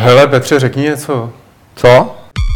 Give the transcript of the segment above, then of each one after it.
Hele, Petře, řekni něco. Co?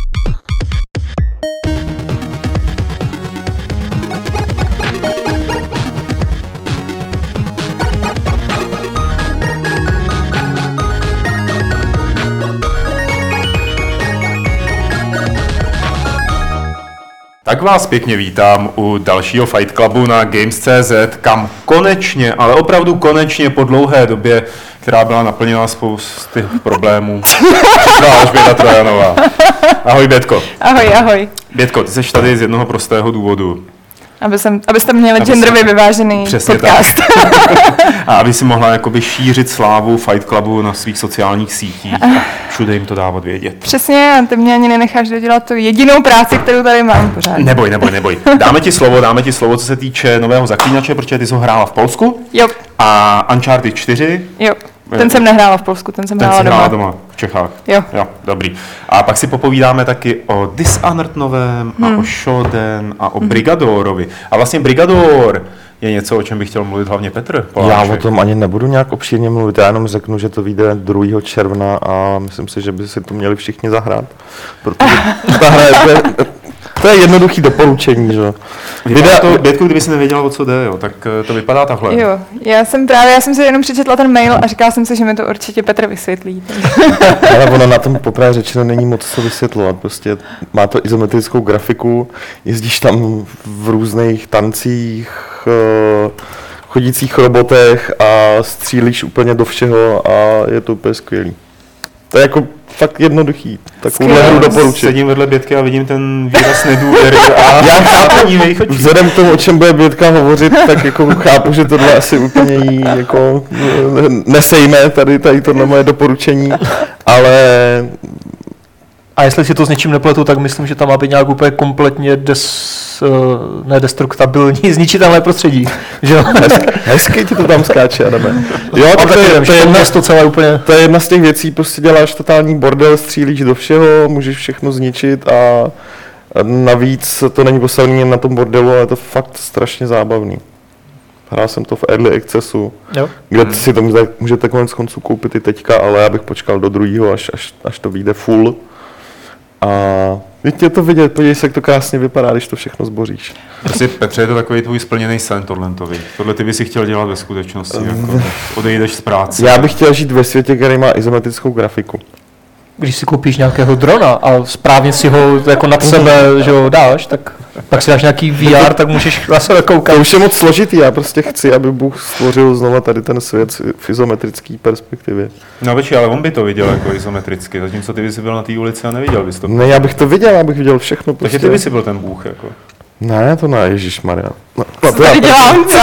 Tak vás pěkně vítám u dalšího Fight Clubu na Games.cz, kam konečně, ale opravdu konečně po dlouhé době, která byla naplněna spousty problémů, přišla Alžběta Trojanová. Ahoj, Bětko. Ahoj. Bětko, ty jsi tady z jednoho prostého důvodu. Abyste měli genderově vyvážený podcast. A aby si mohla jakoby šířit slávu Fight Clubu na svých sociálních sítích a všude jim to dávat vědět. Přesně, a ty mě ani nenecháš dodělat tu jedinou práci, kterou tady mám pořád. Neboj. Dáme ti slovo, co se týče nového Zaklínače, protože ty jsi ho hrála v Polsku. Jo. A Uncharted 4. Jo. Ten jsem nehrála v Polsku, ten jsem hrála doma v Čechách. Jo, dobrý. A pak si popovídáme taky o Dishonored novém a o Shodan a o Brigadorovi. A vlastně Brigador je něco, o čem bych chtěl mluvit hlavně Petr Poláček. Já o tom ani nebudu nějak obšírně mluvit, já jenom řeknu, že to vyjde 2. června a myslím si, že by si to měli všichni zahrát. Protože ta hra to je jednoduchý doporučení, že? Bětku, kdyby si nevěděla, o co jde, jo, tak to vypadá takhle. Jo, já jsem si jenom přečetla ten mail a říkala jsem si, že mi to určitě Petr vysvětlí. Ale ono na tom poprvé řečeno není moc co vysvětlovat, prostě má to izometrickou grafiku, jezdíš tam v různých tancích, chodících robotech a střílíš úplně do všeho a je to úplně skvělý. To je jako fakt jednoduchý. Takovou hru doporučuji. Sedím vedle Bětky a vidím ten výraz nedůvěry a já chápu, vzhledem k tomu, o čem bude Bětka hovořit, tak jako chápu, že tohle asi úplně jí jako nesejme, tady tohle moje doporučení, ale... A jestli si to s něčím nepletu, tak myslím, že tam má být nějak úplně kompletně nedestruktabilní, zničitelné prostředí. Že? Hezky ti to tam skáče, Adame. Jo, tak to je jedna z těch věcí, prostě děláš totální bordel, střílíš do všeho, můžeš všechno zničit a navíc to není postavený jen na tom bordelu, ale je to fakt strašně zábavný. Hrál jsem to v Early Accessu, kde si to můžete konec konců koupit i teďka, ale já bych počkal do 2., až to vyjde full. A vidíte to vidět, podívej se, jak to krásně vypadá, když to všechno zboříš. Prostě, Petře, je to takový tvůj splněný sen tohlentovi. Tohle ty by si chtěl dělat ve skutečnosti, jako odejdeš z práce. Já bych chtěl žít ve světě, který má izometrickou grafiku. Když si koupíš nějakého drona a správně si ho jako nad sebe že ho dáš, tak pak si dáš nějaký VR, tak můžeš na sebe koukat. To už je moc složitý, já prostě chci, aby Bůh stvořil znova tady ten svět v izometrické perspektivě. No veči, ale on by to viděl jako izometricky, zatímco ty by si byl na té ulici a neviděl bys to. Ne, já bych to viděl, já bych viděl všechno. Takže prostě. Ty by si byl ten Bůh, jako. Ne, to ne, ježišmarja. Co tady dělám? To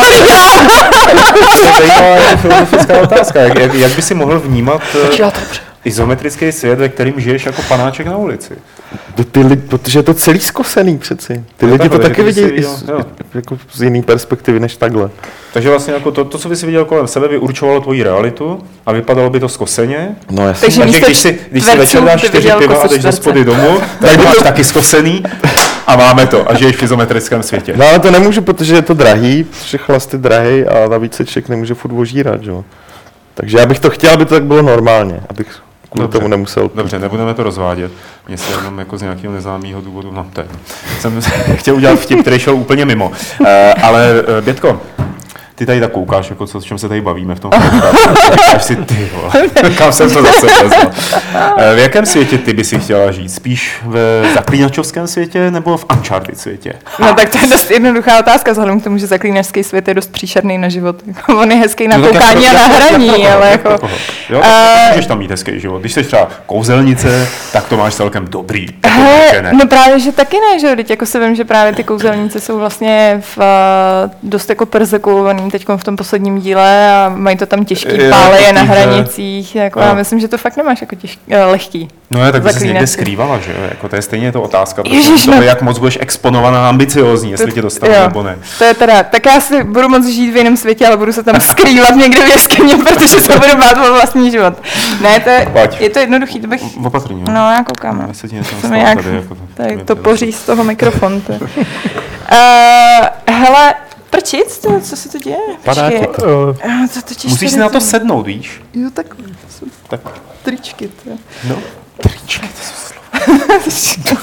je zajímavá filozofická otázka, jak by si mohl vnímat izometrický svět, ve kterým žiješ jako panáček na ulici? Protože je to celý zkosený přeci. Ty lidi to taky vidí jako z jiný perspektivy než takhle. Takže vlastně jako to, co by si viděl kolem sebe, by určovalo tvoji realitu a vypadalo by to zkoseně. No jasně. Takže když si večer dáš 4 piva a jdeš do spody domů, tak máš taky zkosený a máme to a žiješ v izometrickém světě. No ale to nemůžu, protože je to drahý, protože chlast je drahý a navíc se člověk nemůže furt ožírat, jo. Takže já bych to chtěl, aby to tak bylo normálně, abych kvůli tomu nemusel. Dobře, nebudeme to rozvádět. Mně se jenom jako z nějakého neznámého důvodu, jsem chtěl udělat vtip, který šel úplně mimo. Ale Bětko, ty tady tak koukáš, jako o čem se tady bavíme v tom říkáš si ty vole, kam jsem to zase vezl. V jakém světě ty by si chtěla žít? Spíš v zaklínačovském světě nebo v Uncharted světě? No tak to je dost jednoduchá otázka, vzhledem k tomu, že zaklínačský svět je dost příšerný na život. On je hezký na koukání a na hraní, ale jako... Jo, můžeš tam mít hezký život. Když jsi třeba kouzelnice, tak to máš celkem dobrý. No právě, že taky ne, že teď jako se vím, že právě ty kouzelnice jsou vlastně dost jako perzekovaný teď v tom posledním díle a mají to tam těžký, pály je na hranicích, jako já myslím, že to fakt nemáš jako lehký. No tak bys někde skrývala, že jo, jako to je stejně to otázka, toho, jak moc budeš exponovaná a ambiciozní, jestli tě dostane nebo ne. To je teda, tak já si budu moc žít v jiném světě, ale budu se tam skrývat někde v jeskyni, protože se budu bát o vlastní život. Ne, je to jednoduchý, to bych... Opatrně. No, já koukám. To mi nějak to poří z toho mikrofonu. Hele, prčic? Co se to děje? Padá ti to. Musíš si na to sednout, víš? Jo, tak tričky. No, tričky, to jsou slova.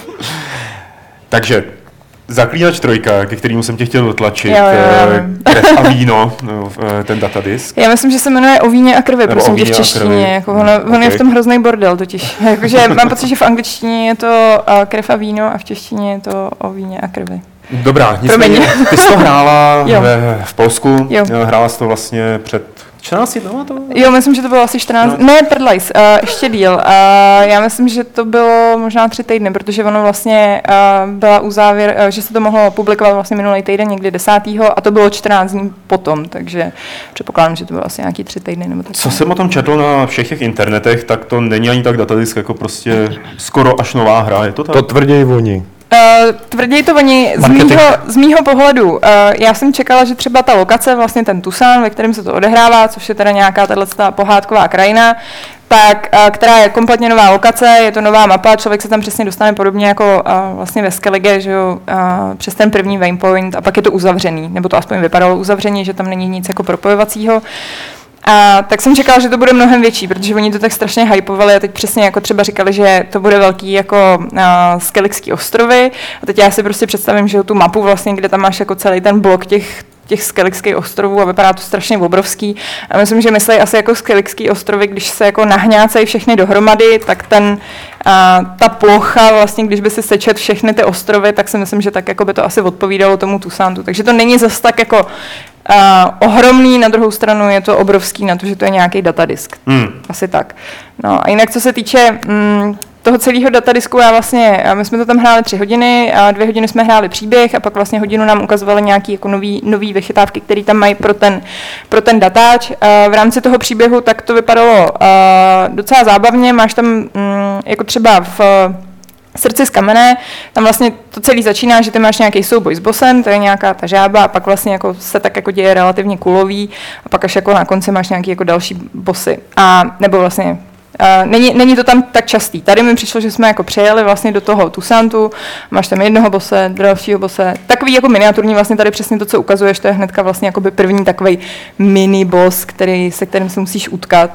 Takže, Zaklínač 3, ke kterému jsem tě chtěl dotlačit, Krev a víno, ten datadisk. Já myslím, že se jmenuje O víně a krvi, prosím tě, v češtině. Jako on je v tom hrozný bordel totiž. Jakože mám pocit, že v angličtině je to Krev a víno a v češtině je to O víně a krvi. Dobrá, nicméně, ty jsi to hrála v Polsku, hrála jsi to vlastně před 14 dnama to? Jo, myslím, že to bylo asi 14, ne, prdlajs, ještě díl. Já myslím, že to bylo možná 3 týdny, protože ono vlastně byla uzávěr, že se to mohlo publikovat vlastně minulý týden, někdy 10. a to bylo 14 dní potom, takže předpokládám, že to bylo asi nějaký 3 týdny. Nebo tak. Co jsem o tom četl na všech těch internetech, tak to není ani tak datadisk, jako prostě skoro až nová hra, je to tak? To tvrději oni. Tvrději to oni z mýho pohledu. Já jsem čekala, že třeba ta lokace, vlastně ten Tucson, ve kterém se to odehrává, což je teda nějaká tato pohádková krajina, tak, která je kompletně nová lokace, je to nová mapa, člověk se tam přesně dostane podobně jako vlastně ve Skellige, že jo, přes ten první waypoint a pak je to uzavřený, nebo to aspoň vypadalo uzavřený, že tam není nic jako propojovacího. A tak jsem čekala, že to bude mnohem větší, protože oni to tak strašně hypovali a teď přesně jako třeba říkali, že to bude velký jako Skelligský ostrovy a teď já si prostě představím, že tu mapu vlastně, kde tam máš jako celý ten blok těch Skelligských ostrovů a vypadá to strašně obrovský. A myslím, že myslí asi jako Skelligský ostrovy, když se jako nahňácejí všechny dohromady, tak ta plocha vlastně, když by si sečet všechny ty ostrovy, tak si myslím, že tak jako by to asi odpovídalo tomu Tucsonu. Takže to není zas tak jako ohromný, na druhou stranu je to obrovský na to, že to je nějaký datadisk. Asi tak. No a jinak, co se týče toho celého datadisku, my jsme to tam hráli 3 hodiny a 2 hodiny jsme hráli příběh a pak vlastně hodinu nám ukazovali nějaký jako nový vychytávky, které tam mají pro ten datáč. V rámci toho příběhu tak to vypadalo docela zábavně, máš tam jako třeba v Srdci z kamene, tam vlastně to celý začíná, že ty máš nějaký souboj s bossem, to je nějaká ta žába a pak vlastně jako se tak jako děje relativně kulový a pak až jako na konci máš nějaký jako další bossy. A nebo vlastně není to tam tak častý. Tady mi přišlo, že jsme jako přejeli vlastně do toho Tucson, máš tam jednoho bose, dalšího bose, takový jako miniaturní vlastně tady přesně to, co ukazuješ, to je hnedka vlastně jako by první takovej mini boss, se kterým se musíš utkat.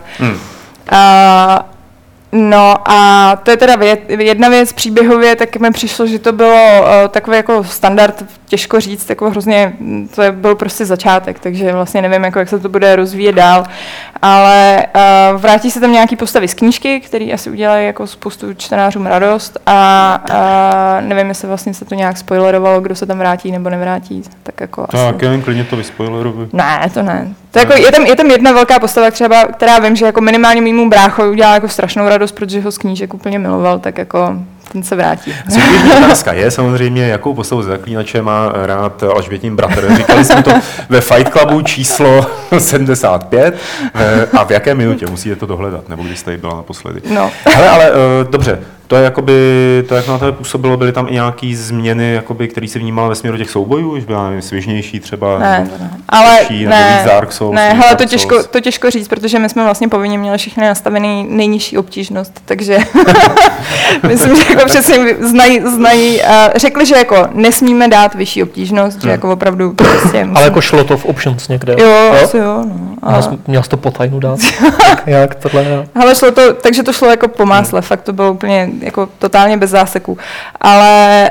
No a to je teda jedna věc příběhově, tak mi přišlo, že to bylo takový jako standard, těžko říct, jako hrozně, to byl prostě začátek, takže vlastně nevím, jako, jak se to bude rozvíjet dál, ale vrátí se tam nějaký postavy z knížky, který asi udělají jako spoustu čtenářům radost a nevím, jestli vlastně se to nějak spoilerovalo, kdo se tam vrátí nebo nevrátí, tak jako tak asi. Jen klidně to vyspoileruji. Ne, to ne. To jako, je tam jedna velká postava třeba, která vím, že jako minimálně mému bráchovi udělala jako strašnou radost, protože ho z knížek úplně miloval, tak jako ten se vrátí. Otázka je samozřejmě, jakou postavu Zaklínače má rád Alžbětin bratr. Říkali jsme to ve Fight Clubu číslo 75 a v jaké minutě musíte to dohledat, nebo když jste tady byla naposledy. No. Ale dobře, to je jakoby, to jak na to působilo, byly tam i nějaké změny, jakoby, které se vnímala ve směru těch soubojů, že byla nevím, svěžnější třeba, ne. Ale víc Dark Souls. Ne, hele, to těžko říct, protože my jsme vlastně povinně měli všechny nastavený nejnižší obtížnost, takže myslím, že jako přesně znají, řekli, že jako nesmíme dát vyšší obtížnost, že jako opravdu prostě ale jako šlo to v options někde? Jo, asi jo. No. Měla jsi to po tajnu dát? Jak tohle? Hele, šlo to, takže to šlo jako po másle, fakt to bylo úplně jako totálně bez záseků. Ale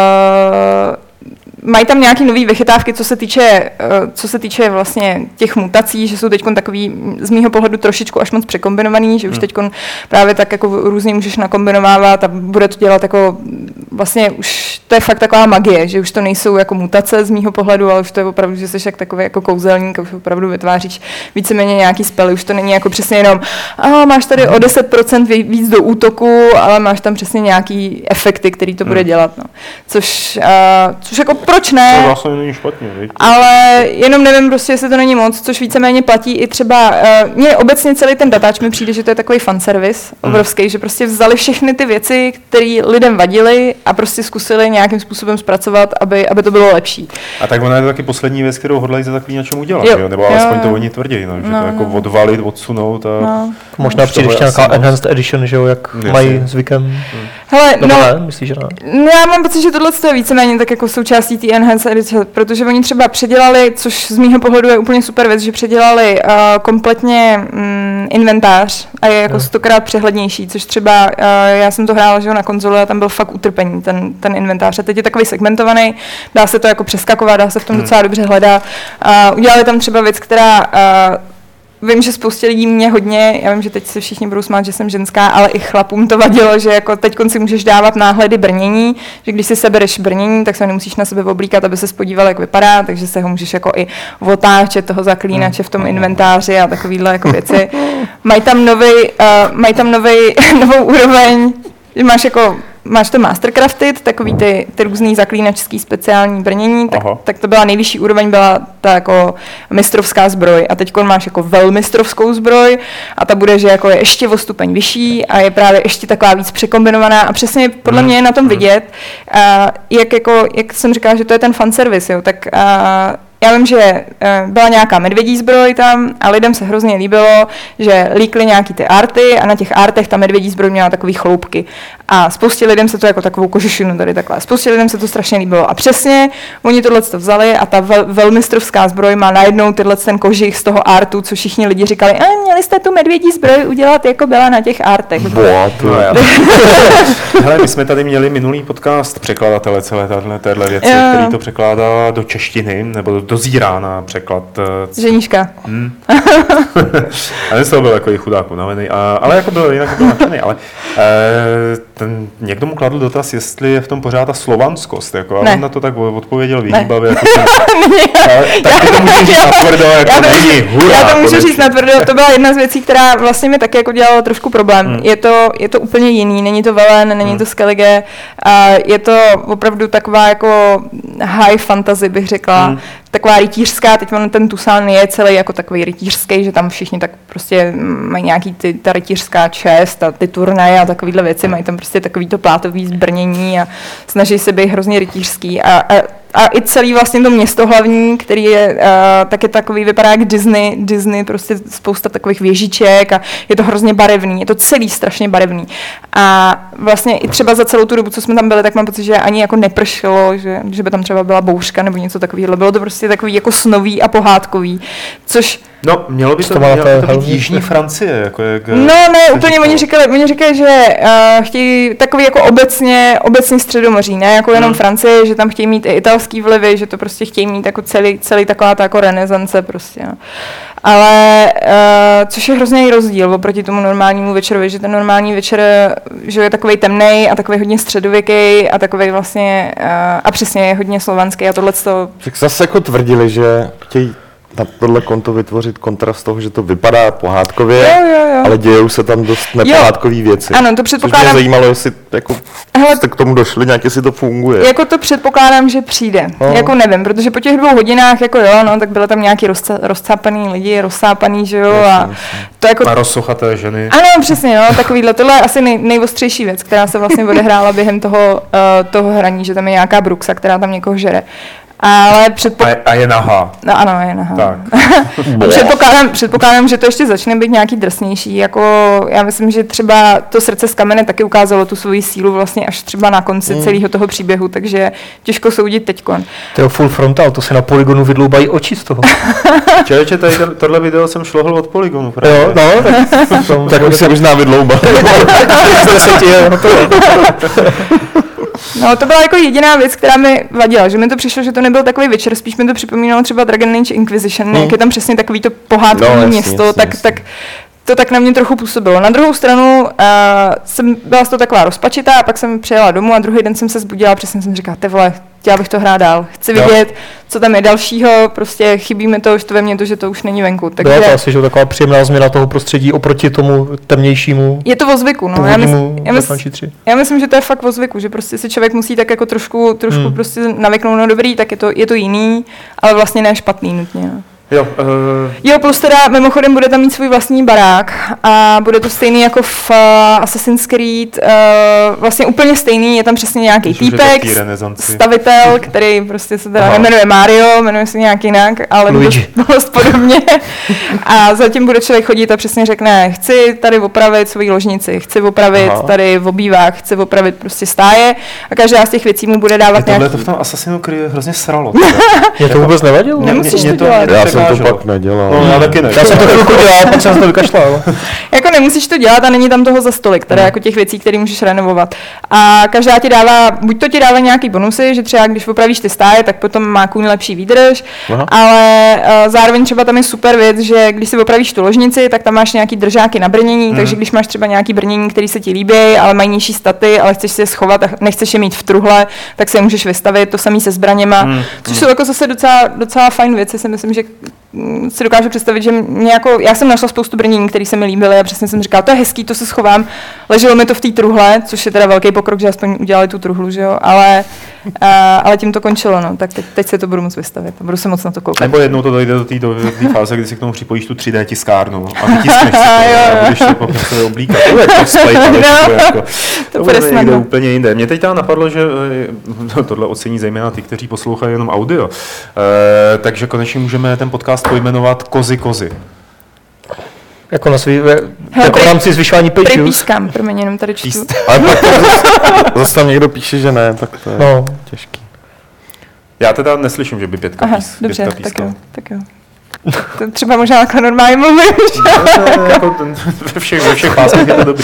mají tam nějaký nový vychytávky, co se týče vlastně těch mutací, že jsou teď takový z mýho pohledu trošičku až moc překombinovaný, že už teď právě tak jako různě můžeš nakombinovávat a bude to dělat jako vlastně už to je fakt taková magie, že už to nejsou jako mutace z mýho pohledu, ale už to je opravdu, že jsi jak takový jako kouzelník a už opravdu vytváříš víceméně nějaký spely, už to není jako přesně jenom máš tady o 10% víc do útoku, ale máš tam přesně nějaký efekty, který to bude dělat, no. Což jako proč ne? To vlastně není špatně, viď? Ale jenom nevím prostě, jestli to není moc, což víceméně platí i třeba, mně obecně celý ten datáč mi přijde, že to je takový fanservice obrovský, že prostě vzali všechny ty věci, které lidem vadily a prostě zkusili nějakým způsobem zpracovat, aby to bylo lepší. A tak ona je to taky poslední věc, kterou hodlají za takový něčem udělat, Jo, jo? Nebo alespoň jo. to oni tvrdí, no, že to jako odvalit, odsunout a... Možná Už přijde toho ještě je nějaká asi moc. Enhanced Edition, že jo, jak Jasně. mají zvykem. Hele, Nebo no, ne, myslíš, že ne? no, já mám pocit, že tohle je víceméně tak jako součástí té Enhanced Edition, protože oni třeba předělali, což z mýho pohledu je úplně super věc, že předělali kompletně inventář a je jako 100krát přehlednější, což třeba já jsem to hrála, že jo, na konzoli a tam byl fakt utrpení ten inventář. A teď je takový segmentovaný, dá se to jako přeskakovat, dá se v tom docela dobře hledat. Udělali tam třeba věc, která vím, že spoustě lidí mě hodně, já vím, že teď se všichni budou smát, že jsem ženská, ale i chlapům to vadilo, že jako teď si můžeš dávat náhledy brnění, že když si sebereš brnění, tak se nemusíš na sebe oblíkat, aby se podíval, jak vypadá, takže se ho můžeš jako i otáčet toho zaklínače v tom inventáři a takovýhle jako věci. Mají tam novou úroveň, že máš to Mastercrafted, takový ty různý zaklínačský speciální brnění, tak to byla nejvyšší úroveň, byla ta jako mistrovská zbroj a teď máš jako velmistrovskou zbroj a ta bude, že jako je ještě o stupeň vyšší a je právě ještě taková víc překombinovaná a přesně podle mě je na tom vidět, jak jsem říkala, že to je ten fanservice, jo, tak já vím, že byla nějaká medvědí zbroj tam a lidem se hrozně líbilo, že líkly nějaký ty arty a na těch artech ta medvědí zbroj měla takový chloupky. A spoustě lidem se to jako takovou kožešinu tady takhle. Spoustě lidem se to strašně líbilo. A přesně oni tohle to vzali a ta velmistrovská zbroj má najednou ten kožich z toho artu, co všichni lidi říkali, měli jste tu medvědí zbroj udělat, jako byla na těch artech. Hele, my jsme tady měli minulý podcast překladatele celé téhle věci, který to překládá do češtiny, nebo dozírá na překlad. Ženíška. A ten z toho byl jako chudák unavený, ale jako byl nadšený, ale někdo mu kladl dotaz, jestli je v tom pořád ta slovanskost, jako, a on na to tak odpověděl vyhýbavě. Jako tak ty to můžeš říct natvrdo, jako není hurá. Já to můžu říct natvrdo, to byla jedna z věcí, která vlastně mi taky jako dělala trošku problém. Je to úplně jiný, není to Velen, není to Skellige, je to opravdu taková jako high fantasy, bych řekla. Taková rytířská, teď ten Tusán je celý jako takový rytířský, že tam všichni tak prostě mají nějaký ta rytířská čest a ty turnaje a takovýhle věci, mají tam prostě takovýto plátový zbrnění a snaží se být hrozně rytířský a i celý vlastně to město hlavní, který je taky takový, vypadá jak Disney, prostě spousta takových věžiček a je to hrozně barevný, je to celý strašně barevný. A vlastně i třeba za celou tu dobu, co jsme tam byli, tak mám pocit, že ani jako nepršelo, že by tam třeba byla bouřka nebo něco takového. Bylo to prostě takový jako snový a pohádkový, což no, mělo by to být jižní Francie. Jako úplně oni říkají, že chtějí takový jako obecně středomoří, ne jako jenom Francie, že tam chtějí mít i italský vlivy, že to prostě chtějí mít jako celý taková ta jako renesance prostě. No. Ale což je hrozný rozdíl oproti tomu normálnímu večerovi, že ten normální večer že je takovej temnej a takový hodně středověký a takový vlastně a přesně je hodně slovanský a tohleto. Tak zase jako tvrdili, že chtějí na tohle konto vytvořit kontrast toho, že to vypadá pohádkově, jo. ale dějou se tam dost nepohádkový věci. Ano, to předpokládám. Což mě zajímalo, jestli jako jste k tomu došli, nějak jestli to funguje. Jako to předpokládám, že přijde. Jako nevím, protože po těch 2 hodinách, jako jo, no, tak byly tam nějaký rozcápaný lidi, rozsápaný, že jo, a to jako... A rozsochaté ženy. Ano, přesně, no, takovýhle. Tohle je asi nejostřejší věc, která se vlastně odehrála během toho hraní, že tam je nějaká bruxa, která tam někoho žere. Ale a je nahá. No ano, je nahá. Tak. předpokládám, že to ještě začne být nějaký drsnější. Jako, já myslím, že třeba to Srdce z kamene taky ukázalo tu svoji sílu vlastně až třeba na konci celého toho příběhu, takže těžko soudit teďkon. To je full frontal, to se na Polygonu vydloubají oči z toho. Čeleče, tady tohle video jsem šlohl od Polygonu. Jo, no, tak už se možná vydloubat. No, to byla jako jediná věc, která mi vadila, že mi to přišlo, že to nebyl takový večer, spíš mi to připomínalo třeba Dragon Age Inquisition, jak je tam přesně takový to pohádkový město, tak to tak na mě trochu působilo. Na druhou stranu byla to taková rozpačitá a pak jsem přijela domů a druhý den jsem se zbudila a přesně jsem říkala, ty vole, chtěla bych to hrát dál. Chci vidět, co tam je dalšího, prostě chybí mi to, štve mě to, že to už není venku. Takže bylo to asi, že taková příjemná změna toho prostředí oproti tomu temnějšímu. Je to o zvyku, no. Já myslím, že to je fakt o zvyku, že prostě si člověk musí tak jako trošku prostě navyknout, no dobrý, tak je to jiný, ale vlastně ne špatný nutně. No. Jo, plus teda mimochodem bude tam mít svůj vlastní barák a bude to stejný jako v Assassin's Creed, vlastně úplně stejný, je tam přesně nějaký týpek, stavitel, který prostě se teda jmenuje Mario, jmenuje se nějak jinak, ale dost podobně. A zatím bude člověk chodit a přesně řekne, chci tady opravit svoji ložnici, chci opravit tady v obývách, chci opravit prostě stáje a každá z těch věcí mu bude dávat nějaký... Tohle to v tom Assassinu Creed hrozně sralo. Mě to vůbec nevadilo? Nemusíš to dělat. Já jsem to pak nedělal. No, já taky ne. Já jsem to chvilku dělal, pak jsem to vykašlal. Jako nemusíš to dělat a není tam toho za stolik, teda jako těch věcí, které můžeš renovovat. A každá ti dává, buď to ti dává nějaký bonusy, že třeba když opravíš ty stáje, tak potom má kůň lepší výdrž, ale zároveň třeba tam je super věc, že když si opravíš tu ložnici, tak tam máš nějaký držáky na brnění, takže když máš třeba nějaký brnění, který se ti líbí, ale mají nižší staty, ale chceš si je schovat a nechceš je mít v truhle, tak se je můžeš vystavit, to samý se zbraněma, což jsou jako zase docela fajn věci, si myslím, že si dokážu představit, že mě jako, já jsem našla spoustu brnění, které se mi líbily a přesně jsem říkala, to je hezký, to se schovám. Leželo mi to v té truhle, což je teda velký pokrok, že aspoň udělali tu truhlu, že jo, ale tím to končilo, no, tak teď se to budu moc vystavit, budu se moc na to koukat. Nebo jednou to dojde do té fáze, kdy si k tomu připojíš tu 3D tiskárnu a vytiskneš si to a budeš to prostě oblíkat. To je cosplay, to bude někde úplně jinde. Mě teď napadlo, že tohle ocení zejména ty, kteří poslouchají jenom audio, takže konečně můžeme ten podcast pojmenovat Kozy. Jako na svý, jako v rámci zvyšování page views. Pískám, promiň, jenom tady čtu. Ale pak zase tam někdo píše, že ne, tak to je těžký. Já teda neslyším, že by Pětka pískala. Dobře, tak jo. To třeba možná jako normálně mluvím. Ve všech pásmech je to dobrý.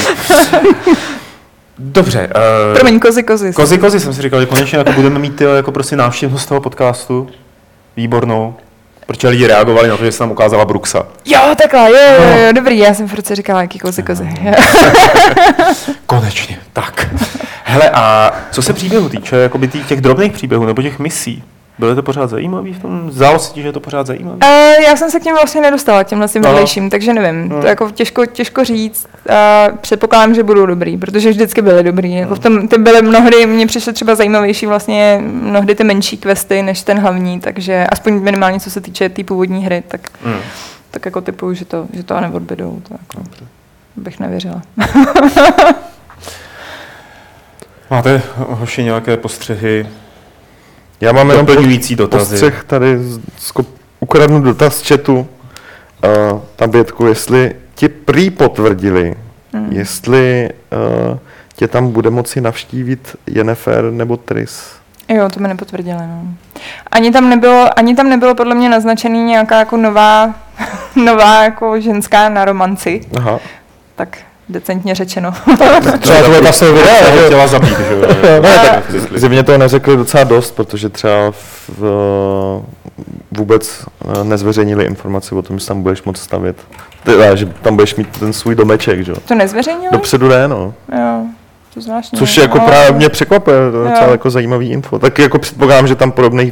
Dobře. Promiň, Kozy. Jsem si říkal, že konečně jako budeme mít jako prostě návštěvnost toho podcastu. Výbornou. Protože lidi reagovali na to, že se tam ukázala Bruxa. Jo, takhle, jo, dobrý, já jsem furt říkala, jaký Kozy. Konečně, tak. Hele, a co se příběhu týče, jakoby těch drobných příběhů nebo těch misí, bylo to pořád zajímavý v tom? Zdálo se ti, že je to pořád zajímavý? Já jsem se k něm vlastně nedostala, těmhle tím vedlejším, takže nevím. To jako těžko říct. Předpokládám, že budou dobrý, protože vždycky byly dobrý. Jako v tom, ty byly mnohdy, mně přišly třeba zajímavější vlastně mnohdy ty menší questy než ten hlavní, takže aspoň minimálně co se týče té původní hry, tak jako typuju, že to neodbydou. To jako bych nevěřila. Máte, hoši, nějaké postřehy? Já mám jenom doplňující dotazy. Postřeh tady, ukradnu dotaz z chatu, tam Bětku, jestli ti prý potvrdili, jestli tě tam bude moci navštívit Yennefer nebo Triss. Jo, to mi nepotvrdili, no. Ani tam nebylo podle mě naznačený nějaká jako nová jako ženská na romanci. Aha. Tak decentně řečeno. Třeba tohle vlastně video, chtěla zabít, že jo? Zjevně toho neřekli docela dost, protože třeba vůbec nezveřejnili informaci o tom, že tam budeš moc stavět. Teda, že tam budeš mít ten svůj domeček, že jo? To nezveřejnili? Dopředu ne, no. Jo, to zvláštní. Což jako právě mě překvapuje, to je docela jako zajímavý info. Tak jako předpokládám, že tam podobných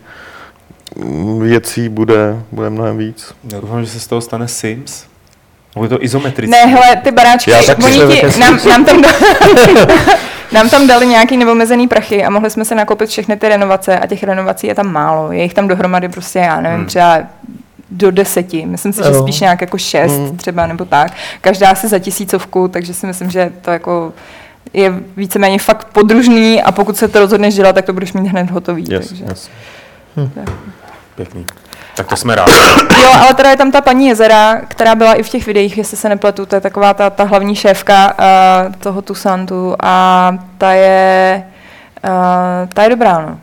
věcí bude mnohem víc. Já doufám, že se z toho stane Sims. Bude to izometrické. Ne, hele, ty baráčky, nám tam dali nějaký neomezený prachy a mohli jsme se nakoupit všechny ty renovace a těch renovací je tam málo. Je jich tam dohromady prostě, já nevím, třeba do 10. Myslím si, že spíš nějak jako 6 třeba nebo tak. Každá si za 1000, takže si myslím, že to jako je víceméně fakt podružný a pokud se to rozhodneš dělat, tak to budeš mít hned hotový. Yes. Pěkný. Tak to jsme rádi. Jo, ale teda je tam ta paní Jezera, která byla i v těch videích, jestli se nepletu, to je taková ta hlavní šéfka toho Tusantu a ta je dobrá, no.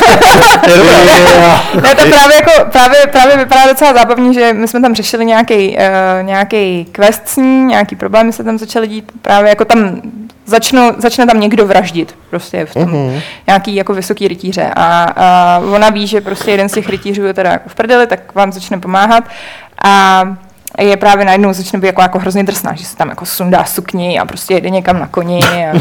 Ne, to právě vypadá docela zábavně, že my jsme tam řešili nějaký quest s ní, nějaký problémy se tam začaly dít, právě jako tam začne tam někdo vraždit, prostě v tom nějaký jako vysoký rytíře a ona ví, že prostě jeden z těch rytířů je teda jako v prdeli, tak vám začne pomáhat a je právě najednou začne být jako hrozně drsná, že se tam jako sundá sukni a prostě jede někam na koni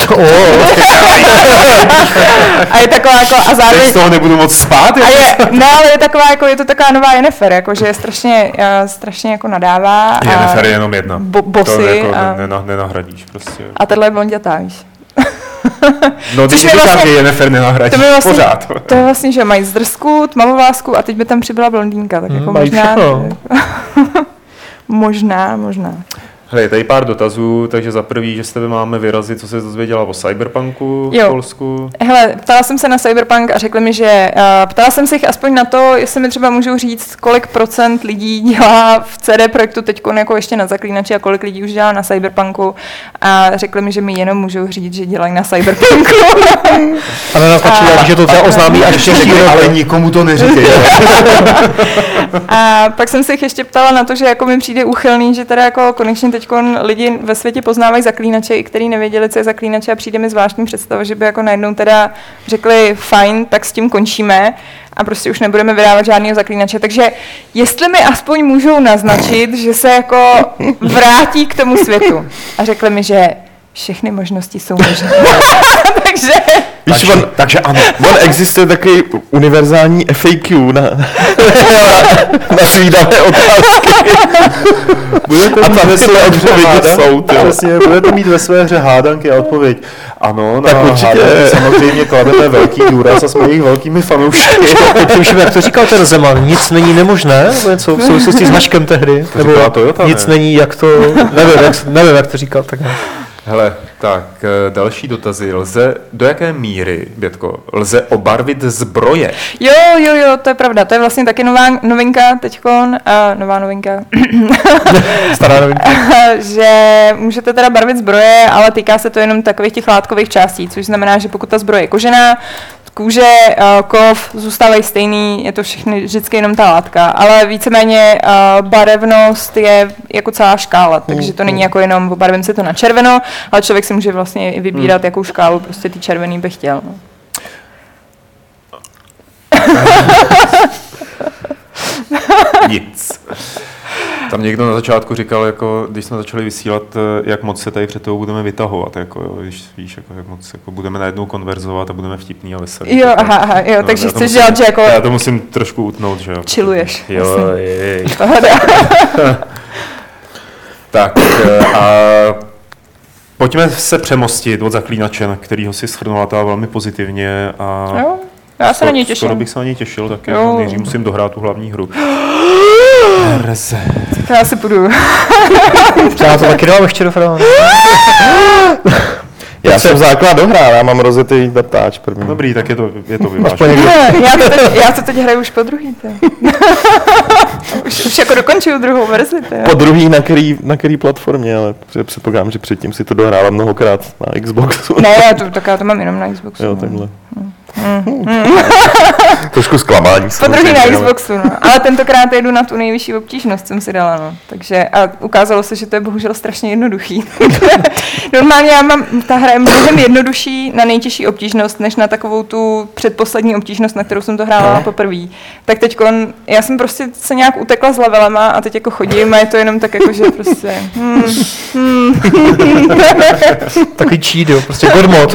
a je taková jako a zároveň... Teď z toho nebudu moc spát? Ale je taková jako, je to taková nová Yennefer, jako, že je strašně jako nadává. Yennefer je jenom jedna. Bossy. To jako nenahradíš prostě. A tohle je blondětá, víš. No, když Což mi říkám, vlastně- že Jennifer nenahradí, To mi vlastně, pořád. to je vlastně, že mají zdrsku, tmavovásku a teď by tam přibyla blondýnka, tak jako mají možná... všechno. možná. Hele, je tady pár dotazů, takže za prvý, že s tebe máme vyrazit, co se dozvěděla o Cyberpunku v Jo. Polsku. Hele, ptala jsem se na Cyberpunk a řekli mi, že ptala jsem se jich aspoň na to, jestli mi třeba můžou říct, kolik procent lidí dělá v CD Projektu teď jako ještě na Zaklínači a kolik lidí už dělá na Cyberpunku a řekli mi, že mi jenom můžou říct, že dělají na Cyberpunku. A nenaznačili, že to třeba oznámí až příští rok. Ale nikomu to neříkej. A pak jsem se jich ještě ptala na to, že jako mi přijde úchylný, že teda jako konečně teď lidi ve světě poznávají Zaklínače, i který nevěděli, co je Zaklínače a přijde mi zvláštní představa, že by jako najednou teda řekli fajn, tak s tím končíme a prostě už nebudeme vydávat žádného Zaklínače. Takže jestli mi aspoň můžou naznačit, že se jako vrátí k tomu světu. A řekli mi, že všechny možnosti jsou možné. Takže ano. On existuje takový univerzální FAQ na zvídavé otázky. Budete A mít tam ve si své hře odpovědi hádanky. jsou, jo. Přesně, budete mít ve své hře hádanky a odpověď. Ano, Tak na určitě. hádanky samozřejmě klademe velký důraz a jsme jejich velkými fanoušky. Přemýšlím, jak to říkal ten Zeman, nic není nemožné, nebo něco v souvislosti s Haškem tehdy, nebo říkala Toyota, nic ne? není, jak to, nevím, jak to říkal, tak ne. Hele, tak další dotazy. Do jaké míry, Bětko, lze obarvit zbroje? Jo, to je pravda. To je vlastně taky nová novinka teďkon, nová novinka. Stará novinka. Že můžete teda barvit zbroje, ale týká se to jenom takových těch látkových částí, což znamená, že pokud ta zbroje je kožená, kůže, kov zůstávají stejný, je to všechny vždycky jenom ta látka, ale víceméně barevnost je jako celá škála, takže to není jako jenom obarvím si to na červeno, ale člověk si může vlastně i vybírat, jakou škálu prostě ty červený by chtěl. No. Nic. Tam někdo na začátku říkal, jako, když jsme začali vysílat, jak moc se tady před toho budeme vytahovat, jako, jo, víš, jako, jak moc jako, budeme najednou konverzovat a budeme vtipný a veselý. Jo, jako, aha, jo, no, takže já to chceš musím- dělat, že jako Já to musím trošku utnout, že jo. chilluješ. Jo, Jasně. jej. Pohoda. Tak a pojďme se přemostit od Zaklínače, na kterýho si shrnula ta velmi pozitivně. A Jo, já se na něj těším. Skoro bych se na něj těšil, tak Jo. nejdřív musím dohrát tu hlavní hru. Reze. Tak já si půjdu. Já to taky dám ještě do Frohana. Já jsem základ dohrál, já mám rozetý vrtáč první. Dobrý, tak je to vyvážené. Já to teď hraju už po druhý. Už jako dokončuju druhou verzi. Po druhý na který platformě, ale předpokládám, že předtím si to dohrála mnohokrát na Xboxu. Ne, já to mám jenom na Xboxu. Jo, takhle. Trošku zklamání. Po druhý na samozřejmě, ale- Xboxu, no. Ale tentokrát jedu na tu nejvyšší obtížnost, jsem si dala, no. Takže a ukázalo se, že to je bohužel strašně jednoduchý. Normálně ta hra je mnohem jednodušší na nejtěžší obtížnost, než na takovou tu předposlední obtížnost, na kterou jsem to hrála poprvé. Tak teďkon, já jsem prostě se nějak utekla s levelema a teď jako chodím a je to jenom tak jako, že prostě... Takový cheat, jo, prostě good mod,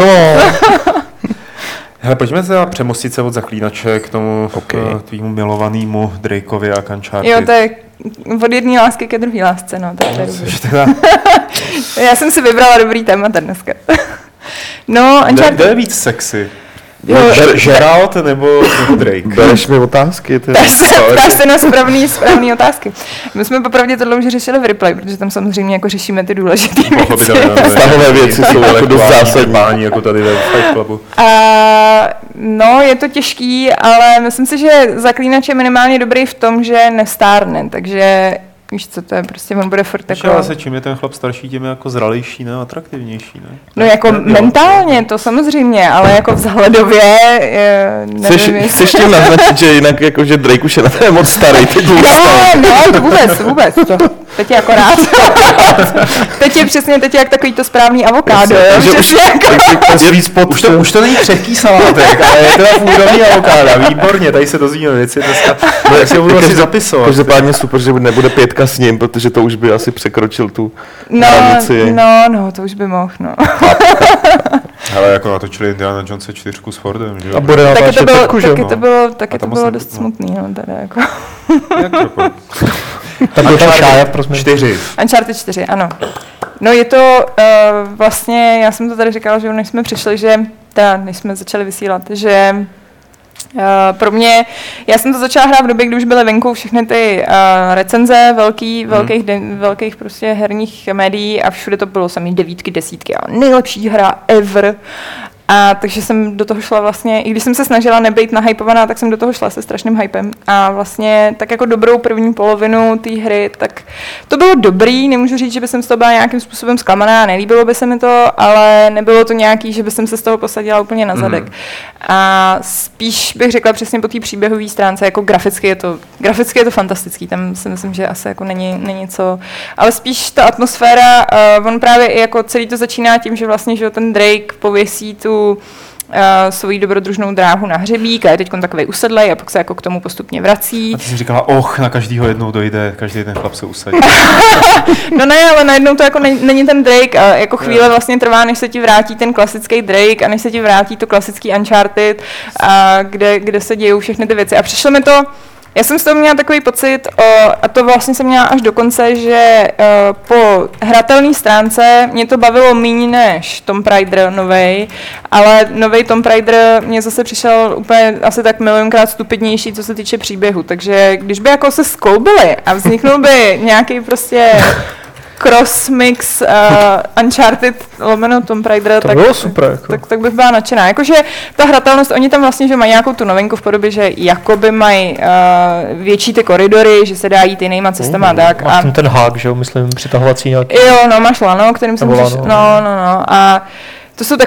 Hele, pojďme se přemostit se od Zaklínače k tomu tvýmu milovanému Drakeovi a Uncharted. Jo, to je od jedné lásky ke druhé lásce, no. To je Což teda, já jsem si vybrala dobrý témata dneska. No, Uncharted... kde je víc sexy? Jo. Geralt nebo Drake? Bereš mi otázky, ty. Ptáš se na správný otázky. My jsme popravdě tohle už řešili v replay, protože tam samozřejmě jako řešíme ty důležité věci. Vztahové věci jsou jako dost zásadní. Bání, jako tady ve Fight Clubu. No, je to těžký, ale myslím si, že Zaklínač je minimálně dobrý v tom, že nestárne, takže víš co, to je prostě, on bude furt Jako... jako... Ale se čím je ten chlap starší, tím je jako zralejší, ne? Atraktivnější, ne? No jako mentálně, to samozřejmě, ale jako vzhledově, nevím, Chceš tím naznačit, že jinak jako, že Drake už je na té moc starý. Ne, to vůbec. To, teď je akorát. teď je jak takový to správný avokádo. Už to není křehký salátek, ale je teda původní avokáda. Výborně, tady se dozvíme věci dneska. Jak si ho budu asi zapisovat. Každopádně super, že nebude 5 s ním, protože to už by asi překročil tu hranici. No, to už by mohl, no. Hele, jako natočili Indiana Jonese 4 s Fordem, že jo? A bude na Taky to pětku, že jo? taky to bylo dost smutný, no, teda jako. Jak to? Tak byl tam Šája pro změnu. 4. Uncharted 4, ano. No je to vlastně, já jsem to tady říkala, že než jsme přišli, než jsme začali vysílat, že pro mě, já jsem to začala hrát v době, kdy už byly venku všechny ty recenze velkých prostě herních médií a všude to bylo samý 9, 10 a nejlepší hra ever. A takže jsem do toho šla vlastně, i když jsem se snažila nebejt nahypovaná, tak jsem do toho šla se strašným hypem. A vlastně tak jako dobrou první polovinu té hry, tak to bylo dobrý, nemůžu říct, že by jsem z toho byla nějakým způsobem zklamaná, nelíbilo by se mi to, ale nebylo to nějaký, že by jsem se z toho posadila úplně na zadek. A spíš bych řekla přesně po té příběhové stránce, jako graficky je to fantastický, tam si myslím, že asi jako není co, ale spíš ta atmosféra, on právě i jako celý to začíná tím, že vlastně že ten Drake pověsí tu svoji dobrodružnou dráhu na hřebík a je teď takovej usedlej a pak se jako k tomu postupně vrací. A ty jsi říkala, na každýho jednou dojde, každý ten chlap se usadí. No ne, ale najednou to jako není ten Drake a jako chvíle vlastně trvá, než se ti vrátí ten klasický Drake a než se ti vrátí to klasický Uncharted, a kde se dějou všechny ty věci. A přišlo mi to, já jsem z toho měla takový pocit, a to vlastně jsem měla až do konce, že po hratelné stránce mě to bavilo méně než Tomb Raider novej, ale novej Tomb Raider mě zase přišel úplně asi tak milionkrát stupidnější, co se týče příběhu, takže když by jako se skloubili a vzniknul by nějaký prostě cross-mix Uncharted lomeno Tomb Raider, to bylo super, jako. tak bych byla nadšená. Jakože ta hratelnost, oni tam vlastně, že mají nějakou tu novinku v podobě, že jakoby mají větší ty koridory, že se dá jít jinýma cestama a tak. Máš tam ten hák, že jo, myslím, přitahovací nějaký. Jo, no, máš lano, kterým se můžeš, no. A to jsou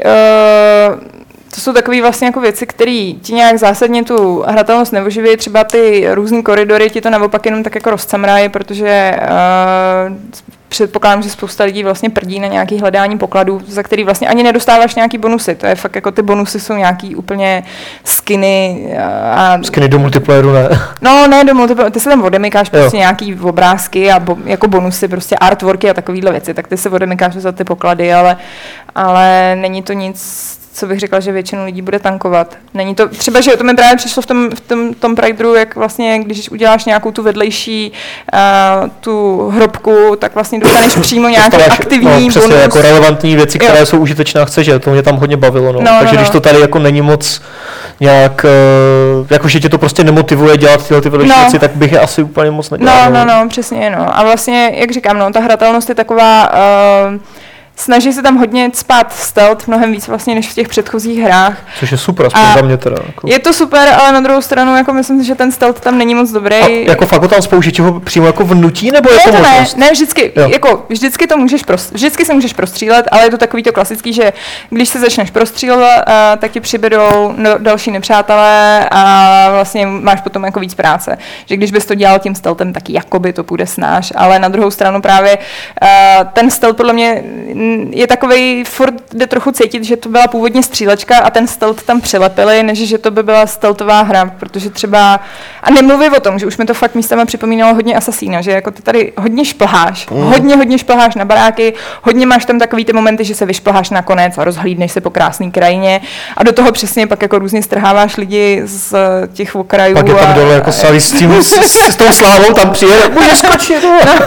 takový vlastně jako věci, které ti nějak zásadně tu hratelnost neoživí, třeba ty různý koridory ti to naopak jenom tak jako rozcamrají, protože předpokládám, že spousta lidí vlastně prdí na nějaký hledání pokladů, za který vlastně ani nedostáváš nějaký bonusy. To je fakt jako ty bonusy jsou nějaký úplně skiny. Skiny do multiplayeru, ne? No, ne do multiplayeru, ty se tam odemykáš prostě nějaký obrázky a jako bonusy, prostě artworky a takovýhle věci, tak ty se odemykáš za ty poklady, ale není to nic, co bych řekla, že většinu lidí bude tankovat. Není to, třeba, že to mi právě přišlo v tom Tomb Raideru, jak vlastně, když uděláš nějakou tu vedlejší tu hrobku, tak vlastně dostaneš přímo nějaký aktivní přesně, bonus. Jako relevantní věci, které jsou užitečné a chceš, že to mě tam hodně bavilo. Takže když to tady jako není moc nějak, jakože tě to prostě nemotivuje dělat tyhle ty vedlejší věci, tak bych je asi úplně moc nedělal. No, přesně, no. A vlastně, jak říkám, ta hratelnost je taková, snaží se tam hodně cpát stealth, mnohem víc vlastně než v těch předchozích hrách. Což je super, aspoň za mě teda. Jako. Je to super, ale na druhou stranu jako myslím, že ten stealth tam není moc dobrý. A jako fakt tam spoužití ho přímo jako vnutí, nebo je to možnost? Ne, vždycky to vždycky se můžeš prostřílet, ale je to takový to klasický, že když se začneš prostřílet, tak ti přibydou další nepřátelé a vlastně máš potom jako víc práce. Že když bys to dělal tím stealthem, tak jakoby to půjde snáš, ale na druhou stranu právě ten stealth podle mě je takovej, furt jde trochu cítit, že to byla původně střílečka a ten stealth tam přilepili, než že to by byla stealthová hra, protože třeba, a nemluvím o tom, že už mi to fakt místama připomínalo hodně Assassina, že jako ty tady hodně šplháš, hodně šplháš na baráky, hodně máš tam takový ty momenty, že se vyšplháš nakonec a rozhlídneš se po krásné krajině a do toho přesně pak jako různě strháváš lidi z těch okrajů. Pak je tam dole jako Sally s tou slávou tam přijede, můžeš skočit.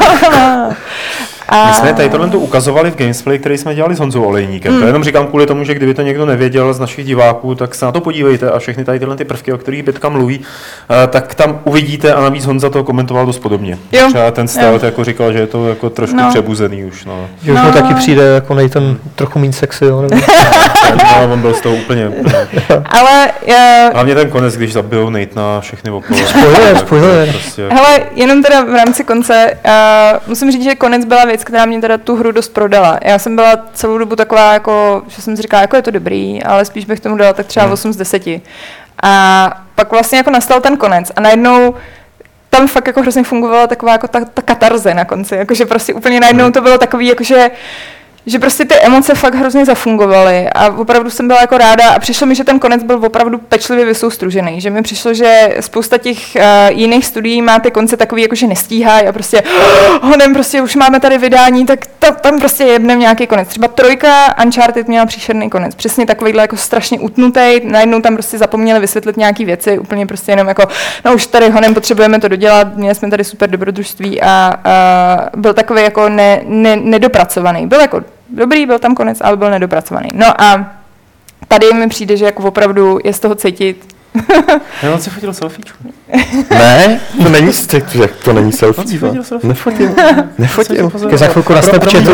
My jsme tady tohle ukazovali v Gamesplay, který jsme dělali s Honzou Olejníkem. To jenom říkám kvůli tomu, že kdyby to někdo nevěděl z našich diváků, tak se na to podívejte a všechny tady tyhle ty prvky, o kterých Bětka mluví, tak tam uvidíte a navíc Honza to komentoval dost podobně. Třeba ten stealth jako říkal, že je to jako trošku přebuzený už. Že už mu taky přijde jako Nathan trochu méně sexy. On byl z toho úplně. Ale hlavně ten konec, když zabijou Nathana všechny okolo. Spoiler. Hele, jenom teda v rámci konce, musím říct, že konec byla věc, která mě teda tu hru dost prodala. Já jsem byla celou dobu taková, jako, že jsem si říkala, jako je to dobrý, ale spíš bych tomu dala tak třeba 8 z 10. A pak vlastně jako nastal ten konec a najednou tam fakt jako hrozně fungovala taková jako ta katarze na konci, jakože prostě úplně najednou to bylo takový, jakože že prostě ty emoce fakt hrozně zafungovaly a opravdu jsem byla jako ráda a přišlo mi, že ten konec byl opravdu pečlivě vysoustružený, že mi přišlo, že spousta těch jiných studií má ty konce takový, jako že nestíhají a prostě honem prostě už máme tady vydání, tak tam prostě jebnem nějaký konec. Třeba 3 Uncharted měla příšerný konec, přesně takovýhle jako strašně utnutý, najednou tam prostě zapomněli vysvětlit nějaký věci, úplně prostě jenom jako, no už tady honem potřebujeme to dodělat, měli jsme tady super dobrodružství a byl takový jako nedopracovaný, byl jako dobrý, byl tam konec, ale byl nedopracovaný. No a tady mi přijde, že jako opravdu je z toho cítit. Já on si fotil selfiečku. Ne, to není selfie. Nefotil. Za chvilku na Snapchatu.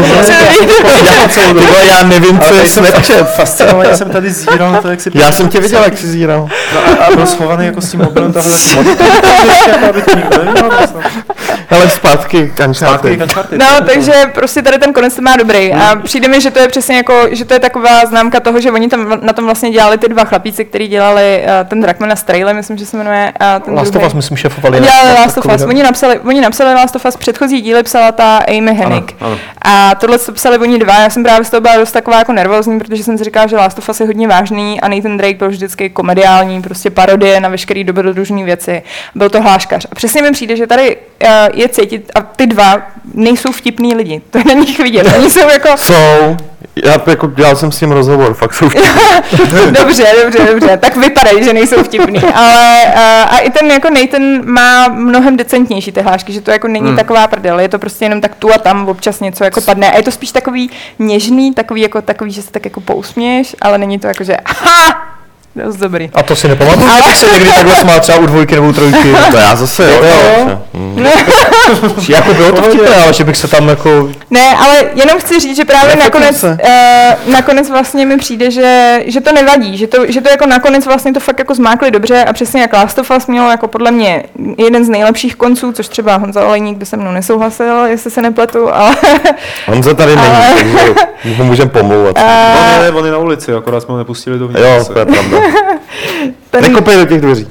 Já nevím, co je Snapchat. Fascinovaně jsem tady zíral na to, jak si... Já jsem tě viděl, jak jsi zíral. A byl schovaný jako s tím mobilem tahle za tím monitorem, aby to nikdo neviděl. Ale zpátky Uncharted. No, takže prostě tady ten konec má dobrý. A přijde mi, že to je přesně jako, že to je taková známka toho, že oni tam na tom vlastně dělali ty 2 chlapíci, kteří dělali ten Drakman a Strayle, myslím, že se jmenuje. Ten Last of Us, myslím, šefovali. Dělali Last of Us. Oni napsali Last of Us, předchozí díly psala ta Amy Hennig. Ano. A tohle psali oni 2. Já jsem právě z toho byla dost taková jako nervózní, protože jsem si říkala, že Last of Us je hodně vážný a Nathan Drake byl vždycky komediální, prostě parodie na veškeré dobrodružné věci. Byl to hláškař. A přesně mi přijde, že tady je cítit a ty 2 nejsou vtipný lidi. To je na nich vidět. Oni jsou jako... Dělal jsem s tím rozhovor, fakt jsou vtipný. Dobře. Tak vypadají, že nejsou vtipný. Ale a i ten jako Nathan má mnohem decentnější ty hlášky, že to jako není taková prdel. Je to prostě jenom tak tu a tam občas něco jako padne. A je to spíš takový něžný, takový, že se tak jako pousměješ, ale není to jako, že dost dobrý. A to si nepamatuju, ale tak se někdy takhle smál třeba u 2 nebo 3. To já zase, jo. Jako bylo to vtipné, ale že bych se tam jako... Ne, ale jenom chci říct, že právě nakonec vlastně mi přijde, že to nevadí, že to jako nakonec vlastně to fakt jako zmákli dobře a přesně jak Last of Us mělo jako podle mě jeden z nejlepších konců, což třeba Honza Olejník by se mnou nesouhlasil, jestli se nepletu, ale... Honza tady není, takže můžeme pomlouvat. On je na ulici, akorát jsme ho nepustili dovnitř. Jo, to je pravda. Nekopej do těch dveří.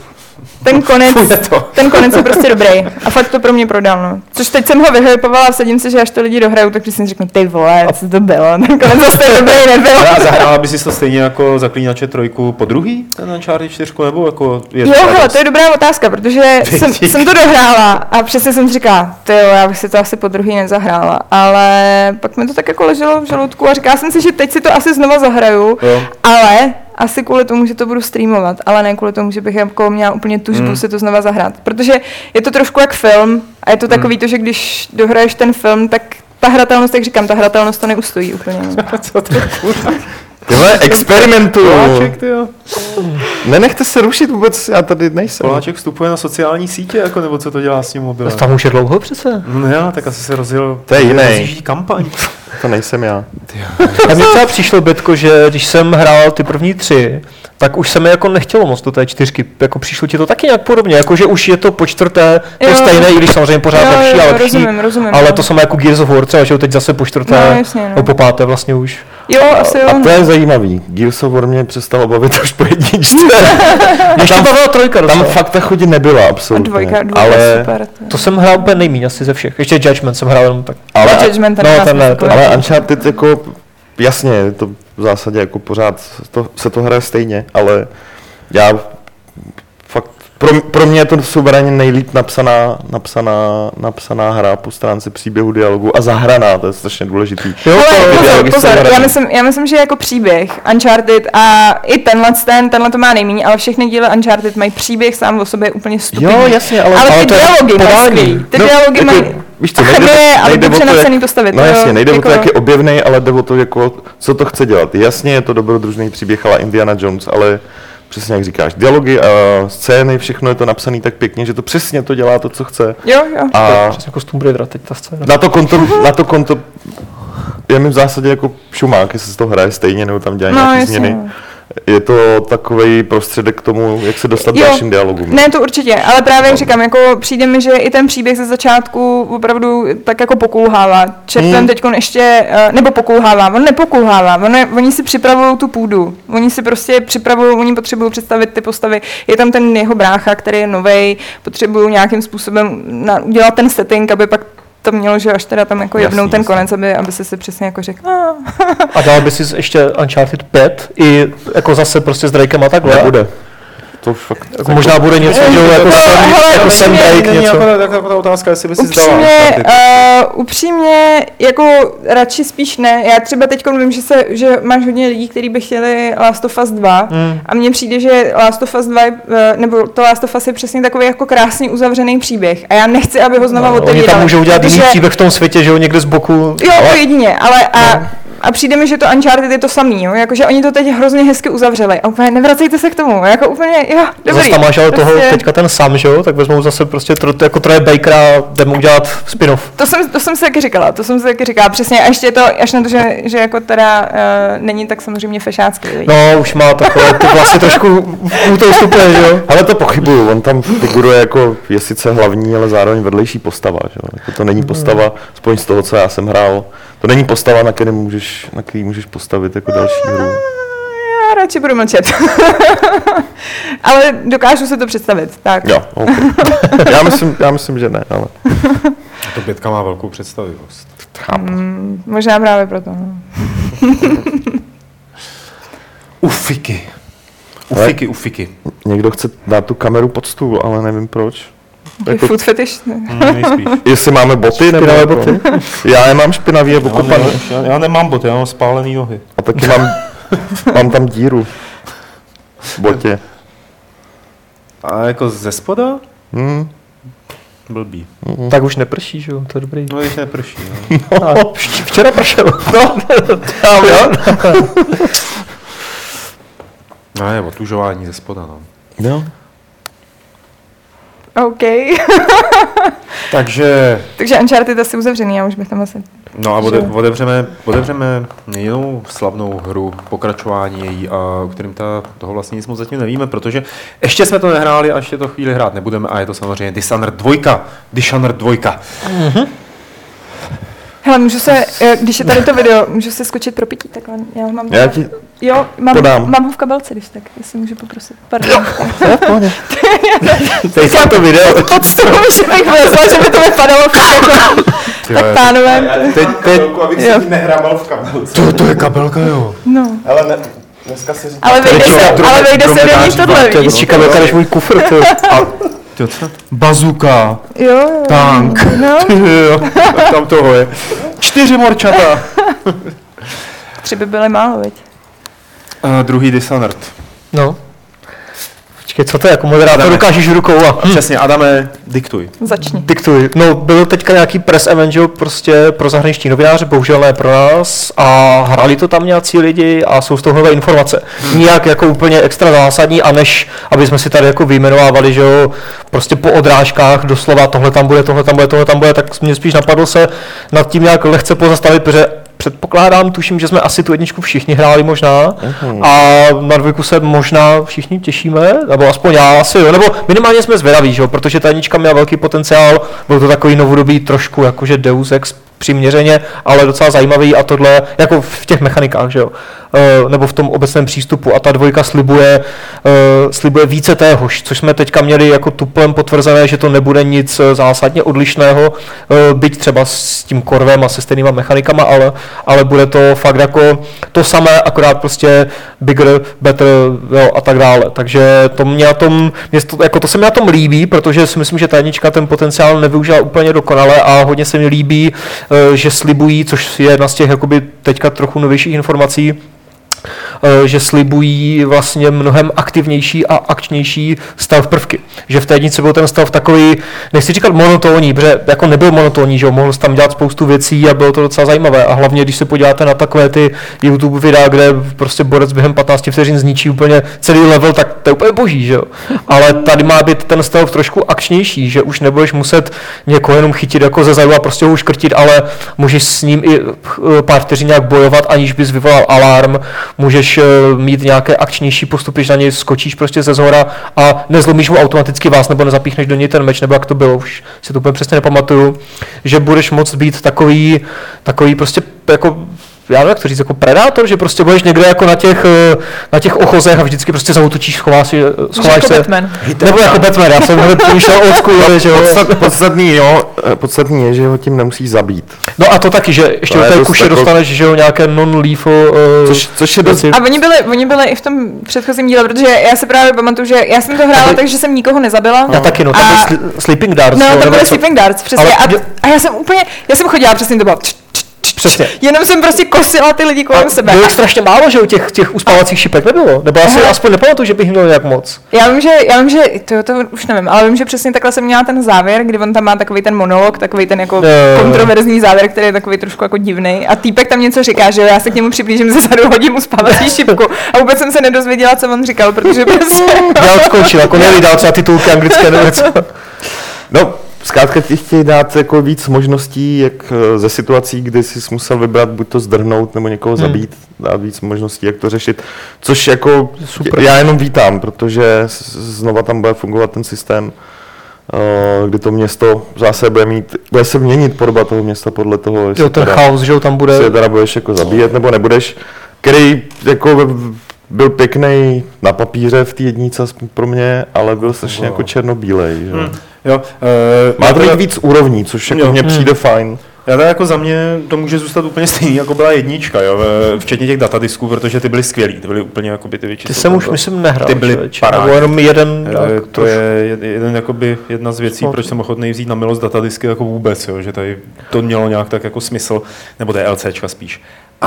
Ten konec je prostě dobrý. A fakt to pro mě prodal, no. Což teď jsem ho vyhypovala a vsadím si, že až to lidi dohrajou, tak si řeknu, ty vole, co to bylo. Ten konec zase dobrý nebyl. A zahrála by si to stejně jako Zaklínače 3 po druhý, ten Uncharted 4, nebo jako... Jo, hele, to je dobrá otázka, protože jsem to dohrála a přesně jsem říkala, tyjo, já bych si to asi po druhý nezahrála, ale pak mi to tak jako leželo v žaludku a říkala jsem si, že teď si to asi znova zahraju, ale asi kvůli tomu, že to budu streamovat, ale ne kvůli tomu, že bych jako měla úplně tužbu si to znova zahrát. Protože je to trošku jak film a je to takový to, že když dohraješ ten film, tak ta hratelnost, jak říkám, ta hratelnost to neustojí úplně. Co to kurva? Tyhle, experimentuju. Poláček, tyjo. Nenechte se rušit vůbec, já tady nejsem. Poláček vstupuje na sociální sítě, jako, nebo co to dělá s tím mobilem? Tam už je dlouho přece. No já, tak asi se rozjel... To je jiný. Kampaň. To nejsem já. A mně třeba přišlo, Betko, že když jsem hrál ty první 3, tak už se mi jako nechtělo moc do té 4. Jako přišlo ti to taky nějak podobně, jako že už je to po 4. to stejné, i když samozřejmě pořád lepší a lepší. Rozumím. Ale to samé jako Gears of War, třeba, že teď zase po 4. No, po 5. vlastně už. Jo, asi jo. A to je zajímavý. Gears of War mě přestalo bavit už po 1. Ještě bavila 3. Tam fakt ta chodě nebyla absolutně. A 2 ale super. To jsem hrál úplně nejméně asi ze všech. Ještě Judgment jsem hrál jenom tak. Ale Judgment ale Uncharted jako jasně, to v zásadě jako pořád se to hraje stejně, ale já fakt pro mě je to suverénně nejlíp napsaná hra po stránce příběhu, dialogu a zahraná, to je strašně důležitý. Pozor, já myslím, že jako příběh Uncharted a i tenhle to má nejméně, ale všechny díly Uncharted mají příběh sám o sobě úplně stupidní. Jo, jasně, ale ty dialogy mají skvělý. Ty dialogy mají... Víš co, ale dobře napsaný postavit. No jasně, nejde o to, jak je objevnej, ale jde o to, jako, co to chce dělat. Jasně je to dobrodružný příběh, ale Indiana Jones, ale přesně jak říkáš, dialogy a scény, všechno je to napsané tak pěkně, že to přesně to dělá to, co chce. Jo. A přesně jako z Tomb Raidera teď ta scéna. Na to konto je mi v zásadě jako šumák, jestli se to hraje stejně, nebo tam dělá nějaké změny. Je to takový prostředek k tomu, jak se dostat dalším dialogům. Ne, to určitě, ale právě jak říkám, jako přijde mi, že i ten příběh ze začátku opravdu tak jako pokulhává. Čertem teďkon ještě, nebo pokulhává, on nepokulhává, oni si připravují tu půdu, oni si prostě oni potřebují představit ty postavy, je tam ten jeho brácha, který je novej, potřebují nějakým způsobem udělat ten setting, aby pak to mělo, že až teda tam jako Jasný, jebnou ten jasný. konec, aby si přesně jako řekl. A dal by si ještě Uncharted 5 i jako zase prostě s Drakem a takhle. Nebude. To už fakt... Jako možná bude něco, že jo, jako Sam Drake Není něco. jako ta otázka, jestli by si zdala. Upřímně, jako radši spíš ne. Já třeba teď vím, že máš hodně lidí, kteří by chtěli Last of Us 2 a mně přijde, že Last of Us 2 nebo to Last of Us je přesně takový jako krásný uzavřený příběh a já nechci, aby ho znova Oni otevírali. tam můžou dělat jiný protože- příběh v tom světě, že jo, někde z boku. Jo, to jedině, ale a přijde mi, že to Uncharted je to samý, jo? Jakože oni to teď hrozně hezky uzavřeli a úplně nevracejte se k tomu, jako úplně, jo, dobrý. Zase tam máš ale toho Prostě- teďka ten Sam, že jo, tak vezmou zase prostě jako Troje Bakera a jdeme udělat spin-off. To jsem si taky říkala, přesně, a ještě to, až na to, že jako teda není tak samozřejmě fešácký. No, už má takové, ty vlastně trošku mu to ustupuje, že jo. Ale to pochybuju, on tam figuruje jako, je sice hlavní, ale zároveň vedlejší postava, že jo. Jako to není postava, aspoň z toho, co já jsem hrál, to není postava, na který můžeš postavit jako další hru. Já radši budu mlčet. Ale dokážu si to představit, tak. Jo, okay. já myslím, že ne, ale... To 5 má velkou představivost. Možná právě proto. No. Ufiky. Někdo chce dát tu kameru pod stůl, ale nevím proč. Jako food fetish? Nejspíš. Jestli máme boty, nebo Špinavé jako- boty? Já je mám špinavý a pokopaný. Já nemám boty, já mám spálený nohy. A taky mám tam díru v botě. A jako ze spoda? Hmm. Blbý. Tak už neprší, že jo, to je dobrý. No když neprší. No. Včera pršelo. No, jo. No je otužování ze spoda, no. Jo. OK. Takže, Takže Uncharted asi uzavřený, já už bych tam asi... no a otevřeme jinou slavnou hru, pokračování její, a o kterým toho vlastně nic moc zatím nevíme, protože ještě jsme to nehráli a ještě to chvíli hrát nebudeme a je to samozřejmě Dishonored 2. Hele, můžu se, když je tady to video, můžu se skočit pro pití, takhle, já ho mám... Já ti Jo, podám. mám ho v kabelce, když tak, jestli můžu poprosit. Pardon. Teď jsem to video. Pod stůl, že bych vlezla, že by to vypadalo fakt jako... Tak pánové, Teď, abych Jo. tím nehrámal v kabelce. to je kabelka, jo. no. Ale ne, dneska si říkám. Ale vejde se do ní tohle, To je víš? větší kabelka než můj kufr, to. Ty co? Bazooka. Jo. Tank. No, Jo, tam toho je. 4 morčata. 3 by byly málo, veď. Druhý Dishonored. No. Počkej, co to je, jako moderátor ukážeš rukou a Přesně, Adame, diktuj. Začni. diktuj. No, byl teďka nějaký press event, že jo, prostě pro zahraniční novináře, bohužel ne pro nás, a hráli to tam nějací lidi a jsou z toho nové informace. Nijak jako úplně extra zásadní, a než aby jsme si tady jako vyjmenovávali, že jo, prostě po odrážkách doslova tohle tam bude, tak mě spíš napadlo se nad tím nějak lehce pozastavit, protože předpokládám, tuším, že jsme asi tu jedničku všichni hráli možná a na 2 se možná všichni těšíme, nebo aspoň já asi jo, nebo minimálně jsme zvědaví, že jo, protože ta jednička měla velký potenciál, byl to takový novodobý trošku jakože Deus Ex přiměřeně, ale docela zajímavý, a tohle jako v těch mechanikách, že jo, nebo v tom obecném přístupu, a ta 2 slibuje více téhož, což jsme teďka měli jako tuplem potvrzené, že to nebude nic zásadně odlišného, byť třeba s tím korvem a se stejnýma mechanikama, ale bude to fakt jako to samé, akorát prostě bigger, better, jo, a tak dále. Takže to se mi na tom líbí, protože si myslím, že ta jednička ten potenciál nevyužila úplně dokonale, a hodně se mi líbí, že slibují, což je jedna z těch jakoby teďka trochu novějších informací, že slibují vlastně mnohem aktivnější a akčnější stealth prvky. Že v té jedničce byl ten stealth takový, nechci říkat monotónní, protože jako nebyl monotónní, že mohl jsi tam dělat spoustu věcí a bylo to docela zajímavé. A hlavně, když se podíváte na takové ty YouTube videa, kde prostě borec během 15 vteřin zničí úplně celý level, tak to je úplně boží, že jo. Ale tady má být ten stealth trošku akčnější, že už nebudeš muset někoho jenom chytit jako ze zadu a prostě ho uškrtit, ale můžeš s ním i pár vteřin nějak bojovat, aniž bys vyvolal alarm. Můžeš mít nějaké akčnější postupy, že na něj skočíš prostě ze zhora a nezlomíš mu automaticky vás, nebo nezapíchneš do něj ten meč, nebo jak to bylo, už si to úplně přesně nepamatuju, že budeš moct být takový prostě jako já nevím, jak to říct, jako predátor, že prostě budeš někde jako na těch ochozech a vždycky prostě zaútočíš, schováš jako se. Batman. Nebo jako Batman, já jsem hned přemýšlel old school, že jo. Podstatný je, že ho tím nemusíš zabít. No a to taky, že ještě do té kuše dostaneš, že jo, nějaké non-lethal což je dost... A oni byli i v tom předchozím díle, protože já si právě pamatuju, že já jsem to hrála tak, že jsem nikoho nezabila. Já taky, no, tam byl Sleeping Darts. No, tam byly Sleeping Darts, přesně. Ale... A já jsem chodila přesně, to bylo... Přesně. Jenom jsem prostě kosila ty lidi kolem sebe. Bylo strašně málo, že u těch uspávacích šipek nebylo. Nebo asi aspoň nepamatuju, že bych měl nějak moc. Já vím, že to už nevím, ale vím, že přesně takhle jsem měla ten závěr, kdy on tam má takový ten monolog, takový ten jako kontroverzní závěr, který je takový trošku jako divný. A týpek tam něco říká, že já se k němu přiblížím ze zadu, hodím uspávací šipku. A vůbec jsem se nedozvěděla, co on říkal, protože prostě... Já odskočil, jako nevydal třeba titulky anglické nebo něco. No, zkrátka ti chtějí dát jako víc možností, jak ze situací, kdy jsi musel vybrat buď to zdrhnout nebo někoho zabít, dát víc možností, jak to řešit, což jako super. Já jenom vítám, protože znova tam bude fungovat ten systém, kdy to město zase bude se měnit podoba toho města podle toho, jestli ten chaos, že tam bude... Jestli teda budeš jako zabíjet nebo nebudeš, který jako byl pěkný na papíře v té jednice pro mě, ale byl strašně jako černobílej. Jo, má to být víc úrovní, což jako mně přijde fajn. Já teda jako za mě to může zůstat úplně stejný, jako byla jednička, jo, včetně těch datadisků, protože ty byly skvělý, ty byly úplně jako by ty větší. Ty jsem už myslím nehrál. Ty byly parádní. Jenom jeden. To je jedna z věcí, proč jsem ochotný vzít na milost datadisky jako vůbec, jo, že tady to mělo nějak tak jako smysl, nebo DLCčka spíš.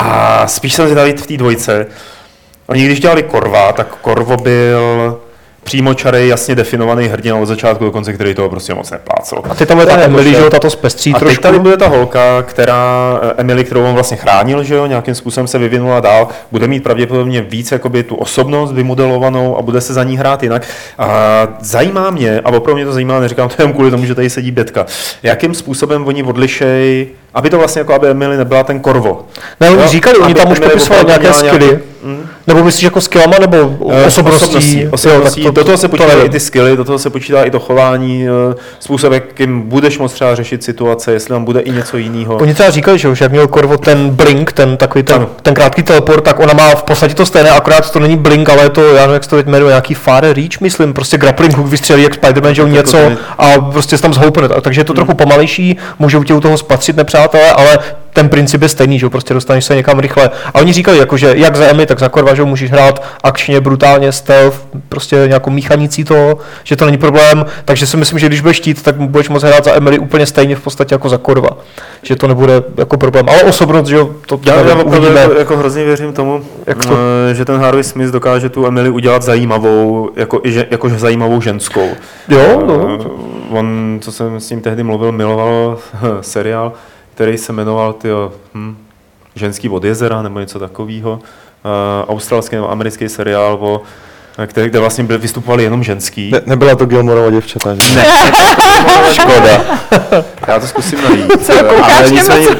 A spíš jsem zvědavý v té dvojce. Oni když dělali Korva, tak Korvo byl přímočarej, jasně definovaný hrdina od začátku do konce, který toho prostě moc neplácel. A ty tam bude ta Emily, že jo, tato zpestří trošku. A teď tady bude ta holka, Emily, kterou on vlastně chránil, že jo, nějakým způsobem se vyvinula dál, bude mít pravděpodobně víc jakoby tu osobnost vymodelovanou a bude se za ní hrát jinak. A zajímá mě, a opravdu mě to zajímá, neříkám to jenom kvůli tomu, že tady sedí Bětka, jakým způsobem oni odlišej, aby to vlastně jako, aby Emily nebyla ten Korvo. Ne, oni říkali, oni tam už popisovali nějaké skilly. Nebo myslíš jako skillama, nebo osobností? Do toho se počítají i ty skilly, do toho se počítá i to chování, způsob, jakým budeš moct třeba řešit situace, jestli tam bude i něco jiného. Oni třeba říkali, že už jak měl Korvo ten blink, ten krátký teleport, tak ona má v podstatě to stejné, akorát to není blink, ale je to, já nevím, jak se to teď jmenuje, nějaký far reach, myslím, prostě grappling hook vystřelí jak Spider-Man, že něco a prostě se tam zhoupne, takže je to trochu pomalejší, můžou tě u toho spatřit nepřátelé, ale ten princip je stejný, že prostě dostaneš se někam rychle. A oni říkali, jako, že jak za Emily, tak za Korva, že můžeš hrát akčně, brutálně, stealth, prostě nějakou míchanicí toho, že to není problém, takže si myslím, že když budeš chtít, tak budeš moct hrát za Emily úplně stejně v podstatě jako za Korva, že to nebude jako problém, ale osobnost, že jo, to já uvidíme. Jako hrozně věřím tomu, že ten Harvey Smith dokáže tu Emily udělat zajímavou, jakože zajímavou ženskou. Jo, no. On, co jsem s ním tehdy mluvil, miloval seriál, který se jmenoval Ženský od jezera nebo něco takového. Australský nebo americký seriál, kde vlastně vystupovali jenom ženský. Nebyla to Gilmoreova děvčata, že? Ne. Škoda. Já to zkusím najít. Co, koukáš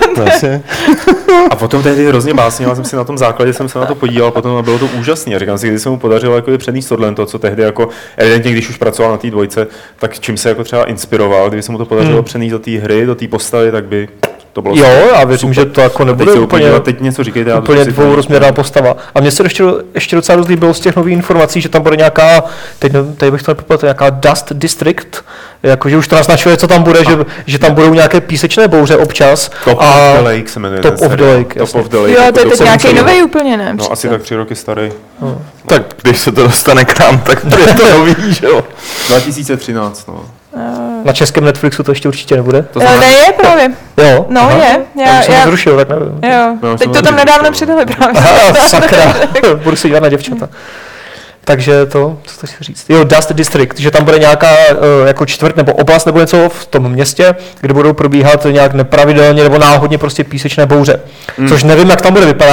A potom tehdy hrozně básnil, jsem si na tom základě jsem se na to podíval potom a bylo to úžasné. A říkám si, když se mu podařilo jako přenést tohle, to, co tehdy jako evidentně, když už pracoval na té dvojce, tak čím se jako třeba inspiroval, kdyby se mu to podařilo přenést do té hry, do té postavy, tak by to bylo. Jo, já věřím, že to jako nebude úplně, teď něco říkejte, úplně dvourozměrná postava. A mně se ještě docela rozlíbilo z těch nových informací, že tam bude nějaká, teď bych to nepopletl, nějaká Dust District, jakože už to naznačuje, co tam bude, že tam budou nějaké písečné bouře občas. Top of the Lake se jmenuje. Top of the Lake. Jo, to je teď nějaký nový úplně, ne? No asi tak 3 roky starý. Tak když se to dostane k nám, tak to je to nový, že jo? 2013, no. Na českém Netflixu to ještě určitě nebude. To ne, je právě. Jo? No, aha. Je. Já jsem to zrušil, tak nevím. Jo, no, teď to tam nedávno přidali právě. Sakra, budu se dívat na děvčata. Takže co chci říct? Jo, Dust District, že tam bude nějaká jako čtvrt nebo oblast nebo něco v tom městě, kde budou probíhat nějak nepravidelně nebo náhodně prostě písečné bouře. Což nevím, jak tam bude vypadat,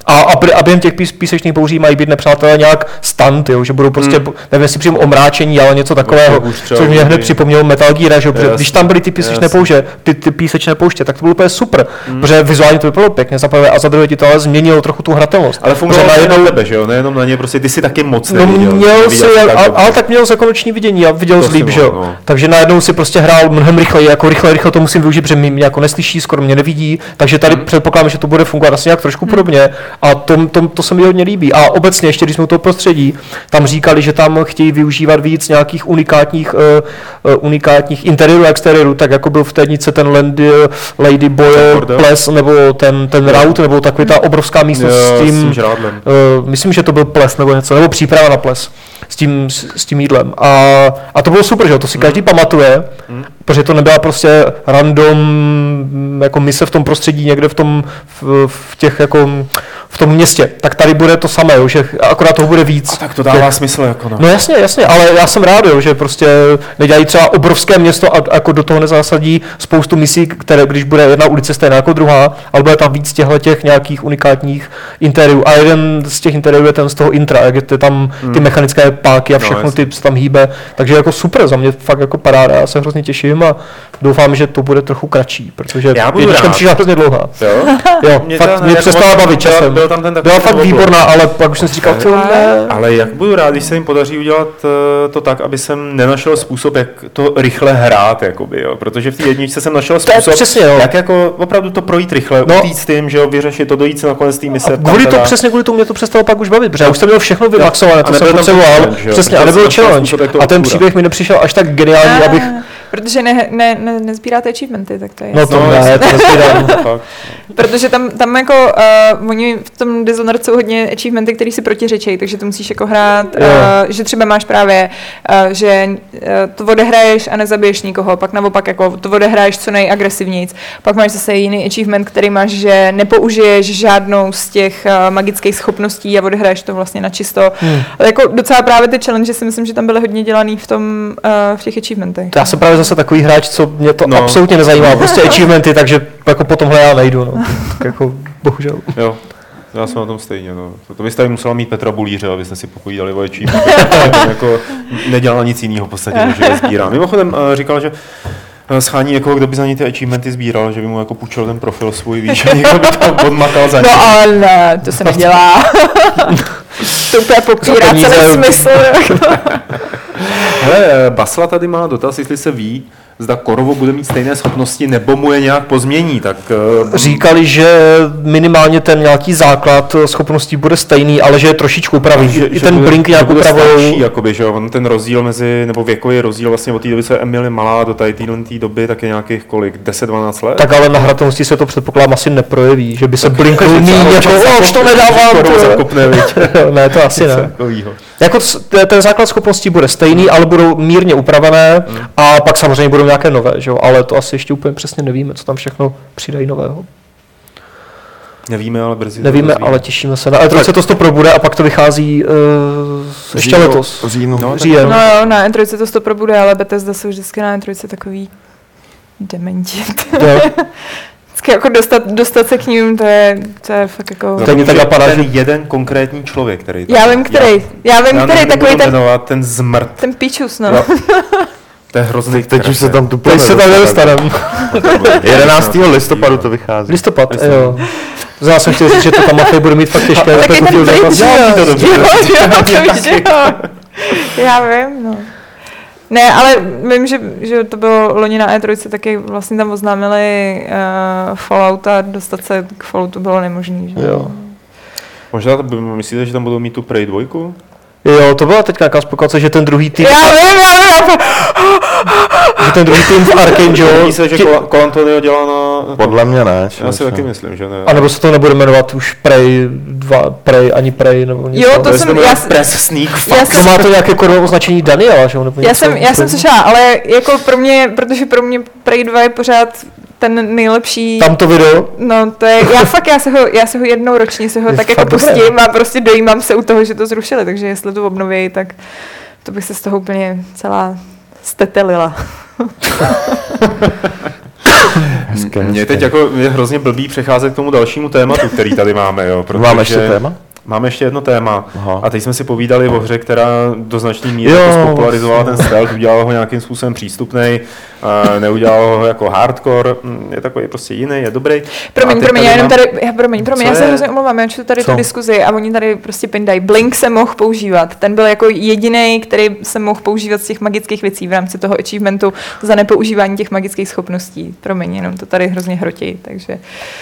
A během těch písečných bouří mají být nepřátelé nějak stunt, jo, že budou prostě, nevím, jestli přímo omráčení, ale něco takového, což mě hned připomnělo Metal Gear, že když tam byly ty písečné pouště, tak to bylo úplně super, protože vizuálně to vypadalo pěkně, za prvé a za druhé ti to ale změnilo trochu tu hratelnost. Ale fungovalo na tebe, že jo, nejenom na ně, prostě ty si taky moc neviděl. Ale tak měl jako noční vidění a viděl zlíp, že jo. Takže najednou si prostě hrál mnohem rychleji, jako rychle to musím využít, protože mě jako neslyší, skoro mě nevidí, takže tady předpokládám, že to bude fungovat asi nějak trošku podobně a to se mi hodně líbí. A obecně ještě, když jsme u toho prostředí, tam říkali, že tam chtějí využívat víc nějakých unikátních interiérů a exteriérů, tak jako byl v té jednice ten Lady Boyle ples, nebo ten rout, nebo taková ta obrovská místnost s tím myslím, že to byl ples nebo něco, nebo příprava na ples s tím jídlem. A to bylo super, že to si každý pamatuje, protože to nebyla prostě random jako mise v tom prostředí někde v tom městě. Tak tady bude to samé, jo, že akorát toho bude víc. A tak to dává smysl. Jako no jasně, ale já jsem rád, jo, že prostě nedělají třeba obrovské město a jako do toho nezásadí spoustu misí, které, když bude jedna ulice stejná jako druhá, ale bude tam víc těch nějakých unikátních interiérů. A jeden z těch interiérů je ten z toho intra, jak je tam ty mechanické páky a všechno ty se tam hýbe. Takže jako super, za mě fakt jako paráda, já se hrozně těším a doufám, že to bude trochu kratší, protože jednička přišla hrozně dlouhá. Jo, fakt mě přestala bavit časem. Byla fakt výborná, ale pak už jsem si říkal, co ne. Ale jak budu rád, když se jim podaří udělat to tak, aby jsem nenašel způsob, jak to rychle hrát, jakoby, jo. Protože v té jedničce jsem našel způsob, jak jako opravdu to projít rychle, utíct tím, že jo, vyřešit to, dojít se nakonec té mise. Přesně kvůli tomu mě to přestalo pak už bavit, protože já už jsem měl všechno vymaxované, to jsem potřeboval, přesně, a nebyl challenge. A ten příběh mi nepřišel až tak geniální, abych... Protože nezbíráte achievementy, tak to je jasný. No to ne, to nezbírám. Protože tam jako, oni v tom Dishonored jsou hodně achievementy, které si protiřečejí, takže to musíš jako hrát, že třeba máš právě, že to odehraješ a nezabiješ nikoho, pak naopak jako to odehraješ co nejagresivnějc, pak máš zase jiný achievement, který máš, že nepoužiješ žádnou z těch magických schopností a odehraješ to vlastně na čisto. Ale jako docela právě ty challenge si myslím, že tam byly hodně dělaný v těch achievementech. Já jsem právě zase takový hráč, co mě to absolutně nezajímá, prostě achievementy, takže jako po tomhle já nejdu, no. Tak jako bohužel. Jo. Já jsem na tom stejně, no. To byste tady musela mít Petra Bulíře, abyste si popovídali o ječím. Jako nedělal nic jiného v podstatě, že je sbírá. Mimochodem říkal, že schání někoho, kdo by za ní ty achievementy sbíral, že by mu jako půjčil ten profil svůj, víš, a někdo by tam odmakal za ní. No ale ne, to se nedělá. To úplně popírá celý smysl. Hele, Basla tady má dotaz, jestli se ví, zda Korovo bude mít stejné schopnosti, nebo mu je nějak pozmění, tak... Říkali, že minimálně ten nějaký základ schopností bude stejný, ale že je trošičku upraví. Že ten blink nějak upravujou. Jakoby, že on ten rozdíl nebo věkový rozdíl vlastně od té doby, co je Emily malá, do té doby, tak je nějakých kolik, 10-12 let? Tak ale na hratelnosti se to předpokládám asi neprojeví, že by se blinknul míň, jako už to nedávám. Ne, to asi ne. Jako ten základ schopností bude stejný, ale budou mírně upravené a pak samozřejmě budou nějaké nové, že jo? Ale to asi ještě úplně přesně nevíme, co tam všechno přidají nového. Nevíme, ale brzy. Nevíme, ale těšíme se. Na E3 to stopro bude a pak to vychází ještě letos. Říjnu. Říjen. No jo, na E3 to stopro bude, ale Bethesda jsou vždycky na E3 takový dementi. Jako dostat se k ním, to je fakt jako... To je ten jeden konkrétní člověk, který... Já vím, který, takový ten zmrt. Ten pičus, no. To je hrozný. Teď už se tam tu Teď se tam nedostaneme. 11. listopadu to vychází. Listopad, jo. Já jsem chtěl říct, že to tam Mafie bude mít fakt těžké. Taky ten pryč, já vím, no. Ne, ale vím, že to bylo loni na E3, taky vlastně tam oznámili Fallout a dostat se k Falloutu bylo nemožný. Že? Jo. Možná myslíte, že tam budou mít tu Prey 2? Jo, to byla teď nějaká spekulace, že ten druhý tým... Já vím. Že ten druhý tým v Archangel... Myslí se, že Colantonio dělá na... Podle mě ne. Já si taky myslím, že ne. A nebo se to nebude jmenovat už Prey 2, Prey ani Prey nebo něco. Jo, to jsem... Press Sneak Fuck. To má to nějaké označení Daniela, že? Já jsem slyšela, ale jako pro mě, protože pro mě Prey 2 je pořád ten nejlepší... Tam to video? No, to je... Já se ho jednou ročně tak jako pustím a prostě dojímám se u toho, že to zrušili, takže jestli to obnoví, tak to bych se z toho úplně celá stetelila. Mě teď jako je hrozně blbý přecházet k tomu dalšímu tématu, který tady máme, jo. Máme ještě téma? Máme ještě jedno téma. Aha. A teď jsme si povídali o hře, která do značné míry jako spopularizovala ten stealth, udělala ho nějakým způsobem přístupnej, neudělala ho jako hardcore, je takový prostě jiný, je dobrý. Promiň, já se hrozně omlouvám, já čtu tady tu diskuzi a oni tady prostě pindají. Blink se mohl používat, ten byl jako jediný, který se mohl používat z těch magických věcí v rámci toho achievementu za nepoužívání těch magických schopností. Promiň, jenom to tady hrozně hrotí, takže...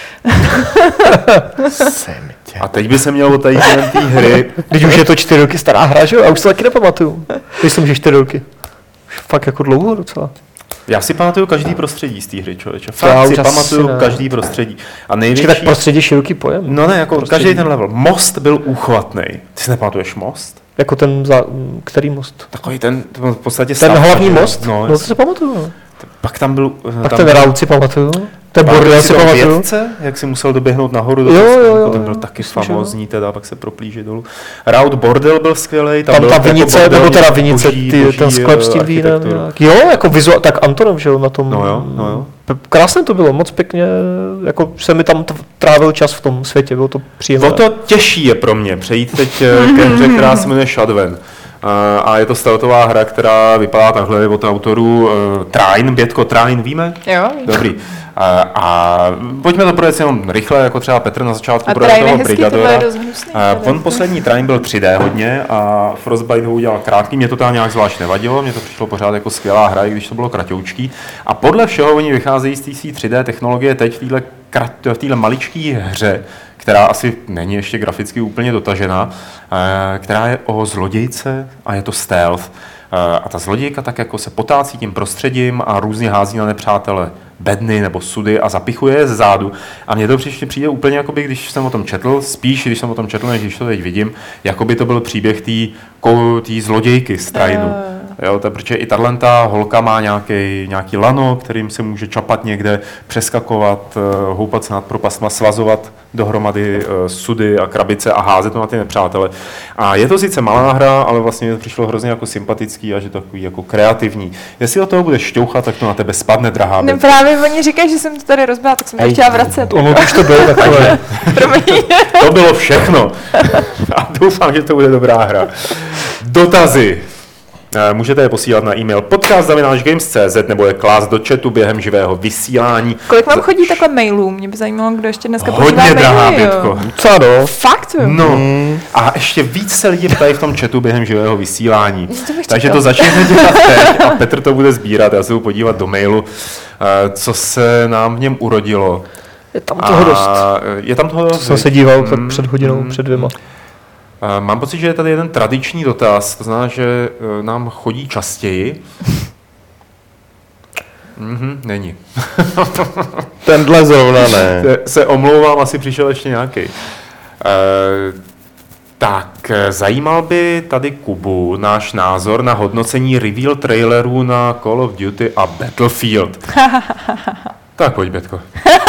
A teď by se mělo od tady té hry... Když už je to 4 roky stará hra, že jo? A už se taky nepamatuju. Myslím, že 4 roky. Fakt jako dlouho docela. Já si pamatuju každý prostředí z té hry, člověče. Fakt si pamatuju každý prostředí. A největší... Tak prostředí široký pojem. No ne, jako každý ten level. Most byl úchvatnej. Ty si nepamatuješ most? Jako ten, který most? Takový ten v podstatě ten hlavní most? No, to si pamatuju. Pak tam byl... Pak ten rout si pamatuju. Ten bordel si pamatuju. Vědce, jak si musel doběhnout nahoru do jo, ten byl taky famózní, teda pak se proplížit dolů. Rout bordel byl skvělej. Tam ta vinice, jako nebo teda vinice, ten sklep s tím vínem. Jo, jako vizuál, tak Antonov, že jo, na tom. No jo. Krásné to bylo, moc pěkně, jako se mi tam trávil čas v tom světě, bylo to příjemné. O to těžší je pro mě přejít teď ke hře, která se jmenuje Shadwen. A je to stealthová hra, která vypadá takhle od autorů Trine, Bětko, Trine, víme? Jo. Dobrý. A pojďme to projet jenom rychle, jako třeba Petr na začátku projekt toho Brigadora. On poslední Trine byl 3D hodně a Frostbite ho udělal krátký, mě to tam nějak zvlášť nevadilo, mě to přišlo pořád jako skvělá hra, i když to bylo kratoučký. A podle všeho oni vycházejí z té 3D technologie teď v téhle maličké hře, která asi není ještě graficky úplně dotažená, která je o zlodějce a je to stealth. A ta zlodějka tak jako se potácí tím prostředím a různě hází na nepřátele bedny nebo sudy a zapichuje je zzádu. A mně to přijde úplně, jakoby, když jsem o tom četl, spíš když jsem o tom četl, než když to teď vidím, jakoby to byl příběh té zlodějky z Trinu. Jo, protože i tato holka má nějaký lano, kterým se může čapat někde, přeskakovat, houpat se nad propastma, svazovat dohromady sudy a krabice a házet to na ty nepřátele. A je to sice malá hra, ale vlastně to přišlo hrozně jako sympatický a že takový jako kreativní. Jestli od toho budeš šťouchat, tak to na tebe spadne, drahá. No právě oni říkají, že jsem to tady rozbila, tak jsem to chtěla vracet. Ono už to bylo takové. To bylo všechno. A doufám, že to bude dobrá hra. Dotazy. Můžete je posílat na e-mail podcast@games.cz nebo je klást do chatu během živého vysílání. Kolik vám chodí takhle mailů? Mě by zajímalo, kdo ještě dneska používá maily. Hodně, drahá Bětko. Co do? Fakt? No. A ještě víc se lidi ptají v tom chatu během živého vysílání. Takže to začneme dělat teď a Petr to bude sbírat. Já se budu podívat do mailu, co se nám v něm urodilo. Je tam toho dost. Je tam toho dost. Jsem se díval před hodinou, před 2. Mám pocit, že je tady jeden tradiční dotaz, to znamená, že nám chodí častěji. Není. Tenhle zrovna ne. Se omlouvám, asi přišel ještě nějaký. Tak, zajímal by tady Kubu náš názor na hodnocení reveal trailerů na Call of Duty a Battlefield. Tak pojď, Bětko.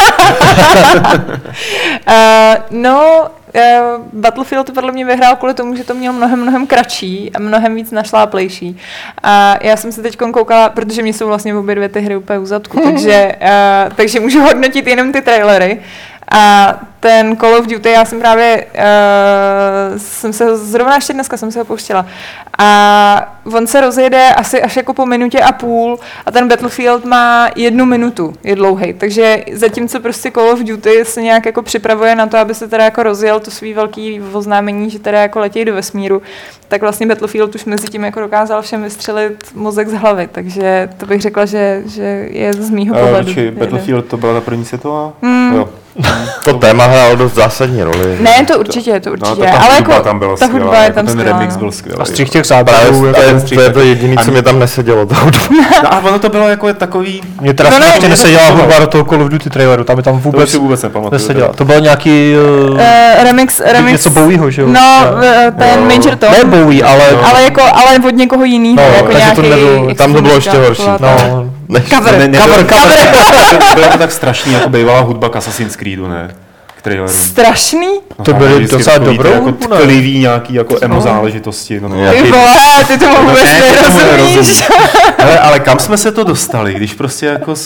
Battlefield podle mě vyhrál kvůli tomu, že to měl mnohem kratší a mnohem víc našláplejší. A já jsem se teď koukala, protože mě jsou vlastně obě dvě ty hry úplně u zadku, takže můžu hodnotit jenom ty trailery. A ten Call of Duty, já jsem právě, zrovna ještě dneska jsem se ho pouštěla. A on se rozjede asi až jako po minutě a půl a ten Battlefield má 1 minutu, je dlouhej. Takže zatímco prostě Call of Duty se nějak jako připravuje na to, aby se teda jako rozjel to svý velký oznámení, že teda jako letějí do vesmíru, tak vlastně Battlefield už mezi tím jako dokázal všem vystřelit mozek z hlavy. Takže to bych řekla, že je z mýho pohledu. Battlefield to byla ta první světová? Jo. To téma hrálo dost zásadní roli. Ne, to určitě. No, ale hudba tam byla ta hudba je tam ten skvělá. remix byl skvělý. A střih těch záběrů. To je to jediné, co mě tam nesedělo. No a ono to bylo jako takový... Mě teda ještě neseděla hudba do toho Call of Duty traileru, tam vůbec neseděla. To byl nějaký... remix... Něco Bowieho, že jo? No, ten Major Tom. Ne Bowie, ale od někoho jiného. No, jako nějaký... Tam to bylo ještě horší. Cover. Bylo to tak strašný, jako bývalá hudba k Assassin's Creedu, ne? Strašný? To byly docela dobrou jako tklivý nějaký jako emo záležitosti. Ty vole, ty tomu vůbec nerozumíš. Ale kam jsme se to dostali, když prostě jako...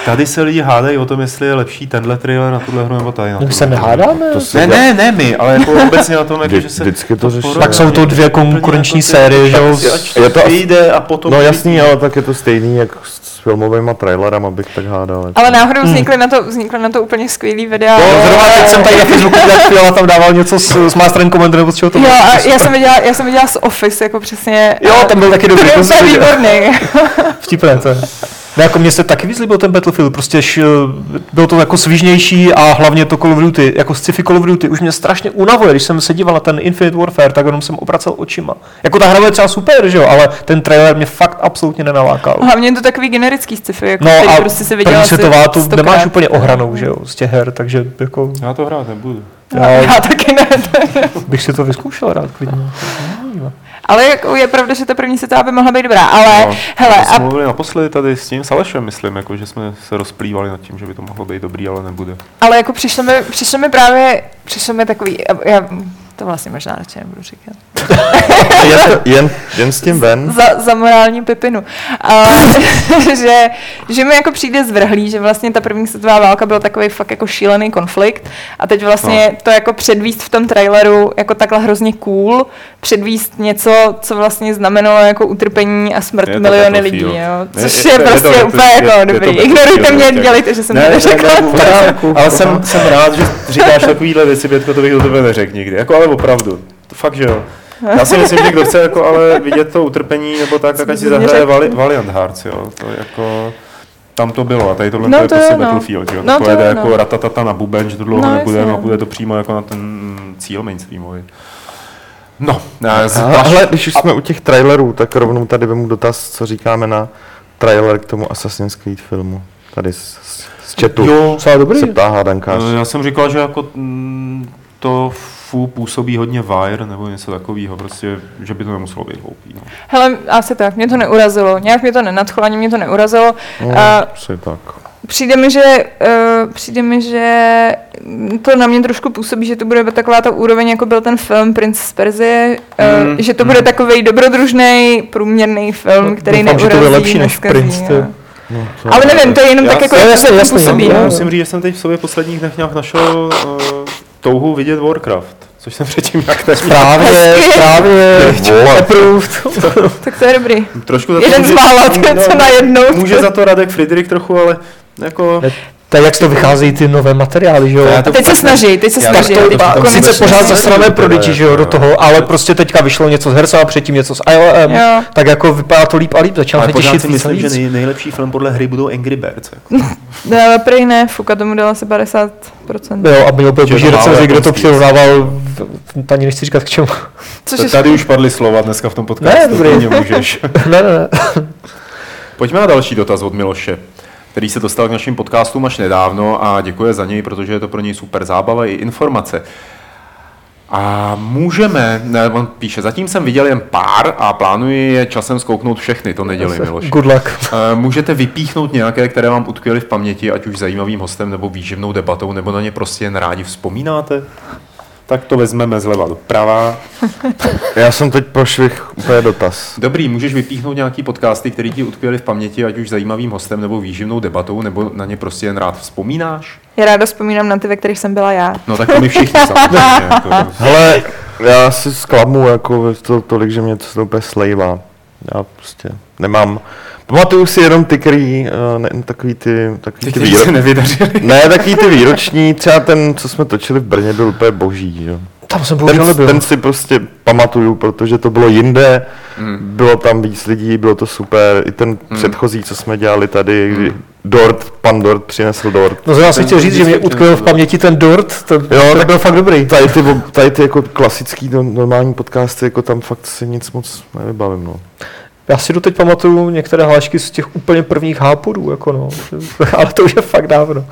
Tady se lidi hádají o tom, jestli je lepší tenhle trailer na tuhle hru nebo tady na My tuhle se hru. nehádáme. Ne my, ale jako obecně na tom, jako, že se... Vždycky to řeší. Tak jsou to dvě konkurenční série, že jo? Je to vyjde a potom... No jasný, ale tak je to stejný, jak s filmovými trailerama bych tak hádal. Ale náhodou vznikly na to úplně skvělý videa. Zrovna teď jsem tady na Facebooku a tam dával něco s Masterem Commander, nebo z čeho to Jo, bylo. a já jsem viděla z Office, jako přesně. Jo, tam byl taky dobrý. To byl úplně výborný. Vtipné to je. No, jako mně se taky vyzlíbil ten Battlefield, prostě bylo to jako svížnější a hlavně to Call of Duty, jako sci-fi Call of Duty, už mě strašně unavuje, když jsem se díval na ten Infinite Warfare, tak jenom jsem obracel očima. Jako ta hra je třeba super, že jo, ale ten trailer mě fakt absolutně nenalákal. Hlavně je to takový generický sci-fi, jako No který a prostě se viděla první světová tu 100krát. nemáš úplně ohranou, že jo, z těch her, takže jako Já to hrát nebudu. Já taky ne. bych si to vyzkoušel rád klidně. Ale jako je pravda, že ta první světová by mohla být dobrá, ale No, hele, jsme mluvili naposledy tady s tím Salešem, myslím, jako, že jsme se rozplývali nad tím, že by to mohlo být dobrý, ale nebude. ale jako přišlo mi takový, to vlastně možná radši nebudu říkat. Jen s tím ven. Za morální pipinu. Že mi jako přijde zvrhlý, že vlastně ta první světová válka byl takový fakt jako šílený konflikt a teď vlastně to jako předvíst v tom traileru jako takhle hrozně cool, předvíst něco, co vlastně znamenalo jako utrpení a smrt Je to miliony Battlefield. lidí, jo. Ne, Což je je to prostě úplně jako dobrý. Ignorujte mě, prostě. dělejte, že jsem to neřekla. Ale jsem rád, že říkáš takovýhle věci, Bětko, to bych do tebe neřekl nikdy. Jako, ale opravdu. To fakt, že jo. Já si myslím, že kdo chce jako, ale vidět to utrpení, nebo tak ať si zahraje Valiant Hearts, jo. To jako... Tam to bylo a tady tohle No je to prostě je, no. Battlefield, jo. No To to pojede je, jako no. ratatata na buben, že to dlouho No, nebude, jasně, no, no. bude to přímo jako na ten cíl mainstreamový. No, Ale když už jsme u těch trailerů, tak rovnou tady vemu dotaz, co říkáme na trailer k tomu Assassin's Creed filmu. Tady z chatu Jo, Docela dobrý. se ptá hádankář. já jsem říkal, že jako to působí hodně Wire nebo něco takového, prostě, že by to nemuselo být hloupý. No. Hele, asi tak, mě to neurazilo, nějak mě to nenadchlo, ani mě to neurazilo. Asi tak. Přijde mi, že to na mě trošku působí, že to bude taková ta úroveň, jako byl ten film Prince z Perzie, že to bude takovej dobrodružný, průměrný film, který Doufám, že to bude neurazí, lepší než neskazí, Prince, ty. jo. No, Ale nevím, to je jenom Já tak jako, jsem- jak jasně, to jasně, působí. no. No. Musím říct, že jsem teď v sobě posledních dnech nějak našel touhu vidět Warcraft, což jsem předtím jak neměl. Právě, approved. Tak to je dobrý. Trošku za to Jeden z mála, co najednou. Může za to Radek Friedrich trochu, ale jako... Tak jak z toho vycházejí ty nové materiály, že jo? Já A teď se snaží. Sice pořád zasrané Prodigy, že jo, do toho, ale prostě teďka vyšlo něco z Hersa a předtím něco s ILM, Jo. tak jako vypadá to líp a líp, začal Ale se pořád těšit si víc a myslím, že víc. nejlepší film podle hry budou Angry Birds. Jako. Prej ne, Fuka tomu dala asi 50%. Jo, a byl Že boží to málo recenzi, kde to japonský. přirovnával, ani nechci říkat k čemu. Což je Tady už padly slova dneska v tom podcastu, Ne, dobrý. klidně můžeš. Ne. Pojďme na další dotaz od Miloše, který se dostal k našim podcastům až nedávno a děkuje za něj, protože je to pro něj super zábava i informace. A on píše, zatím jsem viděl jen pár a plánuji je časem zkouknout všechny, to nedělej, Miloš. Good luck. Můžete vypíchnout nějaké, které vám utkvěly v paměti, ať už zajímavým hostem nebo výživnou debatou, nebo na ně prostě jen rádi vzpomínáte? Tak to vezmeme zleva doprava. Já jsem teď prošvih úplně dotaz. Dobrý, můžeš vypíchnout nějaký podcasty, které ti utkvěly v paměti, ať už zajímavým hostem nebo výživnou debatou, nebo na ně prostě jen rád vzpomínáš? Já ráda vzpomínám na ty, ve kterých jsem byla já. No tak to my všichni samozřejmě. Jako, Hele, já si zklamu jako tolik, že mě to úplně slejvá. Já prostě nemám. Pamatuju si jenom ty, který, takový ty se nevydařili. Ne, takový ty výroční, třeba ten, co jsme točili v Brně, byl úplně boží, jo. Tam jsem bohužel nebyl. Ten si prostě pamatuju, protože to bylo jinde, bylo tam víc lidí, bylo to super. I ten předchozí, co jsme dělali tady, kdy pan Dort přinesl dort. No já si chtěl říct, že mě utkvěl v paměti ten Dort, to byl fakt dobrý. Tady ty jako klasický normální podcasty, jako tam fakt si nic moc nevybavím, no. Já si doteď pamatuju některé hlášky z těch úplně prvních hápodů, jako no. Ale to už je fakt dávno.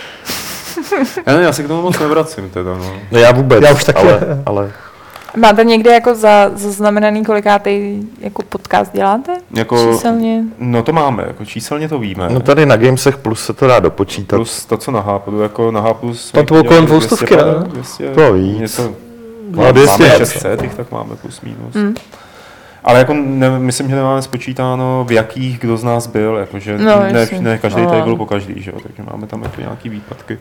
Já se k tomu moc nevracím teda, no. No já vůbec, Já už taky. ale Máte někde jako zaznamenaný, kolikátej jako podcast děláte? Jako, Číselně? no to máme, jako číselně to víme. no tady na Gamesech Plus se to dá dopočítat. Plus to, co na Hápodu, jako na Hápodu jsme... Tam to bylo kolem 200, ne? To víc. Něco, No, 200 máme je 600, těch tak máme plus minus. Ale jako myslím, že nemáme spočítáno, v jakých kdo z nás byl, jakože No, ne každý tady byl po každý, že jo, takže máme tam jako nějaký výpadky.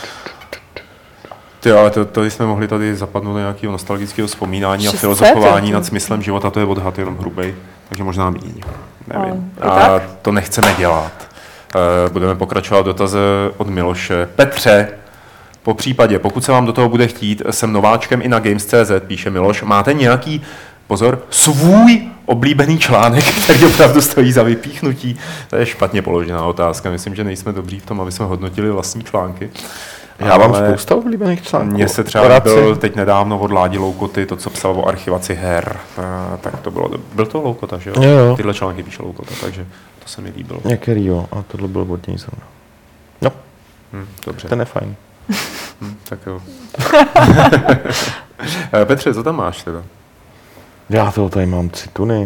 Ty, ale to jsme mohli tady zapadnout do nějakého nostalgického vzpomínání a 600, filozofování jo. nad smyslem života, to je odhad jenom hrubej, takže možná míň, nevím. No, A tak? to nechceme dělat. Budeme pokračovat dotaze od Miloše. Petře, po případě, pokud se vám do toho bude chtít, jsem nováčkem i na Games.cz, píše Miloš, máte nějaký, pozor, svůj oblíbený článek, který opravdu stojí za vypíchnutí? To je špatně položená otázka, myslím, že nejsme dobří v tom, aby jsme hodnotili vlastní články. Já mám spousta oblíbených článků. Mně se třeba byl teď nedávno od Ládi Loukoty, to, co psal o archivaci her, tak to byl to Loukota, že jo? Jo. Tyhle články píše Loukota, takže to se mi líbilo. Některý jo, a tohle byl od něj zrovna. No, Dobře. ten je fajn. Tak jo. Petře, co tam máš teda? Já toho tady mám 3 tuny.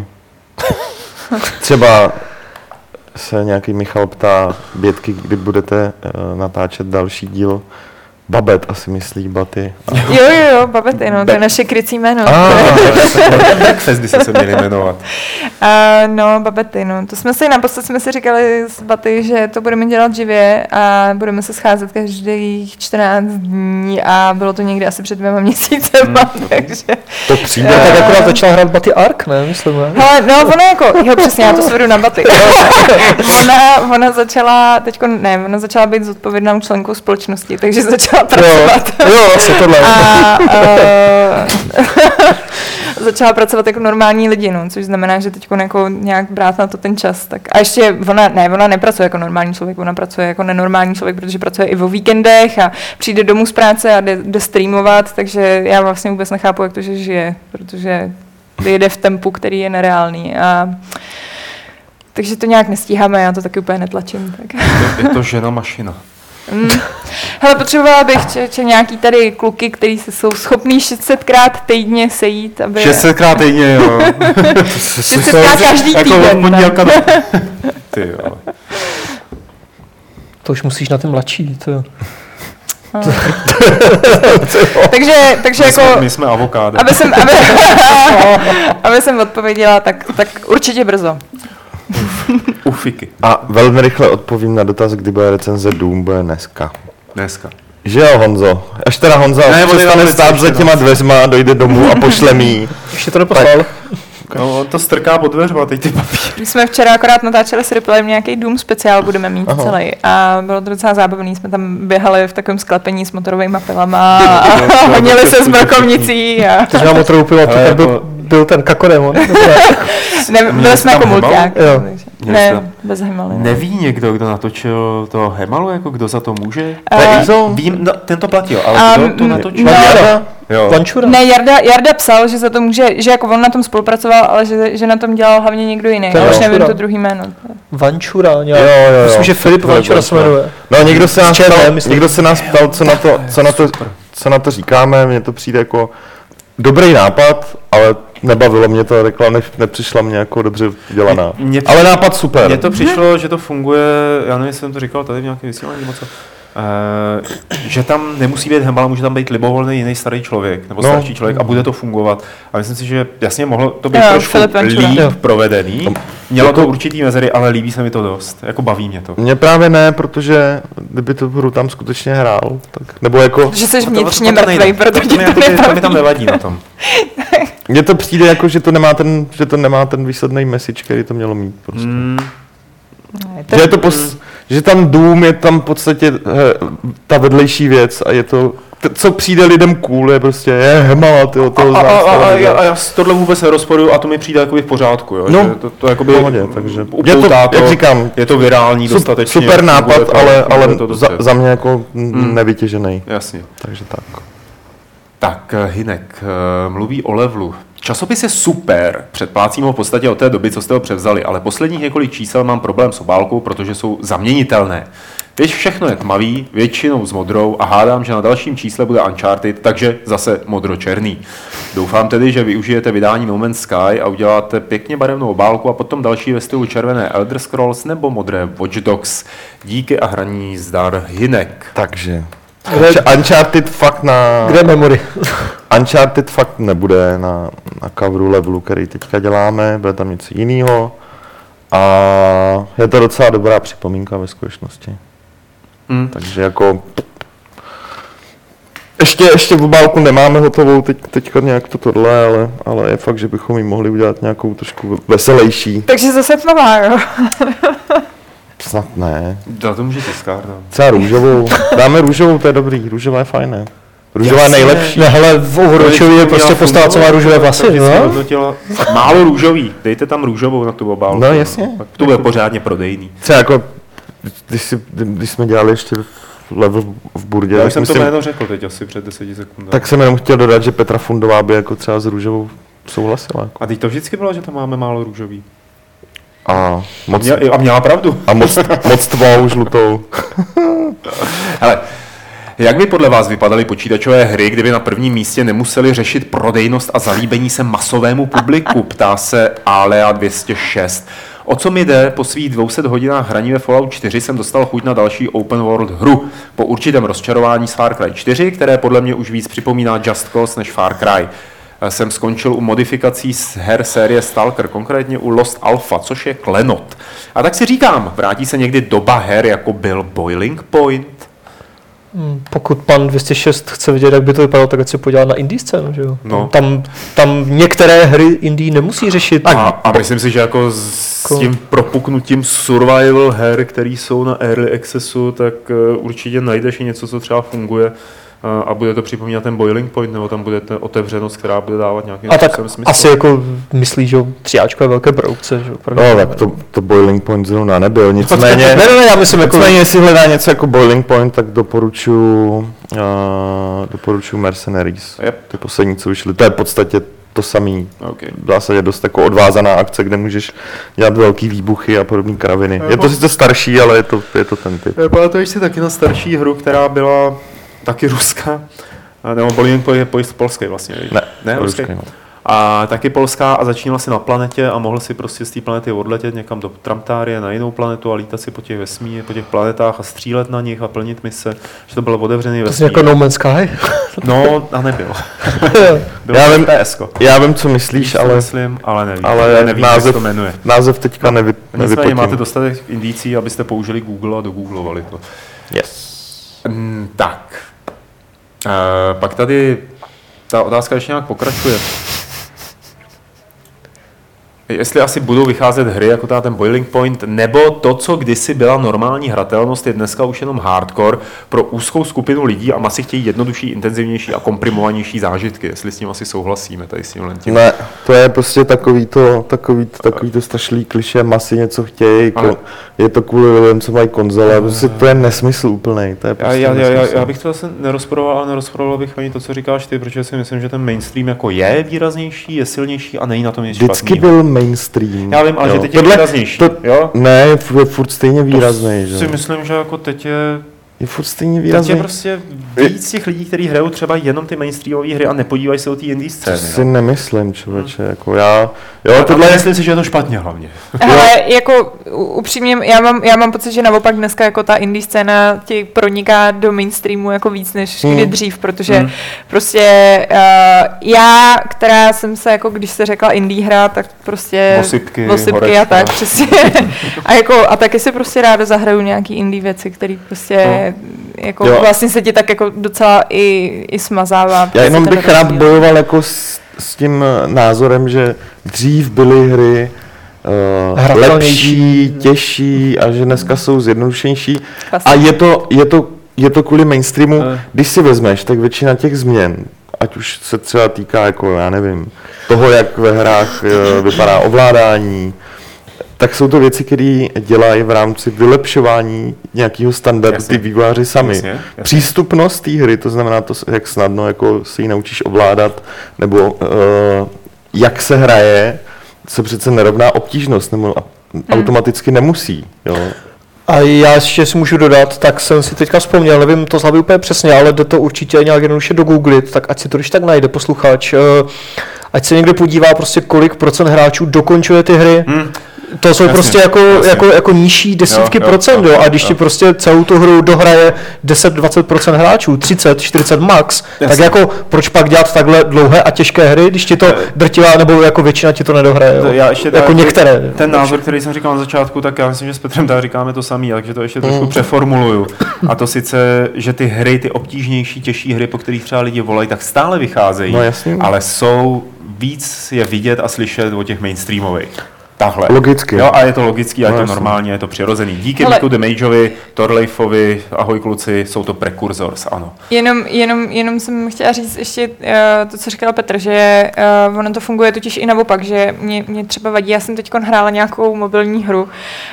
Třeba se nějaký Michal ptá, Bětky, kdy budete natáčet další díl. Babet asi myslí, Baty. Jo, Babety, no, to je naše krycí jméno. Breakfast, kdy se měli jmenovat. No, Babety, no. To naposled jsme si říkali s Baty, že to budeme dělat živě a budeme se scházet každých 14 dní a bylo to někdy asi před 2 měsícema, takže... To přijde. Tak akorát začala hrát Baty Ark, ne? Myslím, ne? Hele, no, ona jako, jo, přesně, já to svedu na Baty. ona začala být zodpovědnou členkou společnosti, takže začala pracovat. Jo, asi tohle. Začala pracovat jako normální lidi, no, což znamená, že teď jako nějak brát na to ten čas. Tak. A ještě ona nepracuje jako normální člověk, ona pracuje jako nenormální člověk, protože pracuje i o víkendech a přijde domů z práce a jde streamovat, takže já vlastně vůbec nechápu, jak to, že žije, protože jede v tempu, který je nereálný. Takže to nějak nestíháme, já to taky úplně netlačím. Tak. Je to žena mašina. Hele, potřebovala bych nějaký tady kluky, kteří jsou schopní 600krát týdně sejít, aby... 600krát týdně, jo. 600krát každý týden. Ty jo. To už musíš na ten mladší, to jo. takže jako... My jsme avokádo. Aby jsem odpověděla, tak určitě brzo. Ufiky. A velmi rychle odpovím na dotaz, kdy bude recenze Doom, bude dneska. Dneska. Že jo, Honzo? Až teda Honza přestane stát za těma dveřma, dojde domů a pošle mi. Ještě to neposlal. No, to strká pod dveřma, teď ty papíry. My jsme včera akorát natáčeli s Ripplem nějaký Doom speciál, budeme mít celý. A bylo to docela zábavný, jsme tam běhali v takovém sklepení s motorovými pilama a honili se s brokovnicí. Ty jsi měl motorovou pilu, to byl ten Kakodemon. Byli jsme jako mulťák. Ne, bez Himaly. Neví někdo, kdo natočil to Himalu, jako kdo za to může? Vím, ten to platil, ale kdo to natočil? Vančura? Ne, Jarda psal, že za to může, že jako on na tom spolupracoval, ale že na tom dělal hlavně někdo jiný. Já už nevím to druhý jméno. Vančura, nějak. Jo. Myslím, že Filip Vančura se jmenuje. No, někdo se nás ptal, co na to říkáme, mně to přijde jako dobrý nápad, ale nebavilo mě to, reklama nepřišla mě jako dobře dělaná. Ale nápad super. Mně to přišlo, že to funguje, já nevím, jestli jsem to říkal tady v nějakém vysílání nebo co, že tam nemusí být Hemala, může tam být libovolný jiný starý člověk, nebo starší člověk a bude to fungovat. A myslím si, že jasně mohlo to být trošku líp provedený. Mělo to určitý mezery, ale líbí se mi to dost. Jako baví mě to. Mně právě ne, protože kdyby tu hru tam skutečně hrál, tak nebo jako... Že jsi vnitřně mrtvej, protože to nebaví. To mi tam nevadí na tom. Mně to přijde jako, že to nemá ten výsledný message, který to mělo mít prostě. Že tam Doom je tam v podstatě ta vedlejší věc a je to, co přijde lidem cool, je prostě Hemala, toho a já tohle vůbec nerozporuju a to mi přijde jakoby v pořádku, jo? No, že to jakoby pohodě, takže je to, jak říkám, je to virální dostatečně. Super nápad, ale za mě jako nevytěžený. Jasně. Takže tak. Tak, Hinek mluví o levelu. Časopis je super, předplácím ho v podstatě od té doby, co jste ho převzali, ale posledních několik čísel mám problém s obálkou, protože jsou zaměnitelné. Teď všechno je tmavý, většinou s modrou a hádám, že na dalším čísle bude Uncharted, takže zase modro-černý. Doufám tedy, že využijete vydání No Man's Sky a uděláte pěkně barevnou obálku a potom další ve stylu červené Elder Scrolls nebo modré Watch Dogs. Díky a hraní zdar, Hinek. Takže Uncharted fakt Kde je memory? Uncharted fakt nebude na coveru levelu, který teďka děláme, bude tam něco jiného. A je to docela dobrá připomínka ve skutečnosti. Takže jako... Ještě v obálku nemáme hotovou teďka nějak tohle, ale je fakt, že bychom ji mohli udělat nějakou trošku veselější. Takže zase tmavá, jo? Snad ne. Dá to může tiskárna. Třeba růžovou. Dáme růžovou, to je dobrý. Růžová je fajné. Růžová je nejlepší. Ne, hele, v Overwatchovi je prostě postava, co má růžové vlasy, no? Málo růžový, dejte tam růžovou na tu obálku. No jasně. To bude pořádně prodejný. Třeba jako, když jsme dělali ještě level v Burdě. Já jsem to jméno řekl teď asi před 10 sekundami. Tak jsem jenom chtěl dodat, že Petra Fundová by jako třeba s růžovou souhlasila. Jako. A teď to vždycky bylo, že tam máme málo růžový. A měla pravdu. A moc tvou žlutou. Hele, jak by podle vás vypadaly počítačové hry, kdyby na prvním místě nemuseli řešit prodejnost a zalíbení se masovému publiku, ptá se Alea 206. O co mi jde? Po svých 200 hodinách hraní ve Fallout 4 jsem dostal chuť na další open world hru. Po určitém rozčarování z Far Cry 4, které podle mě už víc připomíná Just Cause než Far Cry. Jsem skončil u modifikací z her série Stalker, konkrétně u Lost Alpha, což je klenot. A tak si říkám, vrátí se někdy doba her, jako byl Boiling Point? Pokud pan 206 chce vidět, jak by to vypadalo, tak ať se podívá na indie scénu, že jo? No. Tam některé hry indie nemusí řešit. A myslím si, že jako s tím propuknutím survival her, který jsou na early accessu, tak určitě najdeš i něco, co třeba funguje a bude to připomínat ten Boiling Point, nebo tam bude ta otevřenost, která bude dávat nějaký smysl. Asi jako myslíš, že 3áčko je velké broukce, že no, tak to Boiling Point zrovna nebyl, nicméně... ne, já myslím jako... Nicméně, jestli hledá něco jako Boiling Point, tak doporučuji Mercenaries. Yep. Ty poslední, co vyšly, to je v podstatě to samý. Okay. V zásadě dost jako odvázaná akce, kde můžeš dělat velký výbuchy a podobné kraviny. Je to sice starší, ale je to ten typ. Pamatuješ si taky na starší hru, která byla taky ruská, nebo Boiling Point je polský vlastně, ne ruský. No. A taky polská a začínala si na planetě a mohl si prostě z té planety odletět někam do Tramtárie na jinou planetu a lítat si po těch vesmíře, po těch planetách a střílet na nich a plnit mise, že to byl otevřený vesmír. To je jako No Man's Sky? No, a nebyl. Já vím, co myslíš, ale... Myslím, ale nevím. Ale nevím, název, jak to jmenuje. Název teďka nevypotím. Nicméně máte dostatek indicí, abyste použili Google a dogooglovali to. Yes. Tak. Pak tady ta otázka ještě nějak pokračuje. Jestli asi budou vycházet hry jako ten Boiling Point, nebo to, co kdysi byla normální hratelnost, je dneska už jenom hardcore pro úzkou skupinu lidí a masy chtějí jednodušší, intenzivnější a komprimovanější zážitky, jestli s tím asi souhlasíme tady s tím. Ne, to je prostě takový to strašlý klišé, masy něco chtějí, je to kvůli lidem, co mají konzole, prostě to je nesmysl úplnej. To je prostě já bych to zase nerozporoval, ale nerozporoval bych ani to, co říkáš ty, protože si myslím, že ten mainstream jako je výraznější, je silnější a není na tom nic špatného. Vždycky byl mainstream. Já vím, ale že teď je výraznější, jo? Ne, je furt stejně výrazný, že? Si myslím, že jako teď je furt stejně výrazný. Teď je prostě víc těch lidí, kteří hrajou třeba jenom ty mainstreamové hry a nepodívají se o té indie scény. To si nemyslím, člověče, jako já... Myslím si, že je to špatně hlavně. Ale jako upřímně, já mám pocit, že naopak dneska jako ta indie scéna tě proniká do mainstreamu jako víc než kdy dřív, protože prostě já, která jsem se jako, když se řekla indie hra, tak prostě Vosipky a tak přesně. a taky si prostě ráda zahraju nějaký indie věci, které prostě jako vlastně se ti tak jako docela i smazává. Já jenom bych rád bojoval jako s tím názorem, že dřív byly hry lepší, těžší a že dneska jsou zjednodušenější. A je to kvůli mainstreamu. Když si vezmeš, tak většina těch změn, ať už se třeba týká, jako já nevím, toho, jak ve hrách vypadá ovládání, tak jsou to věci, které dělají v rámci vylepšování nějakého standardu ty vývojáři sami. Jasně. Přístupnost té hry, to znamená to, jak snadno jako se ji naučíš ovládat, nebo jak se hraje, se přece nerovná obtížnost, nebo automaticky nemusí. Jo. A já ještě si můžu dodat, tak jsem si teďka vzpomněl, nevím to z hlavy úplně přesně, ale jde to určitě nějak jednoduše dogooglit, tak ať si to když tak najde posluchač, ať se někde podívá prostě kolik procent hráčů dokončuje ty hry. To jsou Jasně, prostě jako nižší desítky procent, jo. A když ti prostě celou tu hru dohraje 10-20% hráčů, 30-40 max, tak jako proč pak dělat takhle dlouhé a těžké hry, když ti to drtivá nebo jako většina ti to nedohraje, jo. Já ještě jako některé. Ten názor, který jsem říkal na začátku, tak já myslím, že s Petrem tady říkáme to samý, takže to ještě trošku přeformuluju. A to sice, že ty hry, ty obtížnější, těžší hry, po kterých třeba lidi volají, tak stále vycházejí, ale jsou víc je vidět a slyšet o těch mainstreamových. Tahle. Logicky. Jo, a je to logický, a je to normálně, je to přirozený. Díky Miku Damageovi, Torleifovi, ahoj kluci, jsou to precursors, ano. Jenom jsem chtěla říct ještě to, co říkal Petr, že ono to funguje totiž i naopak, že mě třeba vadí, já jsem teď hrála nějakou mobilní hru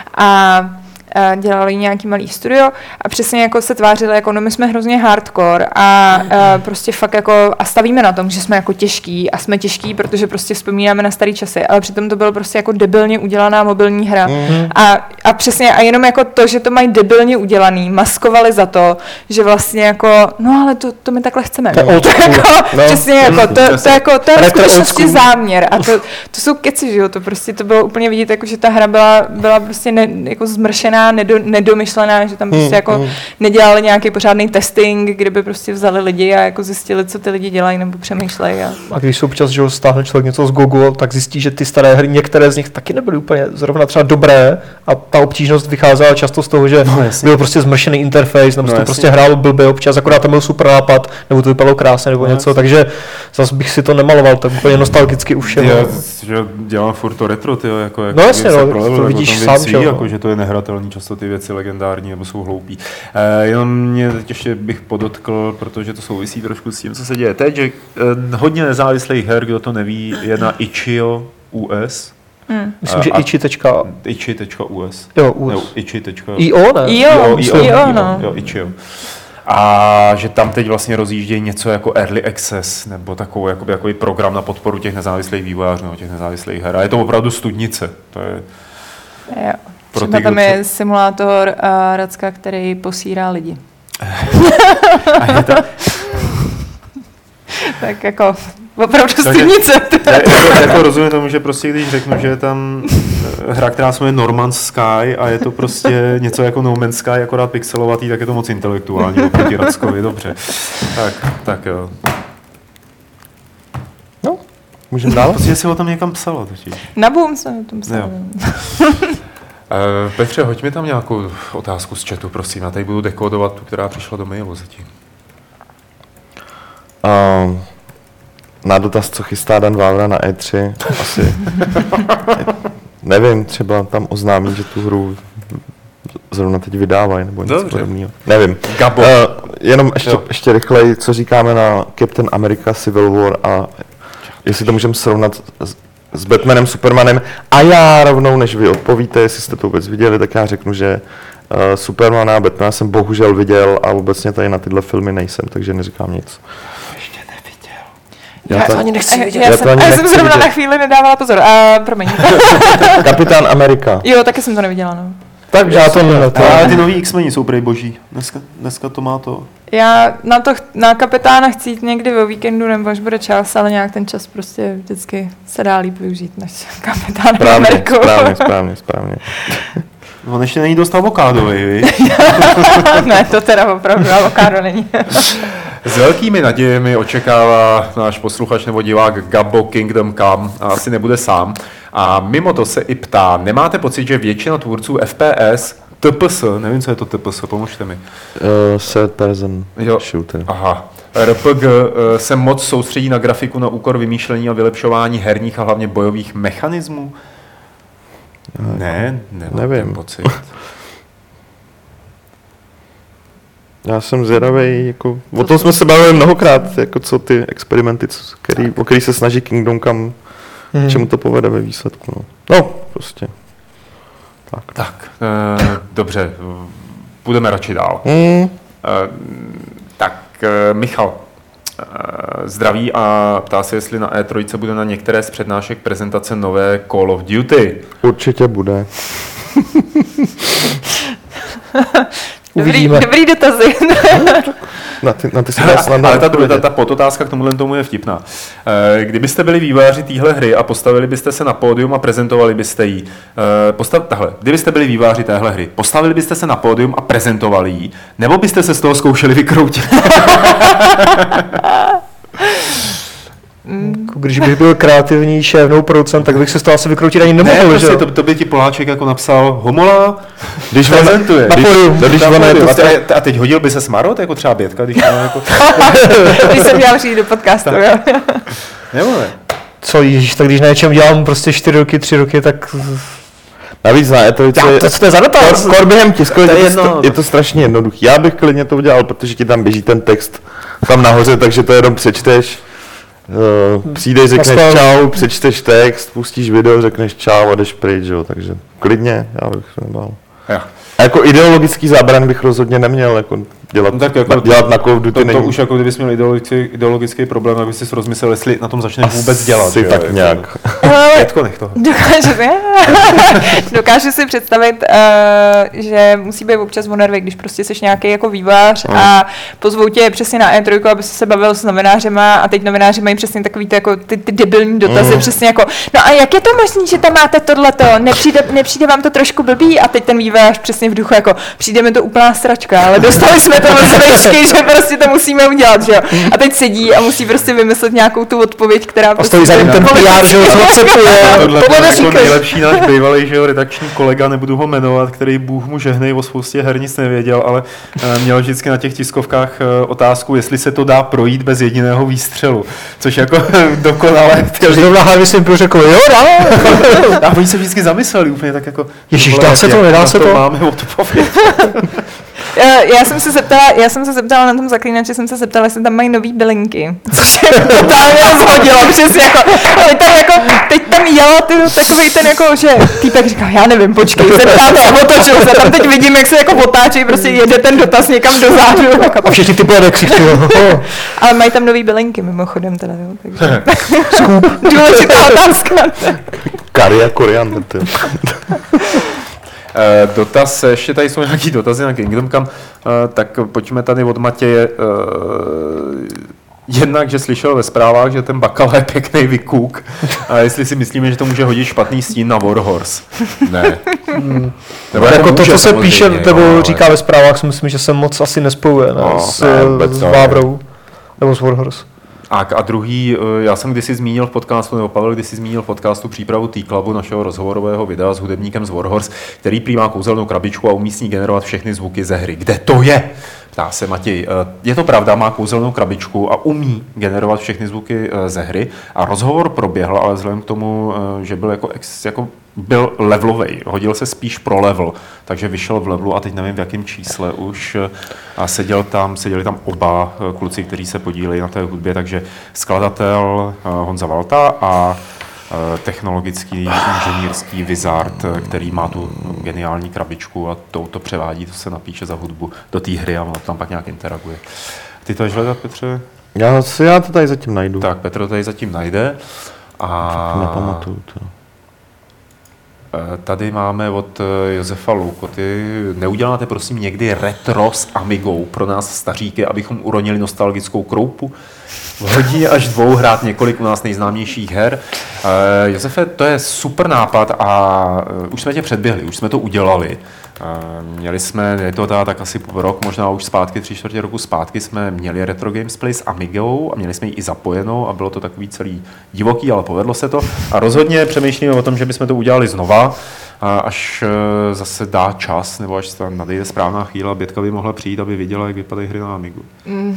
a dělali nějaký malý studio a přesně jako se tvářili, jako no my jsme hrozně hardcore a prostě fakt jako a stavíme na tom, že jsme jako těžký a jsme těžký, protože prostě vzpomínáme na starý časy, ale přitom to bylo prostě jako debilně udělaná mobilní hra a přesně a jenom jako to, že to mají debilně udělaný, maskovali za to, že vlastně jako no ale to my takhle chceme. Přesně jako to je ve skutečnosti záměr a to jsou keci, že jo, to prostě to bylo úplně vidět, jako že ta hra byla prostě jako zmršená, nedomyšlená, že tam prostě jako nedělali nějaký pořádný testing, kde by prostě vzali lidi a jako zjistili, co ty lidi dělají nebo přemýšlejí. A když občas, že stáhne člověk něco z Google, tak zjistí, že ty staré hry, některé z nich taky nebyly úplně zrovna třeba dobré a ta obtížnost vycházela často z toho, že byl prostě zmršený interface, nebo to prostě hrálo blbě občas, akorát tam byl super nápad, nebo to vypadalo krásně nebo něco, takže zase bych si to nemaloval tak úplně nostalgicky už. Já dělám furt to retro, jako no jasně, to vidíš sám, že to je nehratelný, často ty věci legendární nebo jsou hloupí. Jenom mě teď ještě bych podotkl, protože to souvisí trošku s tím, co se děje teď, že hodně nezávislých her, kdo to neví, je na Itch.io US. Myslím, že itch.us. Jo, US. IO, ne? Itch.io. A že tam teď vlastně rozjíždějí něco jako Early Access, nebo takový program na podporu těch nezávislých vývojářů, těch nezávislých her. A je to opravdu studnice. To je... Jo. Třeba tam je simulátor Racka, který posírá lidi. A je to... tak jako opravdu studnice. Jako rozumím tomu, že prostě když řeknu, že je tam hra, která se jmenuje No Man's Sky a je to prostě něco jako No Man's Sky, akorát pixelovatý, tak je to moc intelektuální oproti Rackovi, dobře. Tak jo. No, můžeme dál? Protože si o tom někam psala totiž. Na Boom jsem o tom psala. Petře, hoď mi tam nějakou otázku z chatu, prosím. Já tady budu dekodovat tu, která přišla do mailu zatím. Na dotaz, co chystá Dan Vávra na E3, asi nevím, třeba tam oznámí, že tu hru zrovna teď vydávají, nebo něco podobného. Nevím. Jenom ještě rychleji, co říkáme na Captain America Civil War a jestli to můžeme srovnat s Batmanem, Supermanem. A já rovnou, než vy odpovíte, jestli jste to vůbec viděli, tak já řeknu, že Supermana a Batmana jsem bohužel viděl a obecně tady na tyhle filmy nejsem, takže neříkám nic. Ještě neviděl. Já to ani nechci vidět. Já jsem zrovna na chvíli nedávala pozor. Promiň. Kapitán Amerika. Jo, taky jsem to neviděla, no. Takže já to ale ty nový X-meni jsou prej boží. Dneska to má to. Já na kapitána chci jít někdy o víkendu, nebo až bude čas, ale nějak ten čas prostě vždycky se dá líp využít než kapitán Ameriku. Správně. On ještě není dost avokádový, víš? Ne, to teda opravdu avokádo není. S velkými nadějemi očekává náš posluchač nebo divák Gabbo Kingdom Come a asi nebude sám. A mimo to se i ptá, nemáte pocit, že většina tvůrců FPS, TPS, nevím, co je to TPS, pomožte mi. Third person shooter. Aha. RPG se moc soustředí na grafiku na úkor vymýšlení a vylepšování herních a hlavně bojových mechanismů? Nevím. Pocit. Já jsem zvědavý, jako, o tom jsme se bavili mnohokrát, jako co ty experimenty, o který se snaží Kingdom Come, čemu to povede ve výsledku. No prostě. Tak, dobře, půjdeme radši dál. Michal zdraví a ptá se, jestli na E3 bude na některé z přednášek prezentace nové Call of Duty. Určitě bude. Dobrý dotazy. Na ty si Hele, dá snadno ale odpovědět. ta podotázka k tomu je vtipná. Kdybyste byli vývojáři téhle hry a postavili byste se na pódium a prezentovali byste ji, kdybyste byli vývojáři téhle hry, postavili byste se na pódium a prezentovali ji, nebo byste se z toho zkoušeli vykroutit? Když bych byl kreativní šéfnou producent, tak bych se z toho asi vykroutit ani nemohl, Ne, že prostě jo? to by ti Poláček jako napsal Homola, Když prezentuje. když ona je to A teď hodil by se smarot, jako třeba Bětka, když jako... Když jsem měla přijít do podcastu, jo. Nebo ne? Co jíš, tak když na něčem dělám prostě 4 roky, 3 roky, tak Navíc na E3 to je za dotaz. kor během tisku To je je jedno. je to strašně jednoduchý. Já bych klidně to udělal, protože ti tam běží ten text tam nahoře, takže to jenom přečteš. Přijdeš, řekneš čau, přečteš text, pustíš video, řekneš čau a jdeš pryč, jo, takže klidně, já bych se nebál. Ja. A jako ideologický zábran bych rozhodně neměl, jako dělat, No tak jako dělat na Call of Duty To není. už jako kdybys měl ideologický problém, tak bys si rozmyslel, jestli na tom začneš vůbec dělat. Asi že jo, tak jako- nějak. Pětko, nech toho. Dokážu si představit, že musí být občas o nervy, když prostě jsi nějaký jako vývojář a pozvou tě přesně na E3, aby se bavil s novinářema a teď novináři mají přesně takový to, jako ty debilní dotazy, přesně jako, no a jak je to možné, že tam máte tohleto, nepřijde vám to trošku blbý a teď ten vývojář přesně v duchu jako, přijde mi to úplná sračka, ale dostali jsme to moc vejšky, že prostě to musíme udělat, že jo. A teď sedí a musí prostě vymyslet nějakou tu odpověď, která A prostě... stojí za ním ten PR, že jo, co akceptuje. Tohle Tohle je jako neříkej. nejlepší náš bývalý, že jo, redakční kolega, nebudu ho jmenovat, který Bůh mu žehnej, o spoustě her nic nevěděl, ale měl vždycky na těch tiskovkách otázku, jestli se to dá projít bez jediného výstřelu, což jako dokonale. Zrovna Harvey Simple řekl, jo, dá. A oni se vždycky zamysleli úplně tak jako... Ježiš, vole, dá se to, jak nedá na se to? máme odpověď. Já jsem se zeptala na tom Zaklínači, jestli tam mají nový bylinky, což je totálně rozhodilo, přesně jako, teď tam jela takovej ten jako, že týpek říká, já nevím, počkej, zeptám se, otočil se, tam teď vidím, jak se jako otáčí, prostě jede ten dotaz někam dozadu. A všichni ty plede křičují. Ale mají tam nový bylinky mimochodem teda, jo, takže důležitá otázka. Kari a koriander, ty. Dotaz, ještě tady jsou nějaký dotazy na Kingdom Come, tak pojďme tady od Matěje. Jednak, že slyšel ve zprávách, že ten Bakala je pěkný vykuk. A jestli si myslíme, že to může hodit špatný stín na Warhorse. Ne. Nebo Jako to, může, co se píše, samozřejmě, nebo jo, ale- říká ve zprávách, si myslím, že se moc asi nespojuje No, s ne, vůbec to, Vávrou. Nebo s Warhorse. A druhý, já jsem kdysi zmínil v podcastu, nebo Pavel kdysi zmínil v podcastu přípravu T-Clubu, našeho rozhovorového videa s hudebníkem z Warhorse, který prý má kouzelnou krabičku a umí s ní generovat všechny zvuky ze hry. Kde to je? Ptá se Matěj. Je to pravda, má kouzelnou krabičku a umí generovat všechny zvuky ze hry. A rozhovor proběhl, ale vzhledem k tomu, že byl byl levelovej, hodil se spíš pro level, takže vyšel v levelu a teď nevím v jakém čísle už a seděli tam oba kluci, kteří se podílejí na té hudbě, takže skladatel Honza Valta a technologický inženýrský wizard, který má tu geniální krabičku a to převádí, to se napíše za hudbu do té hry a ono tam pak nějak interaguje. Ty to jdeš hledat, Petře? Já to tady zatím najdu. Tak, Petr to tady zatím najde. A Nepamatuju to. tady máme od Josefa Loukoty. Neuděláte prosím někdy retro s Amigou pro nás staříky, abychom uronili nostalgickou kroupu? V hodině až 2 hrát několik u nás nejznámějších her. Josefe, to je super nápad a už jsme tě předběhli, už jsme to udělali. Měli jsme, je to tak asi rok, možná už zpátky, 3/4 roku zpátky jsme měli Retro Games Play s Amigou a měli jsme ji i zapojenou a bylo to takový celý divoký, ale povedlo se to. A rozhodně přemýšlíme o tom, že bychom to udělali znova, až zase dá čas, nebo až tam nadejde správná chvíle a Bětka by mohla přijít, aby viděla, jak vypadají hry na Amigu.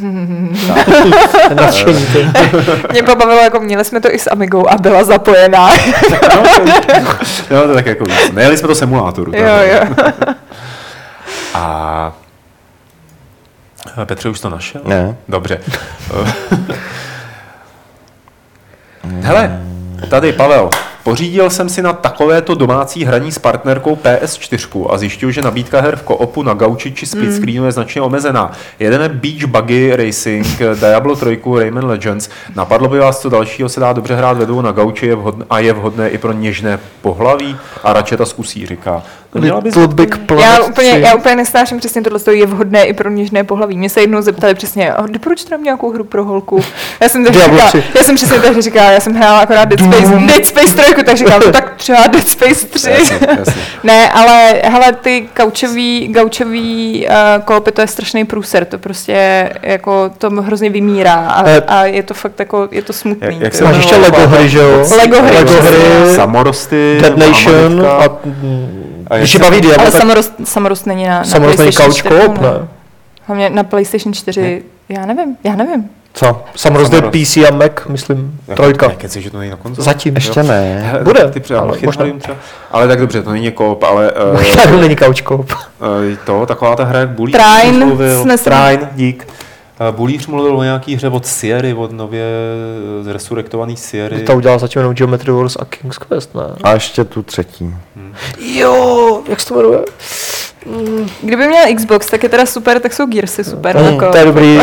Nadšení, ty. Mě pobavilo, jako měli jsme to i s Amigou a byla zapojená. Jo, to tak jako víc. Nejeli jsme to simulátoru. Jo. A Petře, už to našel? Ne. Dobře. Hele, tady Pavel. Pořídil jsem si na takovéto domácí hraní s partnerkou PS4 a zjišťuju, že nabídka her v koopu na gauči či split screenu je značně omezená. Jedeme Beach Buggy Racing, Diablo 3, Rayman Legends. Napadlo by vás, co dalšího se dá dobře hrát ve dvou na gauči a je vhodné i pro něžné pohlaví? A Račeta zkusí, říká Little Big Planet Já úplně nesnáším přesně tohle, to je vhodné i pro něžné pohlaví. Mě se jednou zeptali přesně, doporučte nám nějakou hru pro holku. Já jsem přesně tak říkala, já jsem hrála akorát Dead Space 3, tak říkám, tak třeba Dead Space 3. Jasně. Ne, ale hele, ty gaučový koopy, to je strašný průser, to prostě jako to hrozně vymírá a je to fakt jako, je to smutný. Jak se máš ještě Lego hry, že jo? Lego hry. Samorosty. Dead Nation když je baví Diablo, ale samorost není na PlayStation 4. Couch co-op, ne? Hlavně na PlayStation 4, já nevím. Co? Samorost je PC a Mac, myslím, trojka. Nekeci, že to není na konzoli? Zatím. Ještě ne. Bude. Ale tak dobře, to není co-op, ale... Možná to není couch co-op. Taková ta hra, jak Bulíř mluvil. Trine, dík. Bulíř mluvil o nějaký hře od Sierry, od nově zresurrektovaný Sierry. To udělal zatím jenom Geometry Wars a King's Quest, ne? A ještě tu třetí. Jo, jak se to jmenuje? Kdyby měl Xbox, tak je teda super, tak jsou Gearsy super. To je dobrý.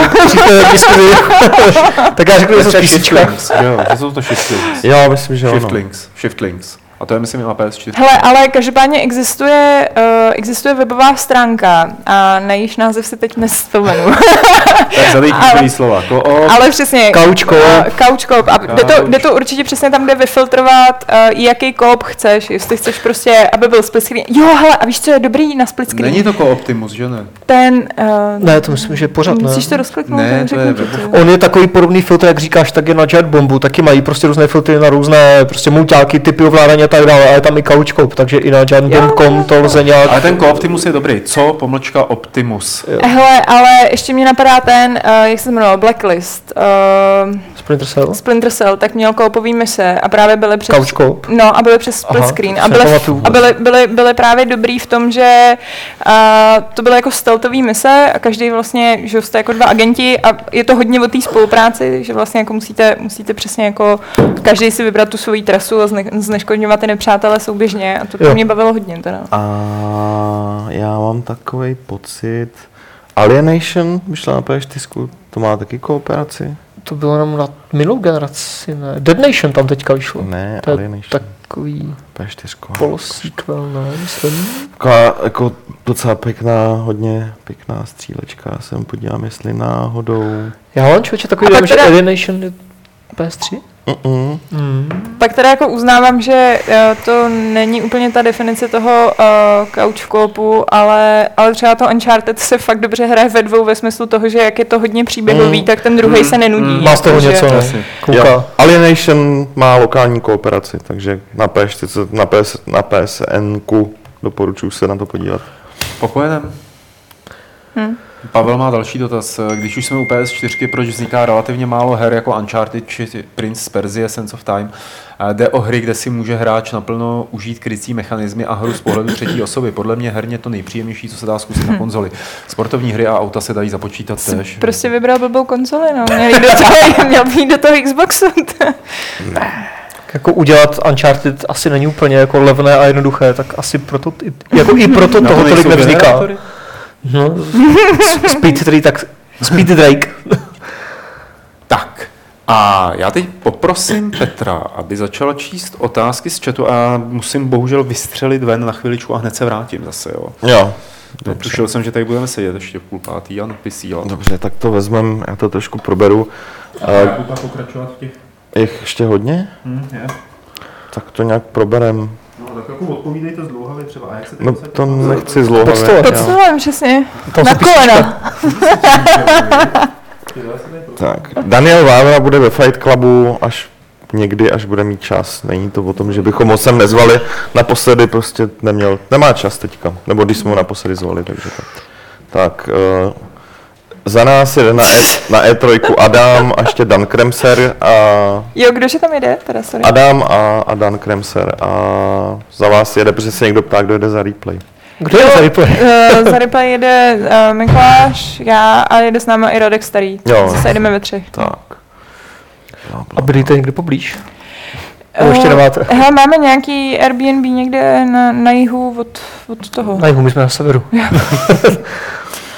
Tak já řeknu, že jsou Shiftlings. Že jsou to Shiftlings. Jo, myslím, že Shiftlings. A to je, myslím, na PS4. Hele, ale každopádně existuje webová stránka a na jejíž název si teď nevzpomenu. Tak zadejte svý slova. Ale přesně. Couch co-op. A jde to určitě přesně tam, kde vyfiltrovat, jaký co-op chceš. Jestli chceš prostě, aby byl split screen. Jo, hele, a víš, co je dobrý na split screen? Není to Co-Optimus, že ne? Ne, to myslím, že pořád ne. Musíš to rozkliknout. Ne, to je on je takový podobný filtr, jak říkáš, tak je na Jet Bombu. Taky mají prostě různé filtry na různé prostě mulťáky, typy ovládání a tak dále. A je tam i couch co-op, takže i na jetbomb.com to lze nějak... Ale ten Co-Optimus je dobrý. Optimus. Hele, ale ještě mě napadá ten, jak se jmenoval, Blacklist. Splinter Cell, tak měl co-opový mise a právě byly přes... Couch co-op? No, a byly přes split screen. A byly právě dobrý v tom, že to byly jako stealthový mise a každý vlastně, že jste jako dva agenti a je to hodně o té spolupráci, že vlastně jako musíte přesně jako každý si vybrat tu svoji trasu a zneškodňovat ty nepřátelé souběžně a to mě bavilo hodně teda. A já mám takovej pocit, Alienation vyšla na PS4, to má taky kooperaci? To bylo jenom na minulou generaci, ne? Dead Nation tam teďka vyšlo. Ne, to Alienation. Takový PS4. polosequel, ne, myslím. Jako docela hodně pěkná střílečka, já se podívám, jestli náhodou... Já mám člověče takový dojem, že Alienation je PS3? Pak teda jako uznávám, že to není úplně ta definice toho couch co-opu, ale třeba to Uncharted se fakt dobře hraje ve dvou ve smyslu toho, že jak je to hodně příběhový, tak ten druhý se nenudí. Má z toho něco, ne? Alienation má lokální kooperaci, takže na PSN-ku doporučuji se na to podívat. Popojedem. Pavel má další dotaz. Když už jsme u PS4, proč vzniká relativně málo her jako Uncharted či Prince z Persie, Sense of Time? Jde o hry, kde si může hráč naplno užít krycí mechanismy a hru z pohledu třetí osoby. Podle mě herně to nejpříjemnější, co se dá zkusit na konzoli. Sportovní hry a auta se dají započítat též. Prostě vybral blbou konzoli, no. Měl být do toho Xboxu. Ne. Jako udělat Uncharted asi není úplně jako levné a jednoduché, tak asi proto, jako i proto toho tolik nevzniká. No, Speed Drake. Tak, a já teď poprosím Petra, aby začala číst otázky z chatu a musím bohužel vystřelit ven na chviličku a hned se vrátím zase, jo. Jo. Tušil jsem, že tady budeme sedět ještě v 5:30 a napisílat. Dobře, tak to vezmem, já to trošku proberu. Budu pokračovat v těch... Ještě hodně? Je. Tak to nějak proberem. No, tak jako odpovídejte zdlouhavě třeba. A jak se no to nechci zdlouhavě. Pod stolem, přesně. Na kolena. Tak, Daniel Vávra bude ve Fight Clubu až někdy, až bude mít čas. Není to o tom, že bychom ho sem nezvali. Naposledy prostě nemá čas teďka. Nebo když jsme ho naposledy zvali, takže tak. Tak, za nás jde na E3 Adam a ještě Dan Kremser a... Jo, kdože tam jede? Teda, sorry. Adam a Dan Kremser a za vás jede, protože se někdo ptá, kdo jede za replay. Kdo je za replay? Za replay jede Mikuláš, já a jede s námi i Radek Starý. Jo. Zase jedeme ve třech. Tak. A bydlíte někde poblíž? Ještě nemáte? Hele, máme nějaký Airbnb někde na jihu od toho. Na jihu, my jsme na severu.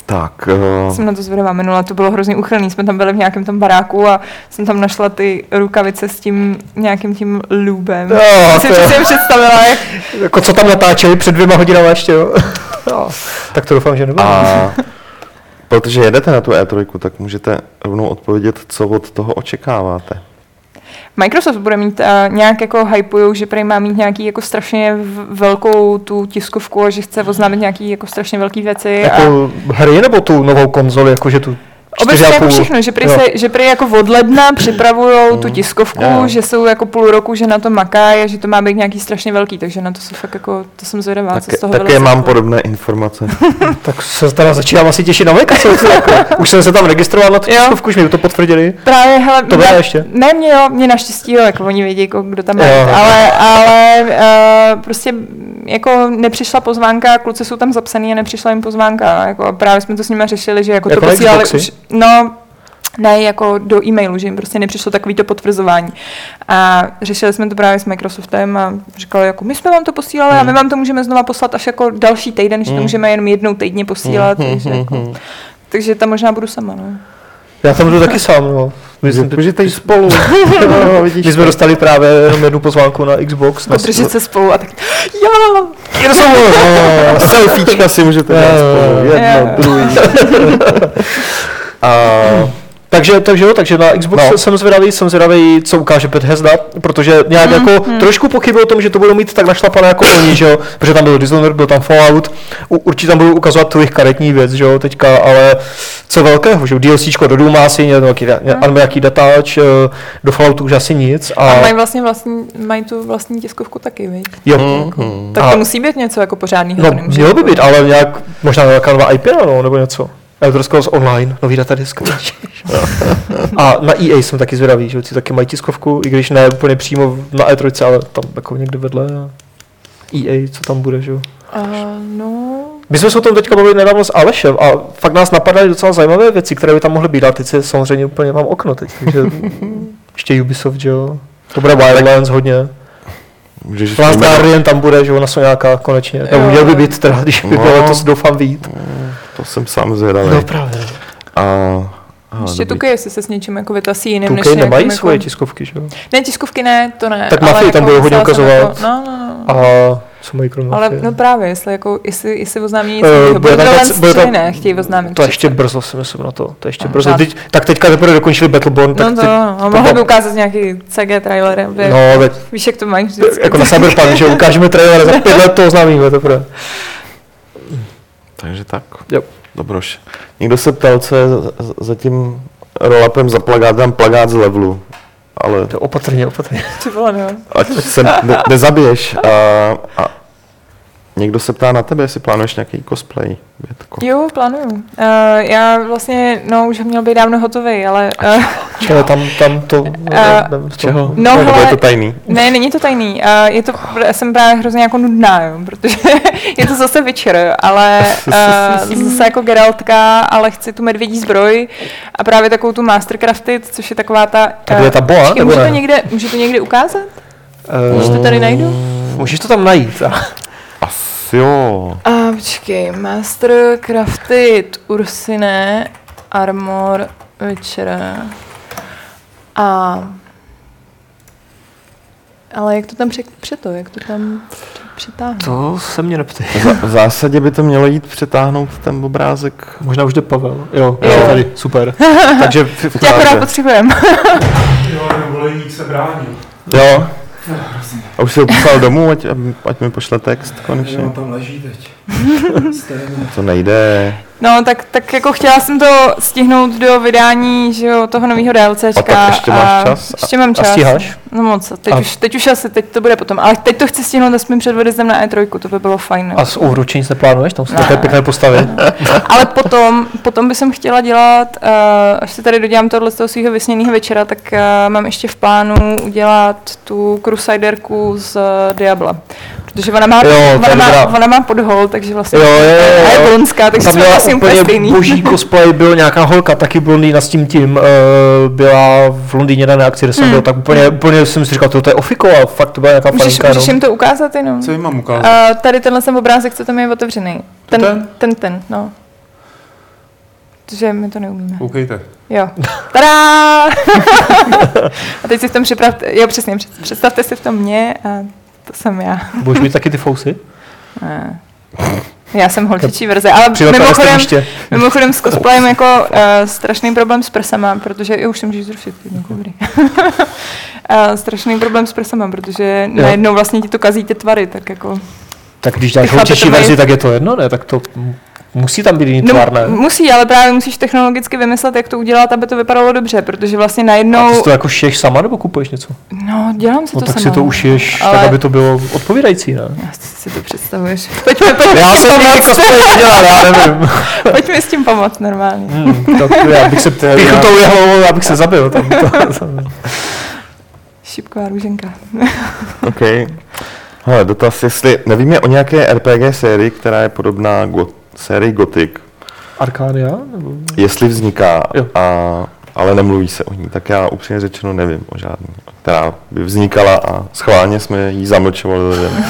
Tak. Jsem na to zvědavá. Minule to bylo hrozně uchylný. Jsme tam byli v nějakém tom baráku a jsem tam našla ty rukavice s tím nějakým tím lubem. Si představila, jak... Jako co tam natáčeli před 2 hodinami ještě, jo? No, tak to doufám, že nebude. A protože jedete na tu E3, tak můžete rovnou odpovědět, co od toho očekáváte. Microsoft bude mít nějak jako hypujou, že prý má mít nějaký jako strašně velkou tu tiskovku a že chce oznámit nějaký jako strašně velký věci. Jako hry nebo tu novou konzoli, jakože tu obecně jako všechno, že prý jako od ledna připravujou tu tiskovku, že jsou jako půl roku, že na to makají a že to má být nějaký strašně velký, takže na to se fakt jako, to jsem zvědavá, co z toho také mám podobné informace. Tak se teda začínám asi těšit na Microsoft, jako. Už jsem se tam registroval na tu tiskovku, už mi to potvrdili. Právě, hele, to bude ještě. Ne, mě naštěstí, jako oni vědí, jako, kdo tam je, ale prostě jako nepřišla pozvánka, kluci jsou tam zapsaný a nepřišla jim pozvánka, jako právě jsme to s nimi řešili, že jako to posílali už, no, ne jako do e-mailu, že jim prostě nepřišlo takovýto potvrzování. A řešili jsme to právě s Microsoftem a říkali, jako my jsme vám to posílali a my vám to můžeme znova poslat až jako další týden, že to můžeme jenom jednou týdně posílat. Takže tam možná budu sama, no. Já tam budu taky sám, no. Můžete jít spolu. My jsme dostali právě jenom jednu pozvánku na Xbox. Podržet se spolu a tak, jo! Selfiečka si můžete dát spolu. Jedno, druhý. Takže na Xbox jsem zvědavý, co ukáže Bethesda, protože nějak jako trošku pochybuji o tom, že to budou mít tak našlapané jako oni, že jo, protože tam byl Dishonored, byl tam Fallout, určitě tam budou ukazovat tu jejich karetní věc, že jo, teďka, ale co velkého, že jo, DLCčko do Doom asi nějaký datáč, do Falloutu už asi nic. A mají tu vlastní tiskovku taky, viď? Jo. Tak to musí být něco jako pořádného. No, mělo by být, ale nějak, možná nějaká nová IP, no, nebo něco. Elder Scrolls Online, nový datadisk. A na EA jsem taky zvědavý, že taky mají tiskovku, i když ne úplně přímo na E3, ale tam jako někde vedle. EA, co tam bude, že jo? No... My jsme se o tom teďka bavili nedávno s Alešem a fakt nás napadaly docela zajímavé věci, které by tam mohly být. A teď si samozřejmě úplně mám okno teď, takže ještě Ubisoft, že jo? To bude Wildlands hodně. Last Guardian tam bude, že ona jsou nějaká konečně. Nebo měl by být teda, když by bylo letos doufám vyjít. To jsem sám zvědavý. No právě. Ještě Tuky, jestli se s něčím jako vytasí jiným, než nemají svoje tiskovky, že jo? Ne, tiskovky ne, to ne. Tak Mafii tam budou hodně ukazovat. Jako, no. A co mají krom Ale no právě, jestli oznámí něco, bude ne, chtějí oznámit. To ještě brzo, si myslím na to. To ještě brzo. Tak teďka teprve dokončili Battleborn. No a mohli by ukázat nějaký CG trailer. No, víš, jak to mají vždycky. Jako na Cyberpunk, že ukážeme trailer, za 5 let to oznámíme teprve. Takže tak. Jo. Dobroš. Někdo se ptal, co je za tím roll-upem za plagát, tam plagát z levelu. Ale... To opatrně. Ty vole, no. Ať se nezabiješ. A někdo se ptá na tebe, jestli plánuješ nějaký cosplay, Bětko. Jo, plánuju. Já vlastně, už měl být dávno hotový, ale... Čeho tam to... Čeho? No, nebo je to tajný? Ne, není to tajný. Jsem právě hrozně jako nudná, jo, protože je to zase Witcher, ale zase jako Geraltka, ale chci tu medvědí zbroj a právě takovou tu Mastercrafted, což je taková ta... Tady je ta boa, nebo ne? Můžu to někde ukázat? Můžu to tady najdu? Můžeš to tam najít. Jo. Počkej, Mastercrafted Ursine Armor Witcher. Ale jak to tam jak to tam přitáhnout? To se mě neptej. V zásadě by to mělo jít přetáhnout ten obrázek. Možná už jde Pavel. Jo. Tady, super. Takže tě akorát potřebujeme. Jo, nevolení se brání. Jo. A už si ho poslal domů, ať mi pošle text konečně. On tam leží teď. To nejde. No, tak jako chtěla jsem to stihnout do vydání, že jo, toho nového DLCčka. Tak ještě máš čas? Ještě mám čas. A stíháš? No moc, teď už asi, teď to bude potom. Ale teď to chci stihnout aspoň před odjezdem na E3, to by bylo fajn. A s Overwatch nic neplánuješ? Tam jsou také pěkné postavy. Ale potom bych chtěla dělat, až se tady dodělám tohle z toho svého vysněného večera, tak mám ještě v plánu udělat tu Crusaderku z Diabla. Protože ona má podhol, takže vlastně je blondská, takže jsme vlastně úplně stejný. Boží cosplay byl nějaká holka, taky blondýna s tím, byla v Londýně na akci, kde jsem byl, tak úplně jsem si říkal, to je ofiko a fakt to byla nějaká palinka. Můžeš jim to ukázat jenom? Co jim mám ukázat? Tady tenhle obrázek, co tam je otevřený. Ten, no. protože my to neumíme. Koukejte. Jo. Tada! A teď si v tom přesně, představte si v tom mě a to jsem já. Budeš mít taky ty fousy? Ne. Já jsem holčičí verze, ale mimochodem s cosplayem jako strašný problém s prsama, protože už si můžeš zrušit. Dobrý. Strašný problém s prsama, protože najednou vlastně ti to kazí ty tvary, tak jako... Tak když dáš holčičí verzi, tak je to jedno, ne? Tak to musí tam být jiný tvar, ne? Musí, ale právě musíš technologicky vymyslet, jak to udělat, aby to vypadalo dobře, protože vlastně najednou... A ty to jako šiješ sama, nebo kupuješ něco? No, dělám si to tak sama. si to ušiješ ale... tak, aby to bylo odpovídající, ne? Já si to představuješ. Pojďme já jsem nikdy cosplay nedělal, já nevím. Pojď mi s tím pomoct normálně. Tak já bych se pichutou jehlovou, abych se zabil. Tam. Šipková růženka. OK. Hele, dotaz, jestli nevíme o nějaké RPG sérii, která je podobná sérii Gothic. Arcadia? Nebo... Jestli vzniká, ale nemluví se o ní, tak já upřímně řečeno nevím o žádný, která by vznikala a schválně jsme jí zamlčovali lidem.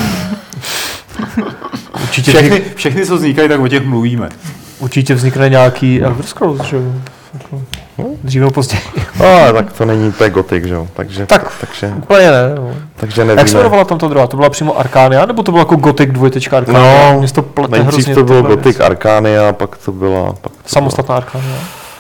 Všechny, co vznikají, tak o těch mluvíme. Určitě vznikne nějaký Elder Scrolls, že jo? Dřív nebo později. Tak to není úplně Gothic, že jo? Takže úplně ne. No. Takže nevíme. Jak se jmenovala tam to druhá? To byla přímo Arcania, nebo to bylo jako Gothic 2. Arcania? No, nejdřív to bylo Gothic Arcania, pak to byla... Samostatná Arcania.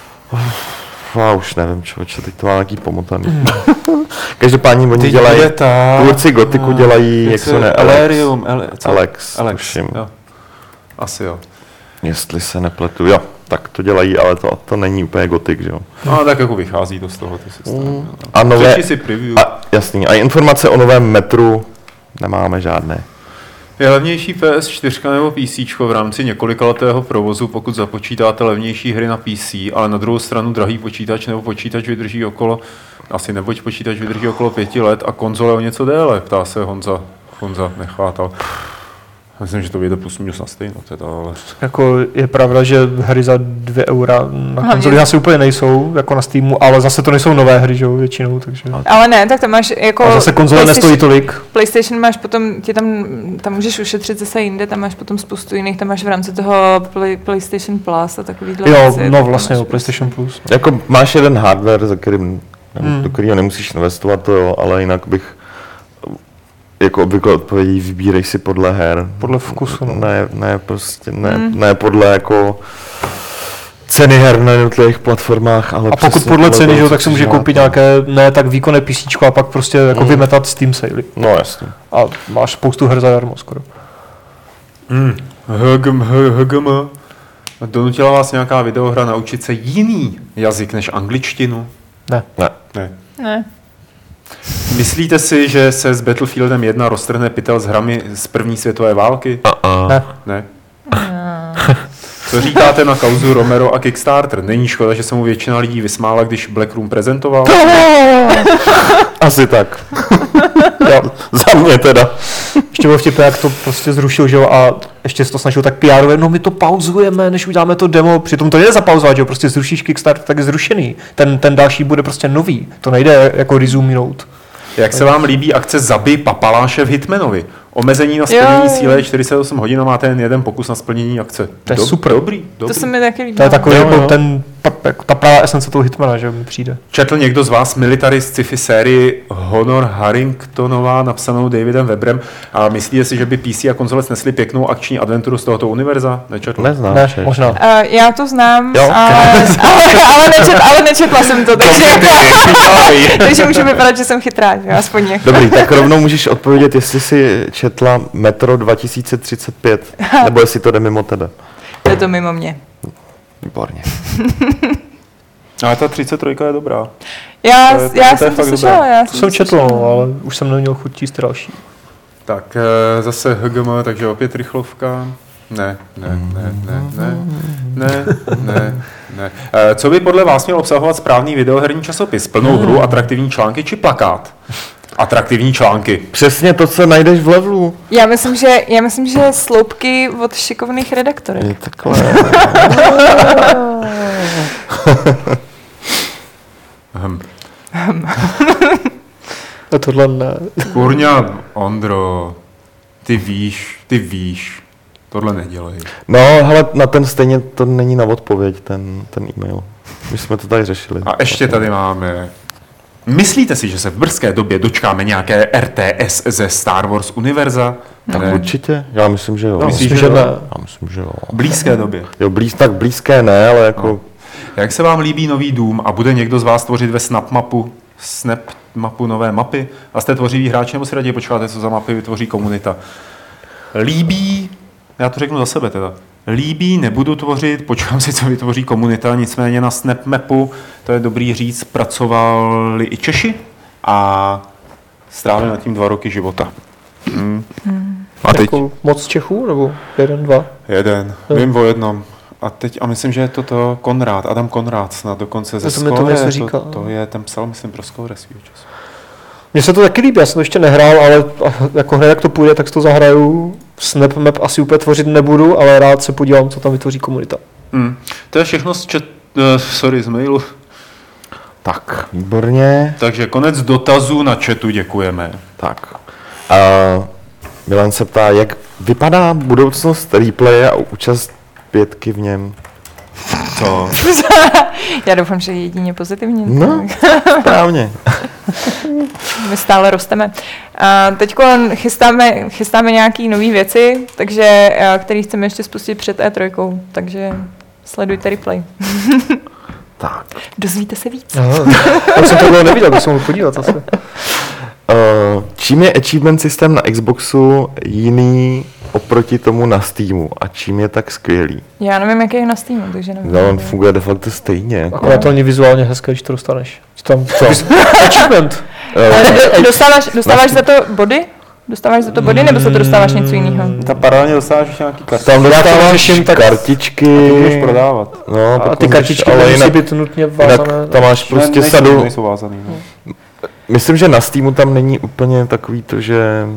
Už nevím, člověče, teď to má nějaký pomotaný. Každopádně oni dělají, tvůrci Gothicu dělají, jak se jmenuje, Alex, tuším. Asi jo. Jestli se nepletu, jo, tak to dělají, ale to není úplně Gothic, že jo. No, tak jako vychází to z toho, ty systémy. A nové, si preview. Jasný, a informace o novém metru nemáme žádné. Je levnější PS4 nebo PC v rámci několikaletého provozu, pokud započítáte levnější hry na PC, ale na druhou stranu drahý počítač nebo počítač vydrží okolo, asi neboť počítač vydrží okolo 5 let a konzole o něco déle, ptá se Honza nechvátal. Myslím, že to vyjde plus minus na stejno teda, ale... Jako je pravda, že hry za 2 € na konzoli asi úplně nejsou, jako na Steamu, ale zase to nejsou nové hry, že jo, většinou, takže... Ale ne, tak tam máš jako... A zase konzole nestojí tolik. PlayStation máš potom, tam můžeš ušetřit zase jinde, tam máš potom spoustu jiných, tam máš v rámci toho PlayStation Plus a takovýhle věci. Jo, no vlastně, PlayStation Plus. Jako máš jeden hardware, do kterého nemusíš investovat, to jo, ale jinak bych... Jako obvykle odpovědí, vybírej si podle her. Podle vkusu. Ne podle jako ceny her na jednotlivých platformách, ale a pokud podle ceny, že, tak si může koupit nějaké ne tak výkonné písíčko a pak prostě jako vymetat Steam sale. No jasně. A máš spoustu her zadarmo skoro. HGM. Donutila vás nějaká videohra naučit se jiný jazyk než angličtinu? Ne. Myslíte si, že se s Battlefieldem 1 roztrhne pytel s hrami z první světové války? Ne. Co říkáte na kauzu Romero a Kickstarter? Není škoda, že se mu většina lidí vysmála, když Black Room prezentoval? Asi tak. Jo, za mě teda. Ještě bylo vtipné, jak to prostě zrušil, že jo, a ještě se to snažil tak PR, no my to pauzujeme, než uděláme to demo, přitom to nejde zapauzovat, že jo, prostě zrušíš Kickstarter, tak je zrušený. Ten další bude prostě nový, to nejde jako resuminout. Jak se vám líbí akce Zabij papaláše v Hitmanovi? Omezení na splnění cíle je 48 hodin a máte jen jeden pokus na splnění akce. To je super. Dobrý. To se mi taky líbí. To je takový jako ta pravá esence toho Hitmana, že mi přijde. Četl někdo z vás military z sci-fi sérii Honor Harringtonová napsanou Davidem Weberem a myslíte si, že by PC a konzole snesly pěknou akční adventuru z tohoto univerza? Nečetl? Neznám. Ne, možná. Já to znám, ale nečetla jsem to, takže může vypadat, že jsem chytrá, aspoň jako. Dobrý, tak rovnou můžeš odpovědět, jestli jsi četla Metro 2035, nebo jestli to jde mimo tebe. Je to mimo mě. Výborně. Ale ta 33 je dobrá. Já jsem to slyšela. To jsem četl, ale už jsem neměl chuť číst další. Tak zase HGM, takže opět rychlovka. Ne. Co by podle vás měl obsahovat správný videoherní časopis? Plnou hru, atraktivní články či plakát? Atraktivní články. Přesně to, co najdeš v levelu. Já myslím, že sloupky od šikovných redaktorek. Je takhle. A tohle ne. Kurňa, Ondro, ty víš. Tohle nedělej. No, hele, na ten stejně to není na odpověď, ten e-mail. My jsme to tady řešili. A ještě tady máme. Myslíte si, že se v brzké době dočkáme nějaké RTS ze Star Wars univerza? Tak Ne. určitě, já myslím, že jo. No, Myslíš, myslím, že že jo? ne. Já myslím, že jo. V blízké době. Jo, tak blízké ne, ale jako... No. Jak se vám líbí nový dům a bude někdo z vás tvořit ve Snap mapu nové mapy? A jste tvořiví hráči, nebo si raději počkáte, co za mapy vytvoří komunita? Líbí, já to řeknu za sebe teda, líbí, nebudu tvořit, počkám si, co vytvoří komunita, nicméně na Snap mapu, to je dobrý říct, pracovali i Češi a strávili nad tím 2 roky života. A teď Jako moc Čechů, nebo 1, 2? jeden, vím o jednom. A myslím, že je to Konrád, Adam Konrád snad dokonce ze To mi to Skóre, něco říká. to je, ten psal, myslím, pro Skóre svýho času. Mně se to taky líbí, já jsem to ještě nehrál, ale jako hned jak to půjde, tak si to zahraju. Snap map asi úplně tvořit nebudu, ale rád se podívám, co tam vytvoří komunita. To je všechno z mailu. Tak, výborně. Takže konec dotazů na chatu, děkujeme. Tak. A Milan se ptá, jak vypadá budoucnost replay a účast 5 v něm? Co? Já doufám, že jedině pozitivně. No, správně. My stále rosteme. Teď chystáme nějaké nové věci, takže, které chceme ještě spustit před E3, takže sledujte replay. Tak. Dozvíte se víc. Já jsem to dlouho neviděl, tak se mohl podívat zase. Čím je achievement systém na Xboxu jiný oproti tomu na Steamu a čím je tak skvělý? Já nevím, jaký je na Steamu, takže nevím. No, on funguje de facto stejně. Jako. Akorát to není vizuálně hezké, když to dostaneš. Tam co? Achievement. Dostáváš za to body? Dostáváš za to body, nebo za to dostáváš něco jiného? Ta paralelně dostáváš ještě nějaký karty. Tam dostáváš řeším, tak- kartičky. Ty můžeš prodávat. No, A pak ty můžeš, kartičky ale nemusí jinak, být nutně jinak vázané. tam máš prostě Ne, sadu. nejsou vázaný. No. Myslím, že na Steamu tam není úplně takový to, že...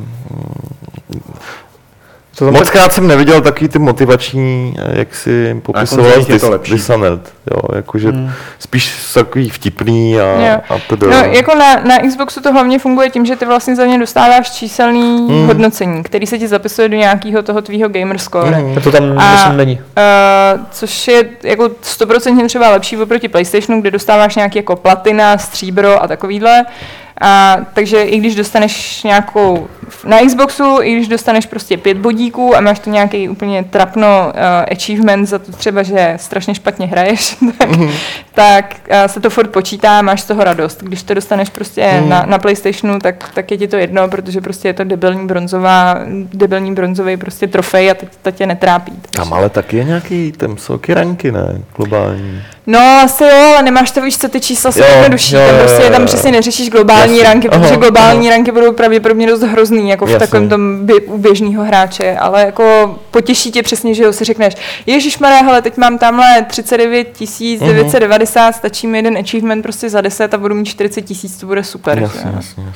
To tam Moc krát jsem neviděl takový ty motivační, jak si popisoval konzolích je to lepší. Dishonored, jo, jakože spíš takový vtipný a to No, jako na Xboxu to hlavně funguje tím, že ty vlastně za ně dostáváš číselný hodnocení, který se ti zapisuje do nějakého toho tvýho gamer score. to tam myslím není. Což je jako 100% třeba lepší oproti PlayStationu, kde dostáváš nějaký jako platina, stříbro a takovýhle. Takže i když dostaneš nějakou na Xboxu, i když dostaneš prostě 5 bodíků a máš tu nějaký úplně trapno achievement za to třeba, že strašně špatně hraješ, tak se to furt počítá, máš z toho radost. Když to dostaneš prostě na PlayStationu, tak je ti to jedno, protože prostě je to debilní bronzový prostě trofej a to tě netrápí. Tam ale taky je nějaký temsoky ranky, ne? Globální. No, asi jo, ale nemáš to, víš co, ty čísla jsou jednodušší, tam přesně neřešíš globální ranky, protože globální ranky budou pravděpodobně dost hrozný, jako v takovém tom u běžného hráče, ale jako potěší tě přesně, že jo, si řekneš, ježišmarja, hele, teď mám tamhle 39 990, stačí mi jeden achievement prostě za 10 a budu mít 40 000, to bude super. Jasně.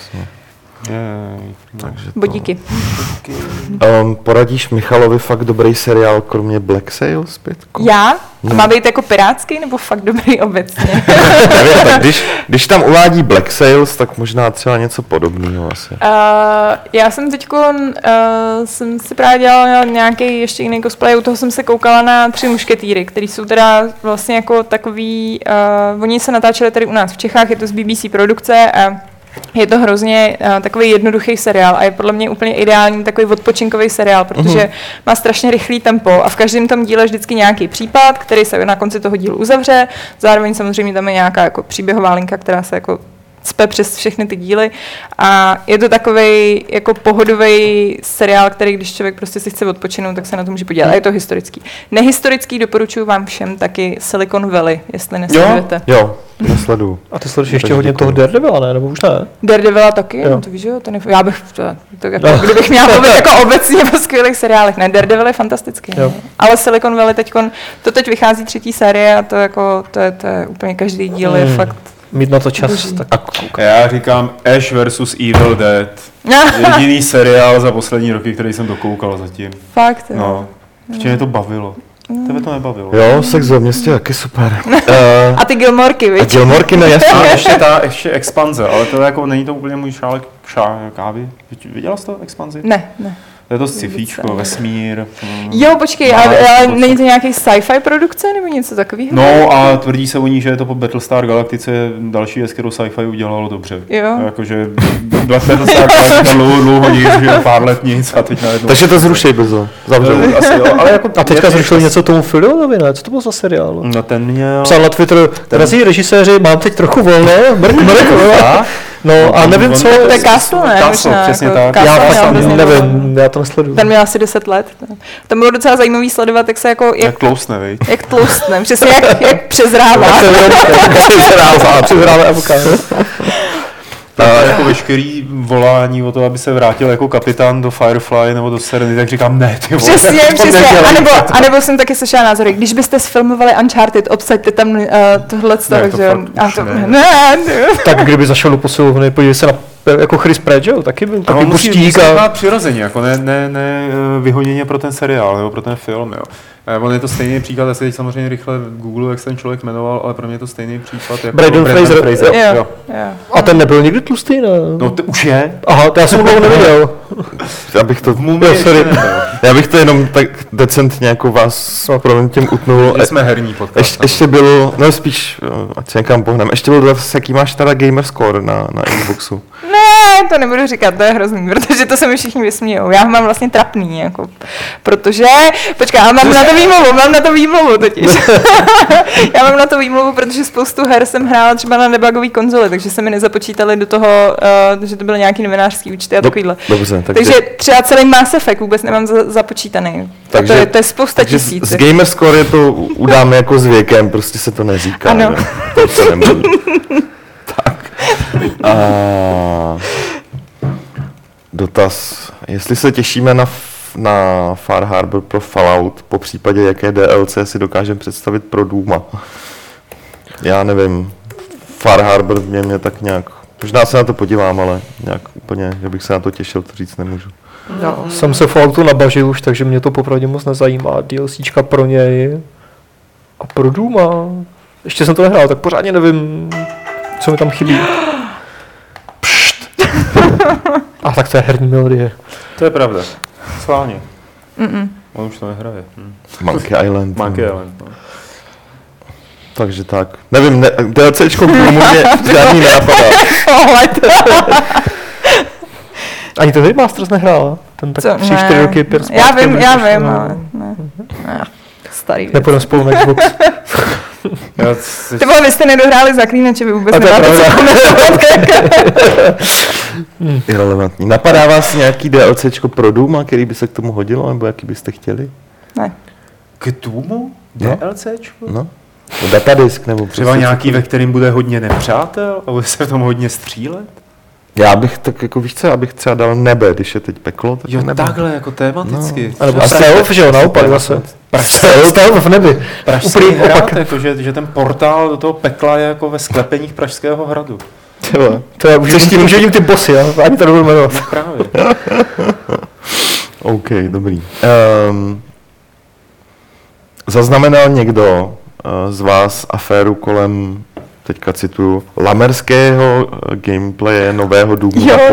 Takže Bodíky. Poradíš Michalovi fakt dobrý seriál, kromě Black Sails, Pětko? Já? A má být jako pirátský, nebo fakt dobrý obecně? Nevím, tak když tam uvádí Black Sails, tak možná třeba něco podobného asi. Já jsem jsem si právě dělala nějaký ještě jiný cosplay, u toho jsem se koukala na 3 mušketýry, který jsou teda vlastně jako takový, oni se natáčeli tady u nás v Čechách, je to z BBC produkce a je to hrozně takový jednoduchý seriál a je podle mě úplně ideální takový odpočinkový seriál, protože má strašně rychlý tempo a v každém tom díle vždycky nějaký případ, který se na konci toho dílu uzavře. Zároveň samozřejmě tam je nějaká jako příběhová linka, která se jako cpe přes všechny ty díly a je to takovej jako pohodový seriál, který když člověk prostě si chce odpočinout, tak se na to může podívat. A je to historický. Nehistorický doporučuji vám všem taky Silicon Valley, jestli nesledujete. Jo, nesleduju. A ty sleduješ ještě hodně toho Daredevila, ne? Nebo už ne? Daredevila taky, Jo. no to víš, jo, já bych, kdybych měla mluvit jako obecně po skvělých seriálech, ne, Daredevil je fantastický, Jo. ale Silicon Valley teď vychází 3. série a to je úplně každý díl je fakt Mít na to čas. boží. Tak. já říkám Ash vs. Evil Dead. Jediný seriál za poslední roky, který jsem dokoukal zatím. Fakt, jo. No, ještě mě to bavilo. Tebe to nebavilo. Jo, Sex ve městě taky super. A ty Gilmorky, A víš? Gilmorky, no jasně. A ještě expanze, ale to jako není to úplně můj šálek kávy. Viděla jsi to expanzi? Ne. To je to sci-fíčko, vesmír. Jo, počkej, ale není to nějaký sci-fi produkce nebo něco takového? No a tvrdí se o ní, že je to po Battlestar Galactice další věc, kterou sci-fi udělalo dobře. Jo. Jakože Battlestar Galactica dlouho nic, že pár let nic a teď najednou. Takže to zrušej brzo. Zavřou. Asi jo, ale jako A teďka zrušili něco tomu Filionovi, ne? Co to bylo za seriál? No ten měl... Psal na Twitteru, drazí režiséři, mám teď trochu volno, mrk, no a nevím co... To je Castle, ne? Castle, Možná, přesně jako tak. Castle Já měl fakt hrozně nevím, dlouho. já to nesleduju. Ten měl asi 10 let. Tam bylo docela zajímavý sledovat, jak se jako... Jak tloustne, viď? Jak tloustne, přesně jak přezrává. Přezráme avokado. Jako veškerý volání o to, aby se vrátil jako kapitán do Firefly nebo do Serenity, tak říkám ne, ty vole. Přesně. nedělej. Anebo jsem taky slyšela názory, když byste sfilmovali Uncharted, obsaďte tam tohle z toho, to že jo. fakt už ne. Ne. Tak kdyby zašel do posilovny, podívej se na jako Chris Pratt, že jo, taky byl A takový on musí buštík a... a... přirozeně, jako ne vyhoněně pro ten seriál nebo pro ten film, jo. On je to stejný příklad, já si teď samozřejmě rychle Google, jak se ten člověk jmenoval, ale pro mě je to stejný případ jako Brandon Fraser. Jo. A ten nebyl nikdy tlustý, ne? No to už je. Aha, to já jsem ho dlouho neviděl. Já bych to jenom tak decentně jako vás promiňtěm utnul. Jsme herní podcast. Ještě byl, no spíš, ať se někam pohnem, ještě byl dotaz, jaký máš teda gamer score na Xboxu? Ne, to nebudu říkat, to je hrozný, protože to se mi všichni vysmějou. Já ho mám vlastně trapný, jako, protože, počkej, ale mám na to výmluvu totiž. Já mám na to výmluvu, protože spoustu her jsem hrála třeba na debugový konzoli, takže se mi nezapočítali do toho, že to byly nějaký novinářský účty a takovýhle. Dobře, takže třeba celý Mass Effect vůbec nemám započítaný. Takže, to je spousta tisíc. Z gamer score je to udáme jako s věkem, prostě se to neříká. Ano. Ne? To se nemluví. Tak. Dotaz. Jestli se těšíme na Far Harbor pro Fallout, po případě jaké DLC si dokážeme představit pro Dooma. Já nevím. Far Harbor mě tak nějak... Možná se na to podívám, ale nějak úplně, že bych se na to těšil, to říct nemůžu. No, jsem se Falloutu nabažil už, takže mě to popravdě moc nezajímá. DLCčka pro něj a pro Dooma. Ještě jsem to nehrál, tak pořádně nevím, co mi tam chybí. A tak to je herní melodie. To je pravda. Schválně. On už to nehraje. Monkey Island. Monkey Island, no. Takže tak. Nevím, DLCčko k Doomu mě žádný nenapadá. Ani ten Masters nehrála? Ten tak 3-4 roky zpátky. Já vím, ale ne. Starý věc. Nepůjdeme spolu na Xbox. Ty vole, vy jste nedohráli Zaklínače, vy vůbec nemáte co komentovat. Irelevantní. Napadá vás nějaký DLCčko pro Dooma, který by se k tomu hodilo, nebo jaký byste chtěli? Ne. K Doomu? No. DLCčko? No. Datadisk nebo Třeba prostě nějaký, cokoliv. ve kterým bude hodně nepřátel a bude se v tom hodně střílet? Já bych tak jako víš co, já bych třeba dal nebe, když je teď peklo, tak Jo, nebe. takhle, jako tematicky. A nebo A Stealth, že jo, naopak zase. Stealth v nebi. Pražský Úplný hrad, opak. jako, že ten portál do toho pekla je jako ve sklepeních Pražského hradu. To je už vidím ty bossy, já ani to nebudu jmenovat. No právě. OK, dobrý. Zaznamenal někdo z vás aféru kolem, teďka cituju, lamerského gameplaye nového Doomu? Jo.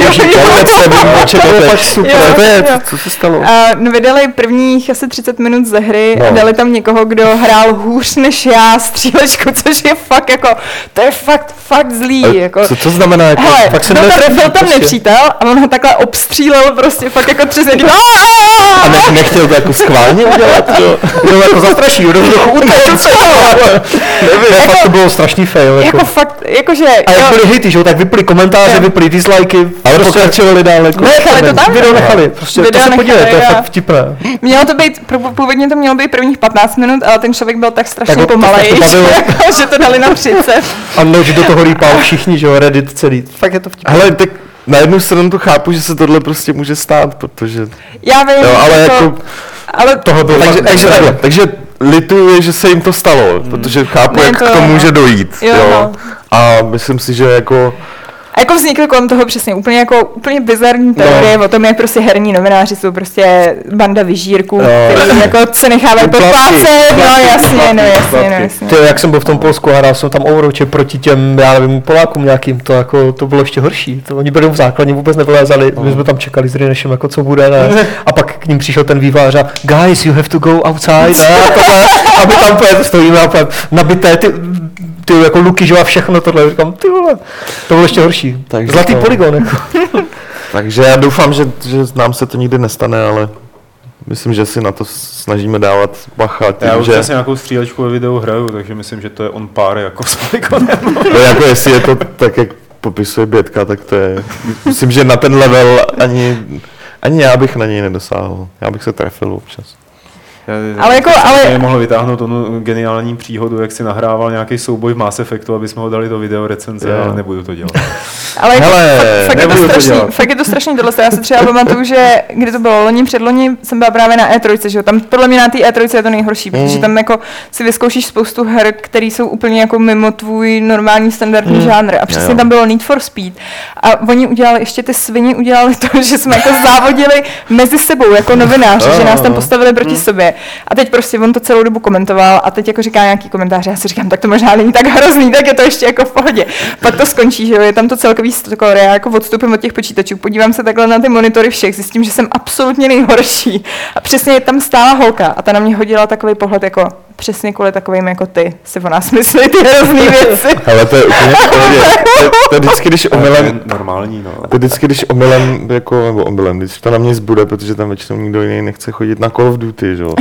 Co se stalo? No, vydali prvních asi 30 minut ze hry a dali tam někoho, kdo hrál hůř než já střílečku, což je fakt jako, to je fakt zlý. Jako. Co to znamená? Jako, hele, fakt se byl tam prostě. nepřítel a on ho takhle obstřílel prostě fakt jako tři zjedí. a nechtěl to jako schválně udělat? Jo, jako zastraší, kdo trochu utek. Nevím, fakt to bylo strašný fail. Jako fakt, jakože... A jak byly hejty, že jo, tak vyply komentáře, vyply dislikey, ale pokračovali dál. Jako, nechali to tam? Video nechali, prostě Video to se podívej, to je nechali, fakt vtipné. Mělo to být, původně to mělo být prvních 15 minut, ale ten člověk byl tak strašně Tak pomalej, že to dali na 30. A noč do toho lípal všichni, že jo, Reddit celý. Fakt je to vtipné. Hele, tak na jednu stranu to chápu, že se tohle prostě může stát, protože... Já vím, jo, ale jako... Ale toho bylo takže lituju, že se jim to stalo, protože chápu, jak to může dojít. Jo. A myslím si, že jako A jako vznikly kolem toho přesně úplně bizarní teorie o tom, jak prostě herní novináři jsou prostě banda vyžírků, který jako se nechávají podplácet, jasně. To jak jsem byl v tom Polsku a hrál jsem tam Overwatche proti těm, já nevím, Polákům nějakým, to bylo ještě horší. To oni byli v základně vůbec nevylézali, my jsme tam čekali s Rynešem, jako co bude, ne? A pak k ním přišel ten vývojář a guys, you have to go outside, ne? A my tam stojíme a nabité ty jako luky, že a všechno tohle, říkám, ty vole, to bylo ještě horší. Takže zlatý polygon, jako. Takže já doufám, že nám se to nikdy nestane, ale myslím, že si na to snažíme dávat bacha. Já už asi nějakou střílečku ve videu hraju, takže myslím, že to je on pár jako s polygonem. No jako jestli je to tak, jak popisuje Bětka, tak to je, myslím, že na ten level ani já bych na něj nedosáhl. Já bych se trefil občas. Já mohl vytáhnout onu geniální příhodu, jak si nahrával nějaký souboj v Mass Effectu, aby jsme ho dali do video recenze, ale nebudu to dělat. Ale fakt je to strašný tohle. Já se třeba pamatuju, že kdy to bylo předloni, jsem byla právě na E3, že jo. Tam podle mě na té E3 je to nejhorší, protože tam jako si vyzkoušíš spoustu her, které jsou úplně jako mimo tvůj normální standardní žánr. A přesně tam bylo Need for Speed. A oni udělali, ještě ty svini udělali to, že jsme jako závodili mezi sebou jako novináři, že nás tam postavili proti sobě. A teď prostě on to celou dobu komentoval a teď jako říká nějaký komentář, já si říkám, tak to možná není tak hrozný, tak je to ještě jako v pohodě. Pak to skončí, že jo, je tam to celkový skóre, já jako odstupím od těch počítačů, podívám se takhle na ty monitory všech, zjistím, že jsem absolutně nejhorší. A přesně tam stála holka a ta na mě hodila takový pohled jako přesně kvůli takovým jako ty si o nás myslí ty hrozný věci. Ale to je úplně v pohodě. To vždycky, když omylem... normální, no. To vždycky, když omylem, jako, nebo omylem, když to na mě zbude, protože tam většinou nikdo jiný nechce chodit na Call of Duty, že jo.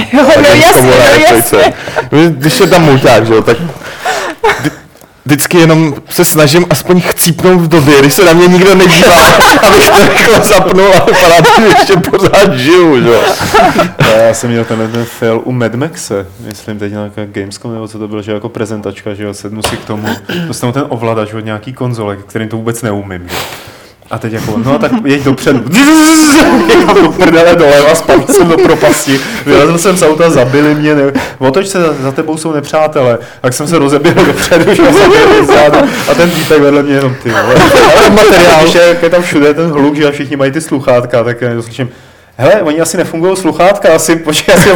Jasně. Když je tam mulťák, že jo, tak vždycky jenom se snažím aspoň chcípnout v době, když se na mě nikdo nedívá, abych to rychle zapnul a vypadá to, že ještě pořád žiju, že jo. Já jsem měl ten fail u Mad Maxe, myslím teď na Gamescom, nebo co to bylo, že jako prezentačka, že jo, sednu si k tomu, dostanu ten ovladač od nějaký konzole, kterým to vůbec neumím, že? A teď jako, no tak jeď dopředu. Jechal do prdele doleva, spadl jsem do propasti, vyrazil jsem z auta, zabili mě, otoč se, za tebou jsou nepřátelé. Tak jsem se rozeběhl dopředu, že zabili zádu a ten týpek vedle mě jenom ty vole. Ale materiál, že je tam všude ten hluk, že všichni mají ty sluchátka, tak já slyším, hele, oni asi nefungují sluchátka, počkej, asi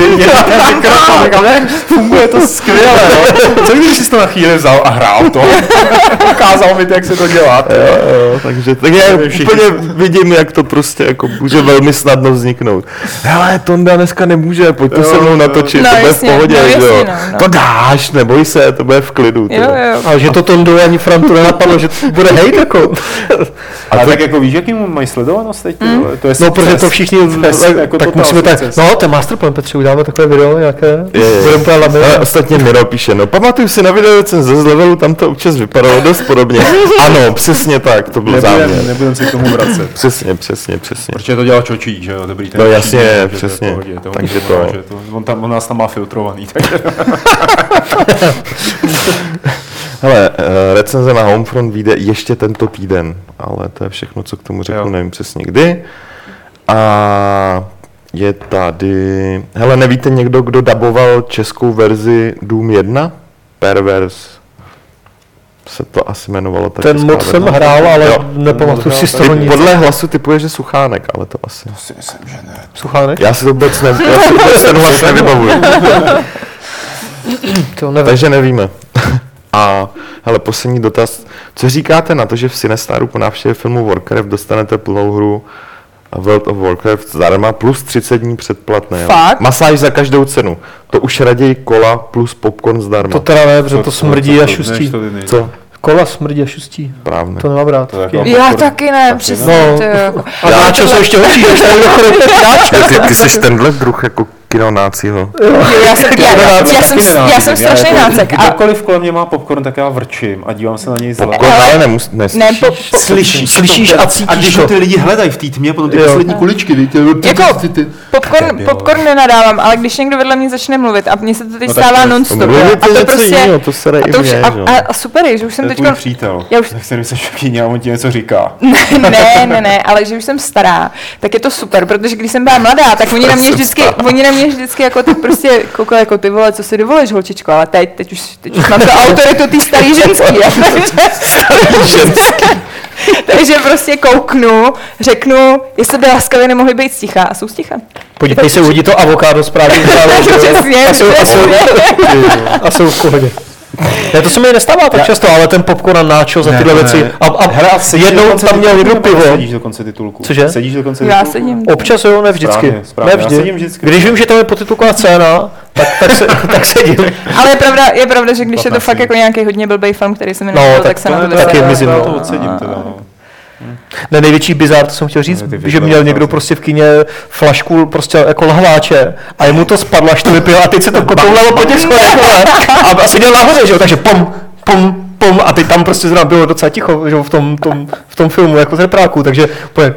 ne, funguje to skvěle, no. Co když jsi to na chvíli vzal a hrál to? Ukázal mi, jak se to dělá. Jo, takže tak já úplně vidím, jak to prostě jako může velmi snadno vzniknout. Hele, Tonda dneska nemůže, pojď to se mnou natočit, to bude v pohodě, jo. To dáš, neboj se, to bude v klidu. Ale že to Tondo ani Frantu nenapadlo, že to bude hejt jako. A tak jako víš, jaký mají sledovanost teď? No, protože to všichni, tak musíme tak, no, ten Masterplan, Petře, uděláme takové video nějaké, budeme to laminovat. Ostatně Miro píše, no pamatuju si na video recenze z levelu, tam to občas vypadalo dost podobně. Ano, přesně tak, to byl záměr. Nebudem se k tomu vracet. Přesně. Protože to dělá Čočí, že jo, dobrý ten. No jasně, přesně, takže to. On nás tam má filtrovaný, takže. Hele, recenze na Homefront vyjde ještě tento týden, ale to je všechno, co k tomu řeknu, nevím přesně kdy. A je tady... Hele, nevíte někdo, kdo daboval českou verzi Doom 1? Perverse se to asi jmenovalo. Ten mod jsem hrál, ale nepamatuju si z toho nic. Podle hlasu typuje, že Suchánek, ale to asi... To si myslím, že ne. Suchánek? Já si to vůbec ten hlas nevybavuju. Takže nevíme. A hele, poslední dotaz. Co říkáte na to, že v Cinestaru po návštěvě filmu Warcraft dostanete plnou hru World of Warcraft zdarma plus 30 dní předplatné? Fakt? Masáž za každou cenu. To už raději kola plus popcorn zdarma. To teda ne, protože to smrdí a šustí. Co? Kola smrdí a šustí. Právě. To nemá brát. Já taky ne, přesně. A náčo jsou ještě horší, že tady Ty jsi tenhle druh jako kinonácího. Já jsem strašný nácek. Kdykoliv kolem mě má popcorn, tak já vrčím a dívám se na něj zle. Popcorn ale slyšíš a cítíš. A když to ty lidi hledají v té tmě, potom ty poslední kuličky. Jako popcorn nenadávám, ale když někdo vedle mě začne mluvit a mně se to teď stává non-stop. A to prostě... To se i mě, a super je, že už jsem teď... To je tvůj přítel. Tak se nemyslíš šokyně a on ti něco říká. Ne, ale že už jsem stará, tak je to super, protože když jsem byla mladá, tak oni na mě vždycky jako ty prostě koukali jako ty vole, co si dovolíš, holčičko, ale teď už mám to autoritu ty starý ženský. Takže prostě kouknu, řeknu, jestli by laskavě nemohli být sticha a jsou sticha. Podívej se, uvidí to avokádo správně. Přesně, A jsou v pohodě. Ne, to se mi nestává tak často, ale ten popcorn a nacho za tyhle věci. A jednou tam měl někdo pivo. Sedíš do konce titulku. Cože? Sedíš do konce Já titulku? sedím. Občas jo, ne vždycky. Správně. Ne Já vždy. sedím vždycky. Když vím, že tam je podtitulková scéna, tak sedím. Ale je pravda, že když je to fakt jako nějaký hodně blbej film, který se mi No, nelíbil, tak tak se to na je to taky vysadím. mizím, Já no. to odsedím teda, no. Ne, největší bizár, to jsem chtěl říct, Ty že měl někdo prostě v kyně flašku prostě jako lahváče a jemu to spadlo, až to vypil a teď se to kotoulelo po těch schodech a seděl nahoře, že jo, takže pom a teď tam prostě zrovna bylo docela ticho, že jo, v tom filmu jako z repráku, takže úplně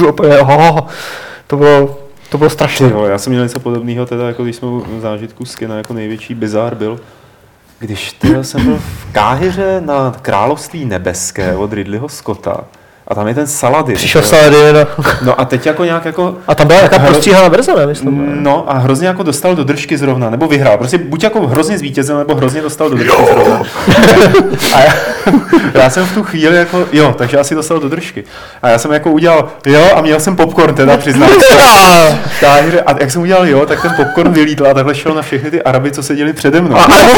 to bylo strašné. Já jsem měl něco podobného, teda, jako když jsme v zážitku z kina, jako největší bizár byl, když jsem byl v Káhiře na Království nebeské od Ridleyho Scotta a tam je ten Saladin. Přišel Saladin. No a teď jako nějak jako... A tam byla nějaká prostříhaná verze, ne, myslím. No a hrozně jako dostal do držky zrovna, nebo vyhrál. Prostě buď jako hrozně zvítězil, nebo hrozně dostal do držky zrovna. A já jsem v tu chvíli jako, takže asi dostal do držky. A já jsem jako udělal, a měl jsem popcorn teda, přiznám se. A jak jsem udělal tak ten popcorn vylítl a takhle šel na všechny ty Araby, co seděli přede mnou.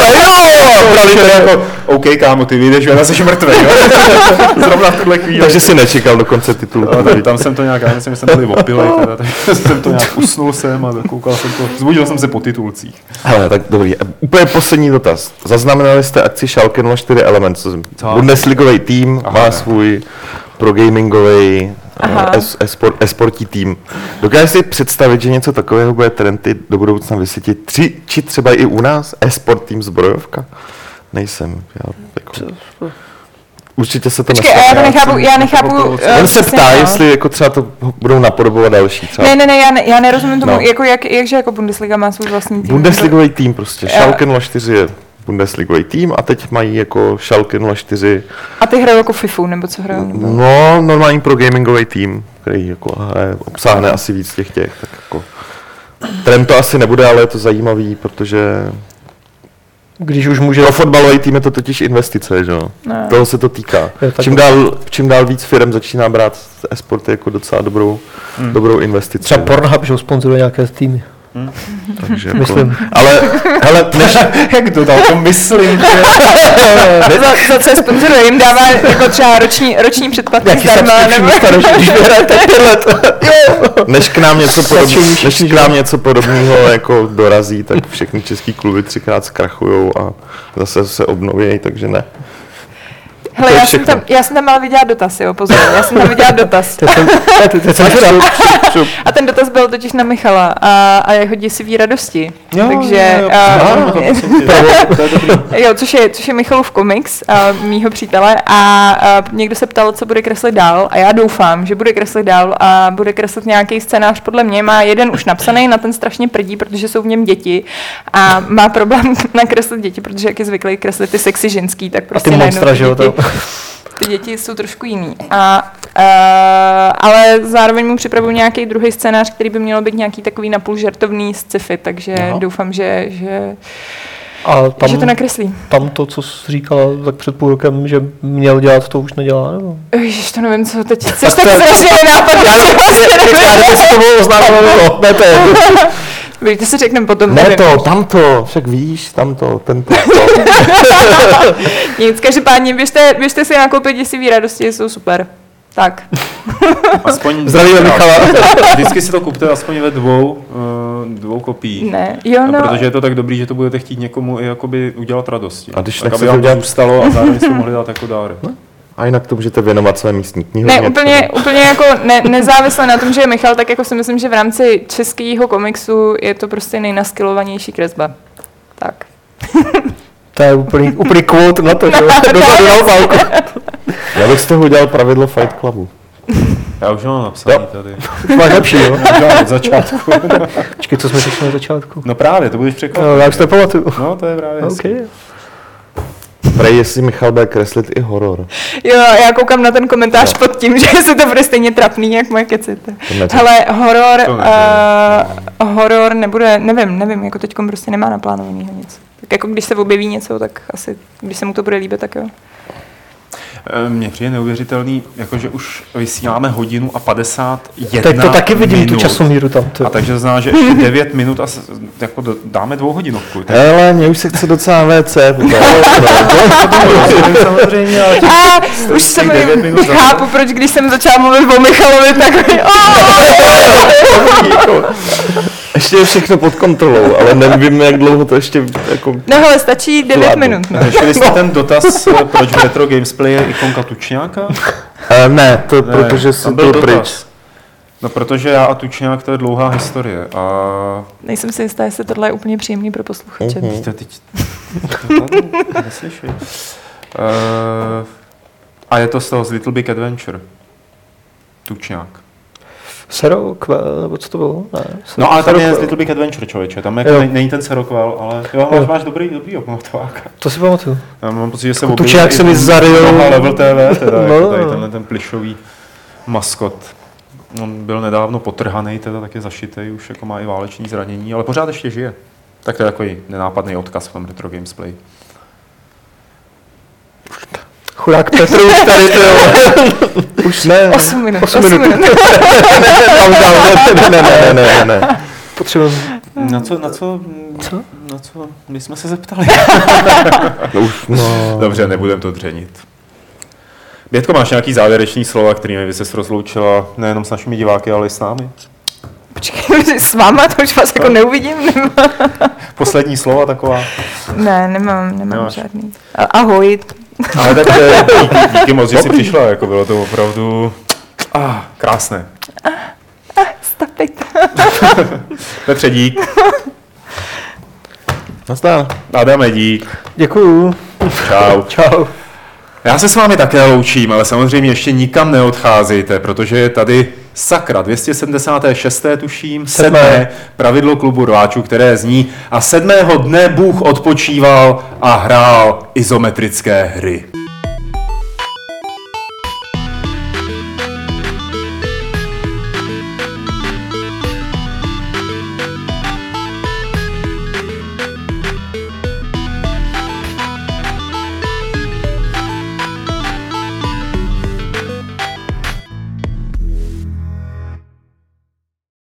OK, kámo, ty vyjdeš, já jsi mrtvej, jo. Zrovna v tuhle chvíli. Takže si nečekal do konce titulu. Tam jsem to nějak, já myslím, že jsem byli opilej, teda, takže jsem to nějak usnul jsem a koukal jsem to, zbudil jsem se po titulcích. Hele, tak dobrý. Úplně poslední dotaz. Zaznamenali jste akci Schalke 04 Elements, Bundesligový tým má svůj progamingový esportí tým. Dokážeš si představit, že něco takového bude trendy do budoucna vysvětlit? Či třeba i u nás esport tým zbrojovka? Nejsem. Určitě se to Počkej, já nechápu. On se ptá, jestli jako třeba to budou napodobovat další třeba. Ne, já nerozumím tomu, jakže jako Bundesliga má svůj vlastní tým. Bundesligový tým prostě. Schalke 04 je Bundesligový tým a teď mají jako Schalke 04. A ty hrajou jako FIFU, nebo co hrajou? No, normální pro gamingový tým, který jako obsáhne asi víc těch, tak jako. Trend to asi nebude, ale je to zajímavý, protože když už může... Pro fotbalový tým je to totiž investice, že jo? No. Toho se to týká. Čím dál víc firm začíná brát e-sporty jako docela dobrou investici. Třeba Pornhub, že ho sponzoruje nějaké týmy. Takže myslím. Jako, ale hele, jak to dal, to myslím. Za co je sponzoruje, jim dává jako třeba roční předplatky zdarma, nebo... Když vyhrajete 5 let. Než k nám něco podobného jako dorazí, tak všechny český kluby 3krát zkrachujou a zase se obnovějí, takže ne. Hele, já jsem tam mal vydělat dotaz, jo, pozor, já jsem tam vydělat dotaz. A ten dotaz byl totiž na Michala a jeho děsivý radosti. Takže, což je Michalův komiks, mýho přítele, a někdo se ptal, co bude kreslit dál, a já doufám, že bude kreslit dál a bude kreslit nějaký scénář, podle mě má jeden už napsaný, na ten strašně prdí, protože jsou v něm děti a má problém nakreslit děti, protože jak je zvyklý kreslit ty sexy ženský, tak prostě a ty monstra, že jo, ty děti jsou trošku jiný. Ale zároveň mu připravuju nějaký druhý scénář, který by mělo být nějaký takový napůl žertovný sci-fi, takže doufám, že to nakreslí. Tam to, co jsi říkala tak před půl rokem, že měl dělat, to už nedělá, nebo? Ježiš, to nevím, co teď chceš tak strašně nápad. Já nevím, co to bylo oznámeno, ne to je. Víte, si řekneme potom. Ne to, tamto, však víš, tamto, tento. Nic, každopádně běžte si nakoupit děsivý radosti, jsou super. Tak. Aspoň zdravíme Michala. Vždycky si to kupte aspoň ve dvou kopiích. Ne, jo, no. Protože je to tak dobrý, že to budete chtít někomu i jakoby udělat radosti. A když tak aby vám to zůstalo a zároveň si to mohli dát jako dár. A jinak to můžete věnovat své místní knihovně. Ne, úplně jako nezávisle na tom, že je Michal, tak jako si myslím, že v rámci českého komiksu je to prostě nejnaskilovanější kresba. Tak. To je úplný kvót na to, že jo? Dozadu na obálku. Já bych z toho udělal pravidlo Fight Clubu. Já už mám napsaný tady. Už máš lepší, jo? Od začátku. Počkej, co jsme řekli na začátku? No právě, to budeš překvapit. No, já už to pamatuju. No, to je právě okay. Prej, jestli Michal bude kreslit i horor. Jo, já koukám na ten komentář pod tím, že se to bude stejně trapný, jak moje kecity. Hele, horor nebude, nevím, jako teďkom prostě nemá naplánovanýho nic. Tak jako když se objeví něco, tak asi, když se mu to bude líbit, tak jo. Mně přijde neuvěřitelný, jakože už vysíláme 1:51 Tak to taky vidím, minut. tu časomíru tam. A takže to znamená, že ještě 9 minut a jako dáme 2hodinovku. Hele, mě už se chce docela WC. Samozřejmě, ale Už jsem 9 minut za chápu, proč když jsem začala mluvit o Michalovi, tak Ještě je všechno pod kontrolou, ale nevím, jak dlouho to ještě jako... No hele, stačí 9 Zvládnu. minut. No. Řešili jste ten dotaz, proč v Retro Gamesplay je ikonka tučňáka? Ne, to Ne, protože tam jsem byl byl dotaz. pryč. No protože já a tučňák to je dlouhá historie a Nejsem si jistá, jestli tohle je úplně příjemný pro posluchače. to teď to neslyší. A je to z toho z Little Big Adventure. Tučňák. Serokvel, nebo co to bylo? Ne, No ale tam je z Serokvel. Little Big Adventure, člověče. Tam jako Jo. není ten serokval, ale jo, máš dobrý pamatováka. To si pamatuju. Já mám pocit, že se Jako tučňák se mi zaryl. Level TV, teda, No, jako tady no. ten plišový maskot. On byl nedávno potrhaný, teda taky zašitej, už jako má i váleční zranění, ale pořád ještě žije. Tak to je takový nenápadný odkaz v tom Retro Gamesplay. Chudák Petr už tady, to jo. Už ne. 8 minut. 8 minut. Ne. Potřebujeme. Na co my jsme se zeptali? No. Dobře, nebudem to dřenit. Bětko, máš nějaký závěrečný slova, kterými by ses rozloučila nejenom s našimi diváky, ale i s námi? Počkej, s váma to už vás jako neuvidím? Poslední slova taková. Ne, nemám Nemáš. žádný. Ahoj. Ale tak díky moc, že jsi přišla, jako bylo to opravdu krásné. Stop it. Petře, dík. Nazdar. Adame, dík. Děkuju. Čau. Čau. Já se s vámi také loučím, ale samozřejmě ještě nikam neodcházejte, protože je tady sakra 276. tuším, 7. pravidlo klubu rváčů, které zní a 7. dne Bůh odpočíval a hrál izometrické hry.